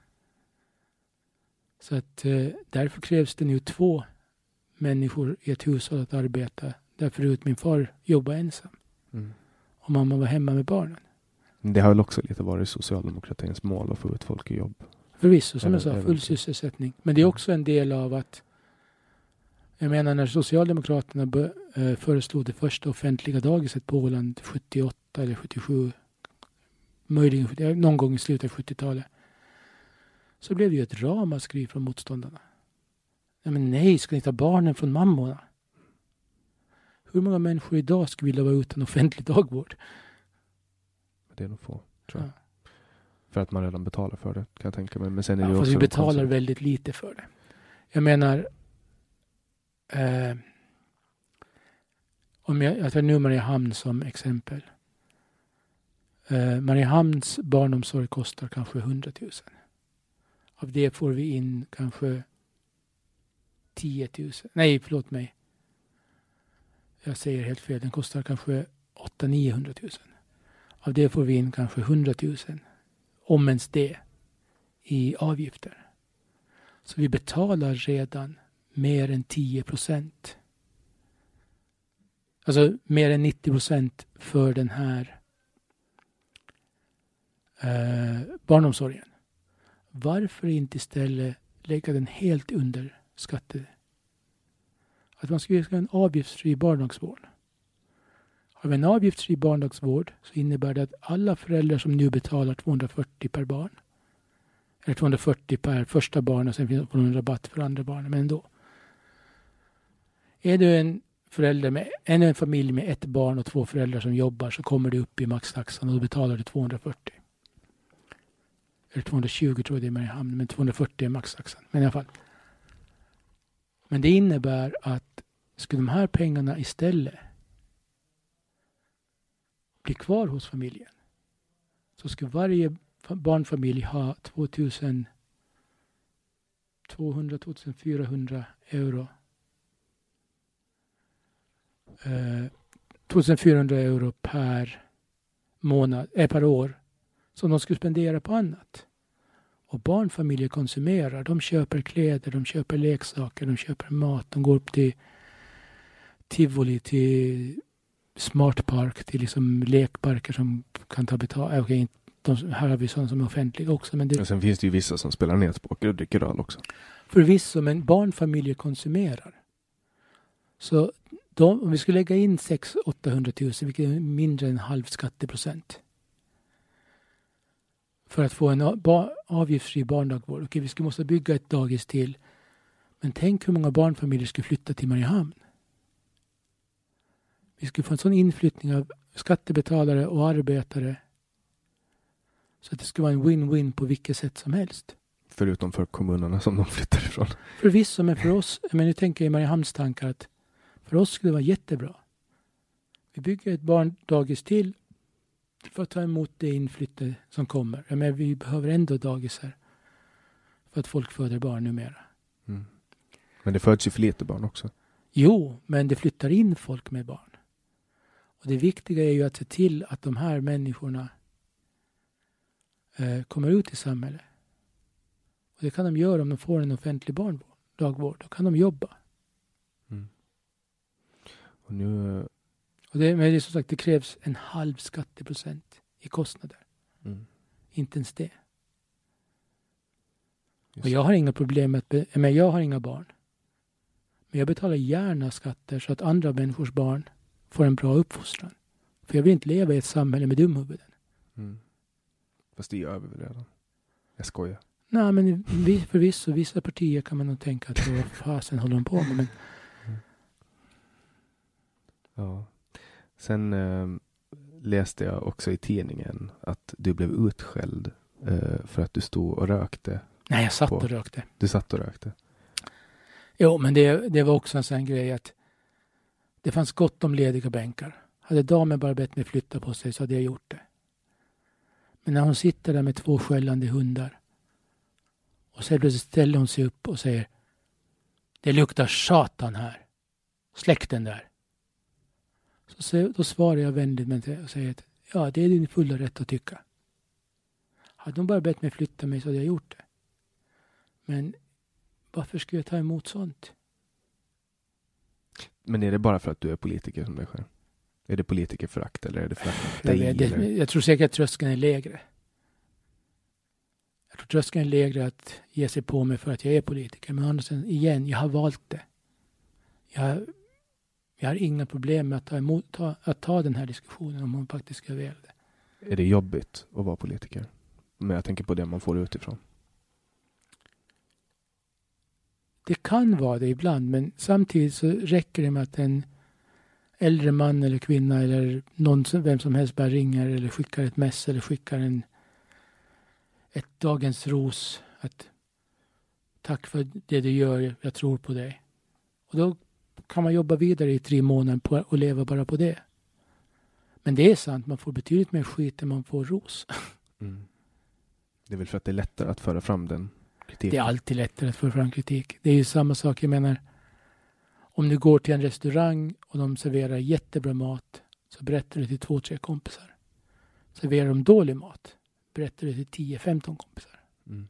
Så att eh, därför krävs det nu två människor i ett hushåll att arbeta. Därför ut min far jobbar ensam. Mm. Och mamma var hemma med barnen. Det har väl också lite varit socialdemokratins mål att få ut folk i jobb. Förvisso, som jag sa, full sysselsättning. Men det är också en del av att, jag menar, när Socialdemokraterna be, äh, föreslog det första offentliga dagiset på Åland sjuttioåtta eller sjuttiosju, möjligen någon gång i slutet av sjuttiotalet, så blev det ju ett ramaskri från motståndarna. Nej, men nej, ska ni ta barnen från mammorna? Hur många människor idag skulle vilja vara utan offentlig dagvård? Det är nog få, tror jag. Ja. För att man redan betalar för det, kan jag tänka mig. Men sen är ja, det fast också vi betalar konsum- väldigt lite för det. Jag menar, eh, om jag, jag tar nu Mariehamn som exempel. Eh, Mariehamns barnomsorg kostar kanske hundratusen. Av det får vi in kanske tio tusen. Nej, förlåt mig. Jag säger helt fel. Den kostar kanske åtta till niohundratusen. Av det får vi in kanske hundratusen. Om ens det. I avgifter. Så vi betalar redan mer än tio procent. Alltså mer än nittio procent för den här eh, barnomsorgen. Varför inte istället lägga den helt under skatte? Att man skulle ha en avgiftsfri barndagsvård. Har vi en avgiftsfri barndagsvård så innebär det att alla föräldrar som nu betalar tvåhundrafyrtio per barn, eller tvåhundrafyrtio per första barn och sen får de en rabatt för andra barn, men ändå. Är du en förälder med en, en familj med ett barn och två föräldrar som jobbar, så kommer du upp i maxtaxan och då betalar du tvåhundrafyrtio. Eller tvåhundratjugo tror jag det är med i hamn, men tvåhundrafyrtio är maxtaxan. Men i alla fall. Men det innebär att skulle de här pengarna istället bli kvar hos familjen, så skulle varje barnfamilj ha tvåtusen tvåhundra till tvåtusenfyrahundra euro. Eh, tvåtusenfyrahundra euro per månad, eh, per år som de skulle spendera på annat. Och barnfamiljer konsumerar. De köper kläder, de köper leksaker, de köper mat. De går upp till tivoli, till smartpark, till liksom lekparker som kan ta betalt. Okay, de, här har vi sådana som är offentliga också. Men det, och sen finns det ju vissa som spelar nätpoker och dricker öl också. Förvisso, men barnfamiljer konsumerar. Så de, om vi skulle lägga in sex åttahundratusen, vilket är mindre än halv skatteprocent. för att få en ba- avgiftsfri barndagvård. Okej, vi ska måste bygga ett dagis till. Men tänk hur många barnfamiljer ska flytta till Mariehamn. Vi skulle få en sån inflyttning av skattebetalare och arbetare. Så att det skulle vara en win-win på vilket sätt som helst. Förutom för kommunerna som de flyttar ifrån. Förvisso, men för oss, men nu tänker jag i Mariehamns tankar att för oss skulle det vara jättebra. Vi bygger ett barndagis till för att ta emot det inflyttade som kommer. Men vi behöver ändå dagis här för att folk föder barn numera. Mm. Men det föds ju för lite barn också. Jo, men det flyttar in folk med barn. Och det viktiga är ju att se till att de här människorna eh, kommer ut i samhället. Och det kan de göra om de får en offentlig barndagvård. Då kan de jobba. Mm. Och nu... Och det, men det är som sagt, det krävs en halv skatteprocent i kostnader. Mm. Inte ens det. Just. Och jag har inga problem med att... Be, men jag har inga barn. Men jag betalar gärna skatter så att andra människors barn får en bra uppfostran. För jag vill inte leva i ett samhälle med dumhuvuden. Mm. Fast det gör vi väl redan. Jag skojar. Nej, men vi, förvisso, vissa partier kan man nog tänka att vad fasen håller de på med. Men... Mm. Ja. Sen eh, läste jag också i tidningen att du blev utskälld eh, för att du stod och rökte. Nej, jag satt på... och rökte. Du satt och rökte? Jo, men det, det var också en sån grej att det fanns gott om lediga bänkar. Hade damen bara bett mig flytta på sig så hade jag gjort det. Men när hon sitter där med två skällande hundar och så plötsligt ställer hon sig upp och säger: det luktar satan här. Släck den där. Så då svarar jag vänligt med och säger att ja, det är din fulla rätt att tycka. Hade hon bara bett mig flytta mig så hade jag gjort det. Men varför ska jag ta emot sånt? Men är det bara för att du är politiker som det sker? Är det politikerförakt eller är det för att jag, vet, det, jag tror säkert att tröskeln är lägre. Jag tror tröskeln är lägre att ge sig på mig för att jag är politiker. Men annars igen, jag har valt det. Jag, jag har inga problem med att ta, emot, ta, att ta den här diskussionen om man faktiskt ska välja det. Är det jobbigt att vara politiker? Men jag tänker på det man får utifrån. Det kan vara det ibland, men samtidigt så räcker det med att en äldre man eller kvinna eller någon som, vem som helst bara ringer eller skickar ett mess eller skickar en ett dagens ros att tack för det du gör, jag tror på dig. Och då kan man jobba vidare i tre månader på, och leva bara på det. Men det är sant, man får betydligt mer skit än man får ros. Mm. Det är väl för att det är lättare att föra fram den kritiken. Det är alltid lättare att föra fram kritik. Det är ju samma sak, jag menar, om du går till en restaurang och de serverar jättebra mat så berättar du till två, tre kompisar. Serverar de dålig mat berättar du till tio, femton kompisar. Mm.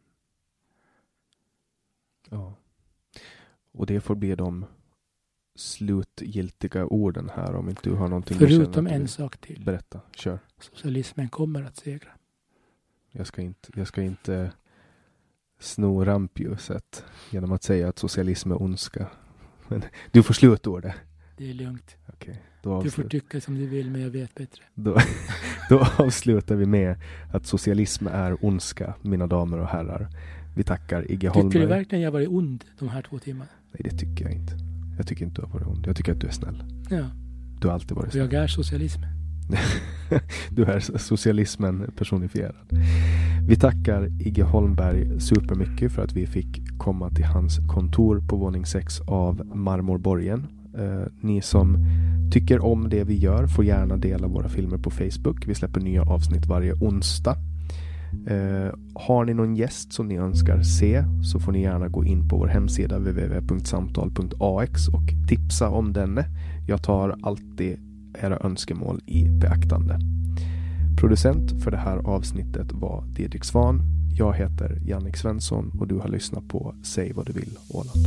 Ja. Och det får bli de slutgiltiga orden här om inte du har någonting. Förutom en sak till. Berätta, kör. Socialismen kommer att segra. Jag ska inte, jag ska inte sno rampljuset genom att säga att socialism är ondska. Men du får slutordet. Det är lugnt. Okay, då du får tycka som du vill, men jag vet bättre. Då, då avslutar vi med att socialism är ondska, mina damer och herrar. Vi tackar Igge Holmberg. Tycker du verkligen jag varit ond de här två timmarna? Nej, det tycker jag inte. Jag tycker inte du har varit ond. Jag tycker att du är snäll. Ja. Du har alltid varit snäll. Och jag är socialism. Du är socialismen personifierad. Vi tackar Igge Holmberg supermycket för att vi fick komma till hans kontor på våning sex av Marmorborgen. Eh, ni som tycker om det vi gör får gärna dela våra filmer på Facebook. Vi släpper nya avsnitt varje onsdag. Eh, har ni någon gäst som ni önskar se så får ni gärna gå in på vår hemsida w w w punkt samtal punkt a x och tipsa om denne. Jag tar alltid era önskemål i beaktande. Producent för det här avsnittet var Didrik Svan. Jag heter Jannik Svensson och du har lyssnat på Säg vad du vill, Åland.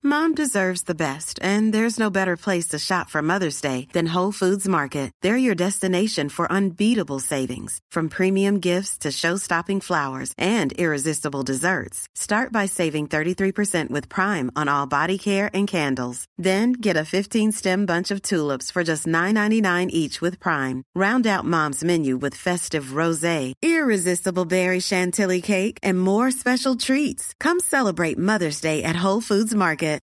Mom deserves the best, and there's no better place to shop for Mother's Day than Whole Foods Market. They're your destination for unbeatable savings, from premium gifts to show-stopping flowers and irresistible desserts. Start by saving thirty-three percent with Prime on all body care and candles. Then get a fifteen-stem bunch of tulips for just nine ninety-nine each with Prime. Round out Mom's menu with festive rosé, irresistible berry chantilly cake, and more special treats. Come celebrate Mother's Day at Whole Foods Market.